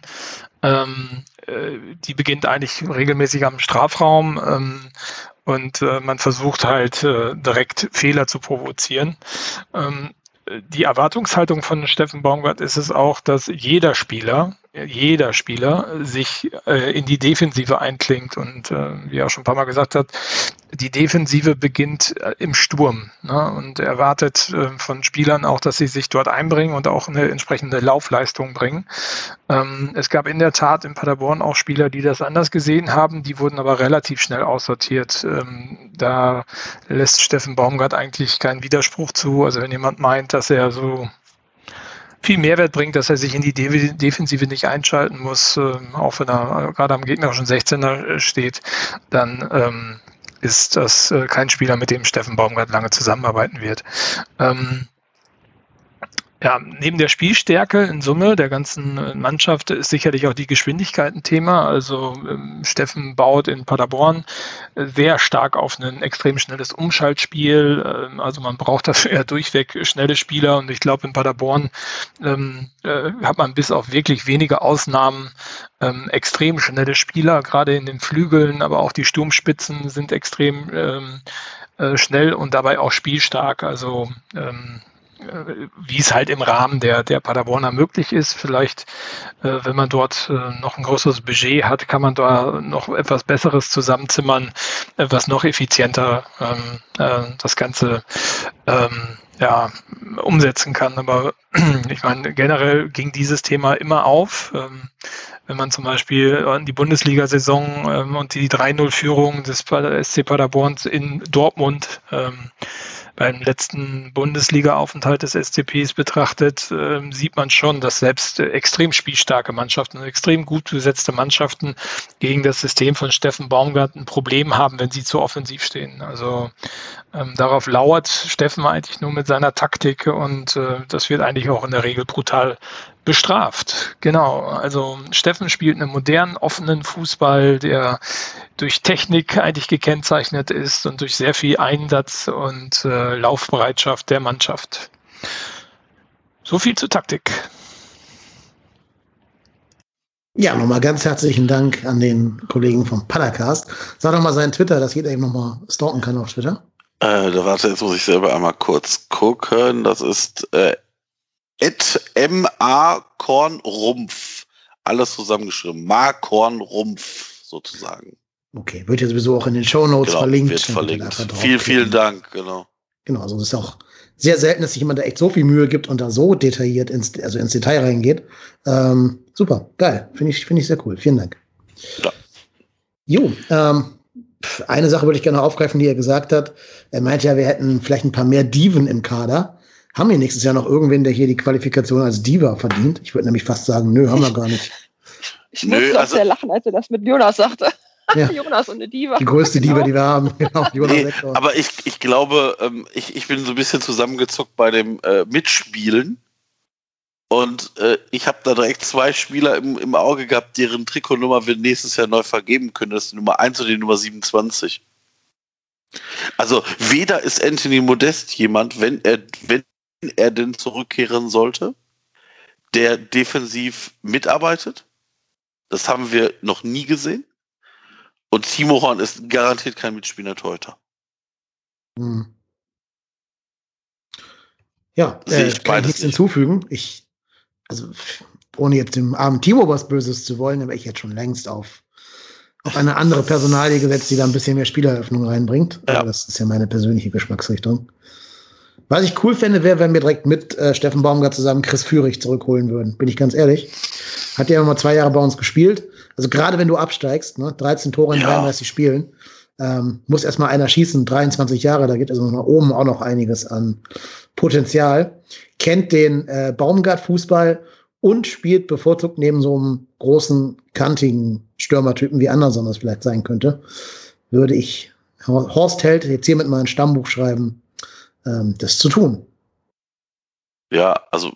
die beginnt eigentlich regelmäßig am Strafraum und man versucht halt direkt Fehler zu provozieren. Die Erwartungshaltung von Steffen Baumgart ist es auch, dass jeder Spieler sich in die Defensive einklingt und wie er auch schon ein paar Mal gesagt hat, die Defensive beginnt im Sturm, ne? Und erwartet von Spielern auch, dass sie sich dort einbringen und auch eine entsprechende Laufleistung bringen. Es gab in der Tat in Paderborn auch Spieler, die das anders gesehen haben, die wurden aber relativ schnell aussortiert. Da lässt Steffen Baumgart eigentlich keinen Widerspruch zu. Also wenn jemand meint, dass er so viel Mehrwert bringt, dass er sich in die Defensive nicht einschalten muss, auch wenn er gerade am gegnerischen 16er steht, dann ist das kein Spieler, mit dem Steffen Baumgart lange zusammenarbeiten wird. Neben der Spielstärke in Summe der ganzen Mannschaft ist sicherlich auch die Geschwindigkeit ein Thema. Also Steffen baut in Paderborn sehr stark auf ein extrem schnelles Umschaltspiel. Also man braucht dafür ja durchweg schnelle Spieler und ich glaube in Paderborn hat man bis auf wirklich wenige Ausnahmen extrem schnelle Spieler, gerade in den Flügeln, aber auch die Sturmspitzen sind extrem schnell und dabei auch spielstark. Also wie es halt im Rahmen der Paderborner möglich ist. Vielleicht, wenn man dort noch ein größeres Budget hat, kann man da noch etwas Besseres zusammenzimmern, was noch effizienter das Ganze umsetzen kann. Aber ich meine, generell ging dieses Thema immer auf. Wenn man zum Beispiel an die Bundesliga-Saison und die 3-0-Führung des SC Paderborns in Dortmund beim letzten Bundesliga-Aufenthalt des SCPs betrachtet, sieht man schon, dass selbst extrem spielstarke Mannschaften und extrem gut besetzte Mannschaften gegen das System von Steffen Baumgart ein Problem haben, wenn sie zu offensiv stehen. Also darauf lauert Steffen eigentlich nur mit seiner Taktik und das wird eigentlich auch in der Regel brutal bestraft. Genau, also Steffen spielt einen modernen, offenen Fußball, der durch Technik eigentlich gekennzeichnet ist und durch sehr viel Einsatz und Laufbereitschaft der Mannschaft. So viel zur Taktik. Ja, nochmal ganz herzlichen Dank an den Kollegen vom Padercast. Sag doch mal seinen Twitter, dass jeder eben nochmal stalken kann auf Twitter. Warte, jetzt muss ich selber einmal kurz gucken. Das ist @MA Kornrumpf. Alles zusammengeschrieben. Ma Kornrumpf sozusagen. Okay, wird ja sowieso auch in den Shownotes verlinkt. Wird verlinkt. Vielen Dank, genau. Genau, also es ist auch sehr selten, dass sich jemand da echt so viel Mühe gibt und da so detailliert ins Detail reingeht. Super, geil. Finde ich sehr cool. Vielen Dank. Ja. Jo, eine Sache würde ich gerne aufgreifen, die er gesagt hat. Er meinte ja, wir hätten vielleicht ein paar mehr Diven im Kader. Haben wir nächstes Jahr noch irgendwen, der hier die Qualifikation als Diva verdient? Ich würde nämlich fast sagen, nö, haben wir gar nicht. Ich musste doch sehr lachen, als er das mit Jonas sagte. Ja. Jonas und eine Diva. Die größte Diva, die wir haben. Genau, Jonas Nee, Sektor. aber ich glaube, ich bin so ein bisschen zusammengezuckt bei dem Mitspielen. Und ich habe da direkt 2 Spieler im Auge gehabt, deren Trikotnummer wir nächstes Jahr neu vergeben können. Das ist die Nummer 1 und die Nummer 27. Also weder ist Anthony Modest jemand, wenn er denn zurückkehren sollte, der defensiv mitarbeitet. Das haben wir noch nie gesehen. Und Timo Horn ist garantiert kein Mitspieler-Torhüter. Ja, Sehe ich kann ich beides nichts nicht. hinzufügen. Also ohne jetzt dem armen Timo was Böses zu wollen, aber ich jetzt schon längst auf eine andere Personalie gesetzt, die da ein bisschen mehr Spieleröffnung reinbringt. Ja. Aber das ist ja meine persönliche Geschmacksrichtung. Was ich cool fände, wäre, wenn wir direkt mit Steffen Baumgart zusammen Chris Führig zurückholen würden. Bin ich ganz ehrlich. Hat ja immer mal 2 Jahre bei uns gespielt. Also gerade wenn du absteigst, ne, 13 Tore in 33 Spielen, muss erstmal einer schießen, 23 Jahre, da geht also nach oben auch noch einiges an Potenzial. Kennt den Baumgart-Fußball und spielt bevorzugt neben so einem großen, kantigen Stürmertypen, wie Anderson das vielleicht sein könnte, würde ich Horst Held jetzt hier mit meinem Stammbuch schreiben, das zu tun. Ja, also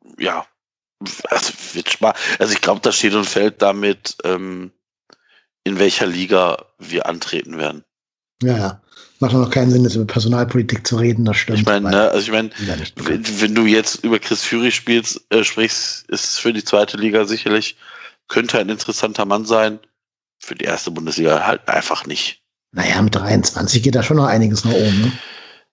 wird spannend. Also ich glaube, das steht und fällt damit, in welcher Liga wir antreten werden. Ja. Macht noch keinen Sinn, jetzt über Personalpolitik zu reden, das stimmt. Ich meine, Ja, wenn du jetzt über Chris Führig sprichst, ist für die 2. Liga sicherlich, könnte ein interessanter Mann sein. Für die 1. Bundesliga halt einfach nicht. Naja, mit 23 geht da schon noch einiges nach oben, ne?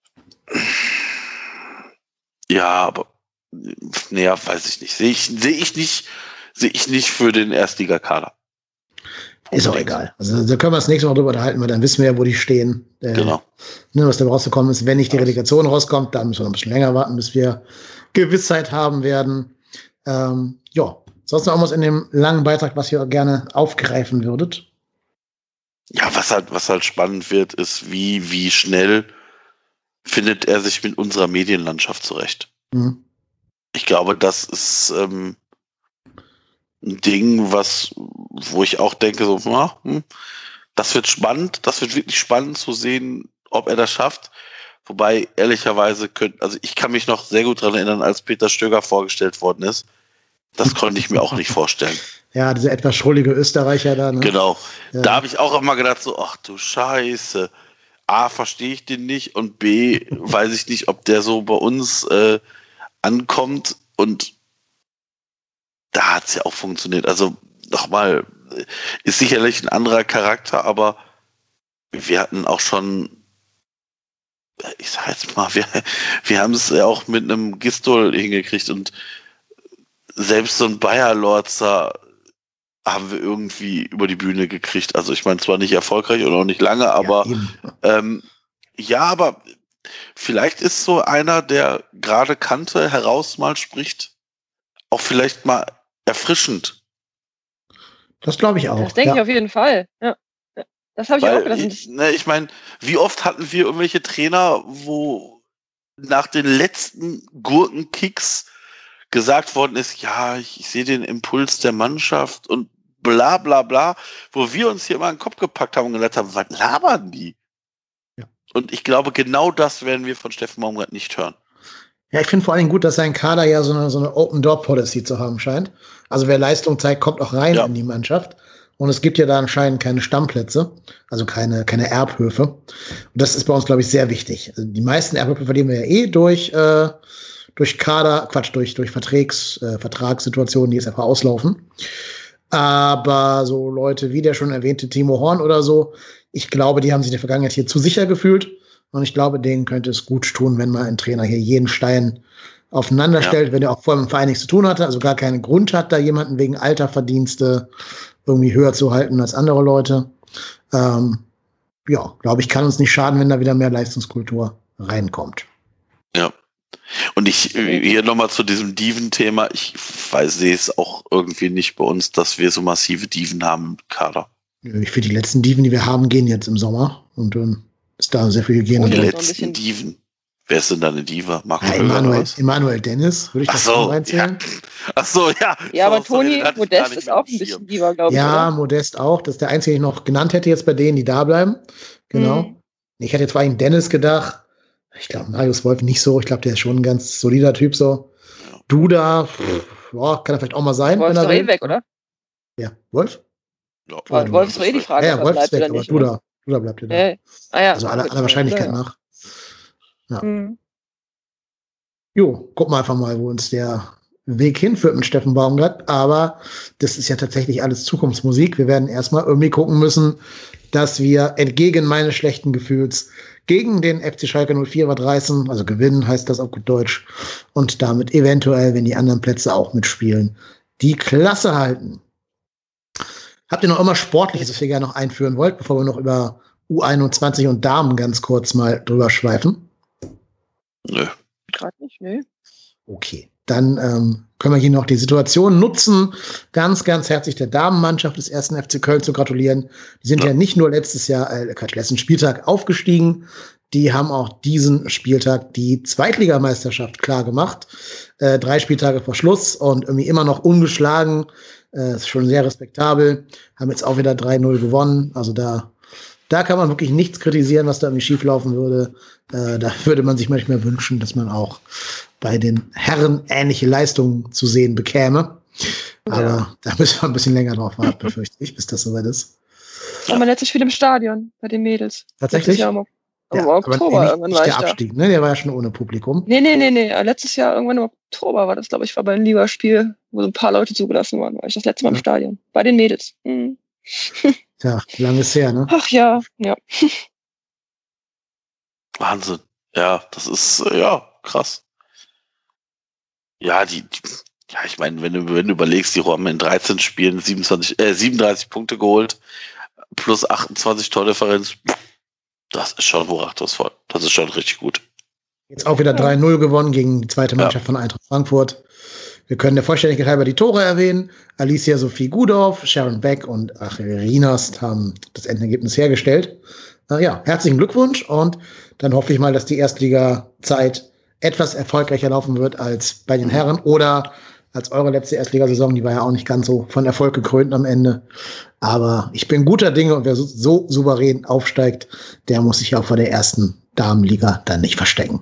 Ja, aber naja, weiß ich nicht. Sehe ich nicht für den Erstligakader. Ist auch egal. Also da können wir das nächste Mal drüber unterhalten, weil dann wissen wir ja, wo die stehen. Genau. Ne, was da rausgekommen ist. Wenn nicht die Relegation rauskommt, dann müssen wir noch ein bisschen länger warten, bis wir Gewissheit haben werden. Sonst noch irgendwas in dem langen Beitrag, was ihr gerne aufgreifen würdet? Ja, was halt spannend wird, ist, wie schnell findet er sich mit unserer Medienlandschaft zurecht. Mhm. Ich glaube, das ist ein Ding, wo ich auch denke, so, das wird spannend, das wird wirklich spannend zu sehen, ob er das schafft. Wobei, ehrlicherweise, ich kann mich noch sehr gut daran erinnern, als Peter Stöger vorgestellt worden ist. Das konnte ich mir auch nicht vorstellen. Ja, dieser etwas schrullige Österreicher da. Ne? Genau. Ja. Da habe ich auch immer gedacht, so, ach du Scheiße. A, verstehe ich den nicht und B, weiß ich nicht, ob der so bei uns ankommt, und da hat es ja auch funktioniert. Also nochmal, ist sicherlich ein anderer Charakter, aber wir hatten auch schon, ich sag jetzt mal, wir haben es ja auch mit einem Gistol hingekriegt, und selbst so ein Bayer-Lorzer haben wir irgendwie über die Bühne gekriegt. Also ich meine, zwar nicht erfolgreich und auch nicht lange, aber aber vielleicht ist so einer, der gerade Kante heraus mal spricht, auch vielleicht mal erfrischend. Das glaube ich auch. Das denke ich auf jeden Fall. Ja. Das habe ich auch gedacht. Ich meine, wie oft hatten wir irgendwelche Trainer, wo nach den letzten Gurkenkicks gesagt worden ist, ja, ich sehe den Impuls der Mannschaft und bla bla bla, wo wir uns hier mal in den Kopf gepackt haben und gedacht haben, was labern die? Ja. Und ich glaube, genau das werden wir von Steffen Baumgart nicht hören. Ja, ich finde vor allem gut, dass sein Kader ja so eine Open-Door-Policy zu haben scheint. Also wer Leistung zeigt, kommt auch rein in die Mannschaft. Und es gibt ja da anscheinend keine Stammplätze, also keine Erbhöfe. Und das ist bei uns, glaube ich, sehr wichtig. Also die meisten Erbhöfe verdienen wir ja durch Vertragssituationen, die jetzt einfach auslaufen. Aber so Leute wie der schon erwähnte Timo Horn oder so, ich glaube, die haben sich in der Vergangenheit hier zu sicher gefühlt. Und ich glaube, denen könnte es gut tun, wenn mal ein Trainer hier jeden Stein aufeinander stellt, wenn er auch vorher mit dem Verein nichts zu tun hatte, also gar keinen Grund hat, da jemanden wegen Alterverdienste irgendwie höher zu halten als andere Leute. Glaube ich, kann uns nicht schaden, wenn da wieder mehr Leistungskultur reinkommt. Ja. Und hier nochmal zu diesem Diven-Thema, ich sehe es auch irgendwie nicht bei uns, dass wir so massive Diven haben im Kader. Ich finde, die letzten Diven, die wir haben, gehen jetzt im Sommer und dann ist da sehr viel Hygiene. Die letzten Diven. Wer ist denn da eine Diva? Marco Ja, Höger oder was? Emanuel Dennis, würde ich das schon reinzählen? Ja. Ach so, ja. Ja, aber So, Toni hatte ich Modest gar nicht ist mehr auch auf ein dem bisschen Schirm. Diva, glaube ich. Ja, Oder? Modest auch. Das ist der einzige, den ich noch genannt hätte jetzt bei denen, die da bleiben. Genau. Mhm. Ich hätte jetzt vor allem Dennis gedacht. Ich glaube, Marius Wolf nicht so. Ich glaube, der ist schon ein ganz solider Typ so. Ja. Duda, boah, kann er vielleicht auch mal sein. Wolf ist wenn doch er eh will. weg, oder? Ja, Wolf? Ja, Wolf ist doch eh die Frage, Ja, ob er Wolf ist bleibt weg, oder aber nicht. oder? Duda. Duda bleibt ja da. Ja. Also aller Wahrscheinlichkeit nach. Ja. Mhm. Jo, gucken wir einfach mal, wo uns der Weg hinführt mit Steffen Baumgart. Aber das ist ja tatsächlich alles Zukunftsmusik. Wir werden erstmal irgendwie gucken müssen, dass wir entgegen meines schlechten Gefühls gegen den FC Schalke 04 was reißen. Also gewinnen heißt das auf gut Deutsch. Und damit eventuell, wenn die anderen Plätze auch mitspielen, die Klasse halten. Habt ihr noch immer Sportliches, was ihr gerne noch einführen wollt, bevor wir noch über U21 und Damen ganz kurz mal drüber schweifen? Nö. Gerade nicht, ne? Okay, dann können wir hier noch die Situation nutzen, ganz, ganz herzlich der Damenmannschaft des 1. FC Köln zu gratulieren. Die sind ja nicht nur letzten Spieltag aufgestiegen, die haben auch diesen Spieltag die Zweitligameisterschaft klar gemacht. 3 Spieltage vor Schluss und irgendwie immer noch ungeschlagen. Ist schon sehr respektabel. Haben jetzt auch wieder 3-0 gewonnen. Also da kann man wirklich nichts kritisieren, was da irgendwie schieflaufen würde. Da würde man sich manchmal wünschen, dass man auch bei den Herren ähnliche Leistungen zu sehen bekäme. Aber da müssen wir ein bisschen länger drauf warten, befürchte ich, bis das soweit ist. Aber letztes Spiel im Stadion bei den Mädels. Tatsächlich? Letztes Jahr im Ja, Oktober aber irgendwann nicht war ich der da. Abstieg, ne? Der war ja schon ohne Publikum. Nee. Letztes Jahr irgendwann im Oktober war das, glaube ich, war bei einem Ligaspiel, wo so ein paar Leute zugelassen waren. War ich das letzte Mal im Stadion. Bei den Mädels. Mhm. Tja, lange ist her, ne? Ach ja. Wahnsinn. Ja, das ist, ja, krass. Ja, ich meine, wenn du überlegst, die haben in 13 Spielen 37 Punkte geholt, plus 28 Tordifferenz, das ist schon hochachtungsvoll. Das ist schon richtig gut. Jetzt auch wieder 3-0 gewonnen gegen die zweite Mannschaft von Eintracht Frankfurt. Wir können der Vollständigkeit halber die Tore erwähnen. Alicia Sophie Gudorf, Sharon Beck und Achel Rienast haben das Endergebnis hergestellt. Herzlichen Glückwunsch und dann hoffe ich mal, dass die Erstliga-Zeit etwas erfolgreicher laufen wird als bei den Herren oder als eure letzte Erstligasaison. Die war ja auch nicht ganz so von Erfolg gekrönt am Ende. Aber ich bin guter Dinge und wer so souverän aufsteigt, der muss sich auch vor der ersten Damenliga dann nicht verstecken.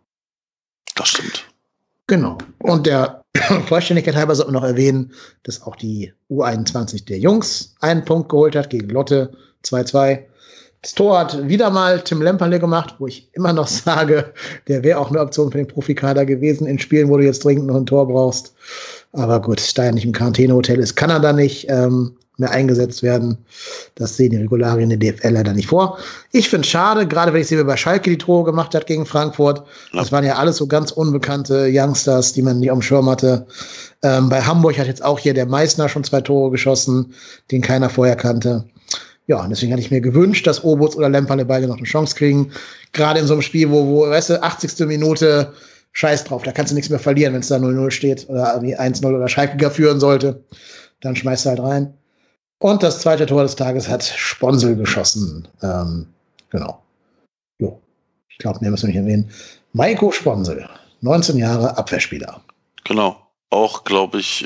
Das stimmt. Genau. Und der Vollständigkeit halber sollte man noch erwähnen, dass auch die U21 der Jungs einen Punkt geholt hat gegen Lotte 2-2. Das Tor hat wieder mal Tim Lemperle gemacht, wo ich immer noch sage, der wäre auch eine Option für den Profikader gewesen in Spielen, wo du jetzt dringend noch ein Tor brauchst. Aber gut, da er nicht im Quarantänehotel ist, kann er da nicht mehr eingesetzt werden. Das sehen die Regularien der DFL leider nicht vor. Ich finde es schade, gerade wenn ich sehe, wie bei Schalke die Tore gemacht hat gegen Frankfurt. Das waren ja alles so ganz unbekannte Youngsters, die man nie am Schirm hatte. Bei Hamburg hat jetzt auch hier der Meißner schon 2 Tore geschossen, den keiner vorher kannte. Ja, und deswegen hatte ich mir gewünscht, dass Obutz oder Lemperle beide noch eine Chance kriegen. Gerade in so einem Spiel, wo weißt du, 80. Minute, scheiß drauf, da kannst du nichts mehr verlieren, wenn es da 0-0 steht oder irgendwie 1-0 oder Schalke gar führen sollte. Dann schmeißt du halt rein. Und das zweite Tor des Tages hat Sponsel geschossen. Genau. Jo. Ich glaube, mehr müssen wir nicht erwähnen. Maiko Sponsel, 19 Jahre Abwehrspieler. Genau. Auch, glaube ich,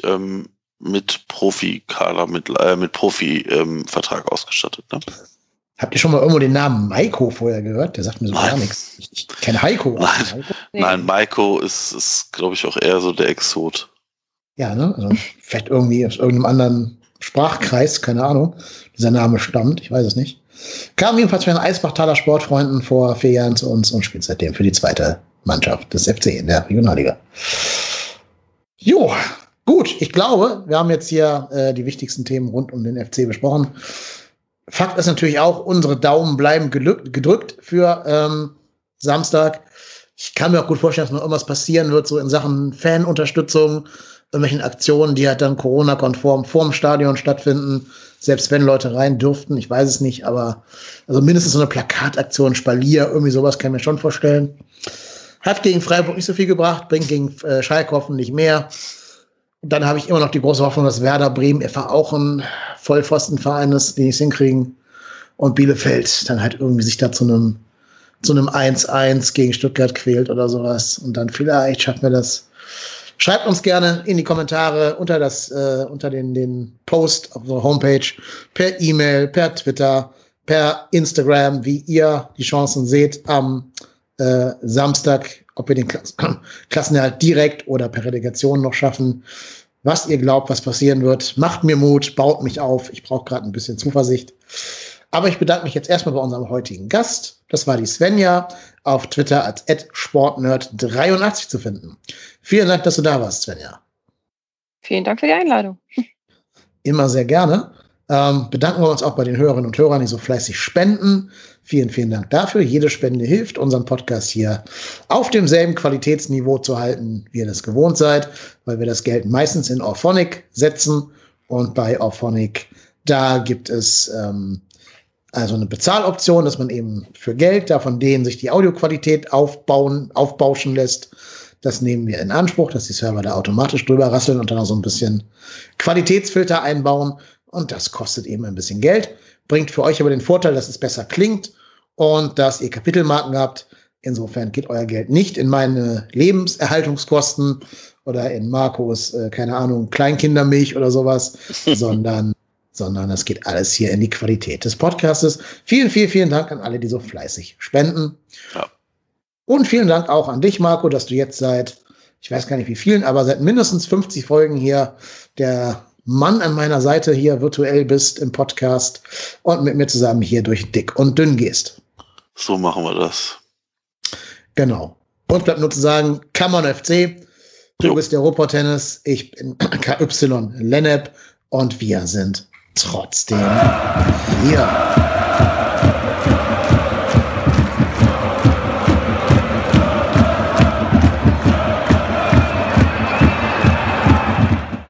mit Profikader, mit Profi-Vertrag ausgestattet. Ne? Habt ihr schon mal irgendwo den Namen Maiko vorher gehört? Der sagt mir so gar nichts. Ich kenne Heiko. Nein, Maiko ist, glaube ich, auch eher so der Exot. Ja, ne? Also vielleicht irgendwie aus irgendeinem anderen Sprachkreis, keine Ahnung, dieser Name stammt, ich weiß es nicht. Kam jedenfalls von den Eisbachtaler Sportfreunden vor 4 Jahren zu uns und spielt seitdem für die zweite Mannschaft des FC in der Regionalliga. Jo, gut, ich glaube, wir haben jetzt hier die wichtigsten Themen rund um den FC besprochen. Fakt ist natürlich auch, unsere Daumen bleiben gedrückt für Samstag. Ich kann mir auch gut vorstellen, dass noch irgendwas passieren wird, so in Sachen Fanunterstützung, irgendwelchen Aktionen, die halt dann Corona-konform vorm Stadion stattfinden, selbst wenn Leute rein dürften, ich weiß es nicht, aber also mindestens so eine Plakataktion, Spalier, irgendwie sowas kann ich mir schon vorstellen. Hat gegen Freiburg nicht so viel gebracht, bringt gegen Schalke hoffentlich mehr. Und dann habe ich immer noch die große Hoffnung, dass Werder Bremen etwa auch ein Vollpfostenverein ist, die es hinkriegen. Und Bielefeld dann halt irgendwie sich da zu zu einem 1-1 gegen Stuttgart quält oder sowas. Und dann vielleicht schaffen wir das. Schreibt uns gerne in die Kommentare unter den Post auf unserer Homepage, per E-Mail, per Twitter, per Instagram, wie ihr die Chancen seht am Samstag, ob wir den Klassenerhalt direkt oder per Relegation noch schaffen. Was ihr glaubt, was passieren wird, macht mir Mut, baut mich auf. Ich brauche gerade ein bisschen Zuversicht. Aber ich bedanke mich jetzt erstmal bei unserem heutigen Gast. Das war die Svenja, auf Twitter als @sportnerd83 zu finden. Vielen Dank, dass du da warst, Svenja. Vielen Dank für die Einladung. Immer sehr gerne. Bedanken wir uns auch bei den Hörerinnen und Hörern, die so fleißig spenden. Vielen, vielen Dank dafür. Jede Spende hilft, unseren Podcast hier auf demselben Qualitätsniveau zu halten, wie ihr das gewohnt seid, weil wir das Geld meistens in Auphonic setzen. Und bei Auphonic, da gibt es also eine Bezahloption, dass man eben für Geld da von denen sich die Audioqualität aufbauschen lässt. Das nehmen wir in Anspruch, dass die Server da automatisch drüber rasseln und dann auch so ein bisschen Qualitätsfilter einbauen. Und das kostet eben ein bisschen Geld, bringt für euch aber den Vorteil, dass es besser klingt und dass ihr Kapitelmarken habt. Insofern geht euer Geld nicht in meine Lebenserhaltungskosten oder in Marcos, keine Ahnung, Kleinkindermilch oder sowas, sondern das geht alles hier in die Qualität des Podcastes. Vielen, vielen, vielen Dank an alle, die so fleißig spenden. Ja. Und vielen Dank auch an dich, Marco, dass du jetzt seit, ich weiß gar nicht wie vielen, aber seit mindestens 50 Folgen hier der Mann an meiner Seite hier virtuell bist im Podcast und mit mir zusammen hier durch dick und dünn gehst. So machen wir das. Genau. Und bleibt nur zu sagen, come on FC, du bist der Ruhrpott-Tennis, ich bin KY Lennep und wir sind trotzdem hier.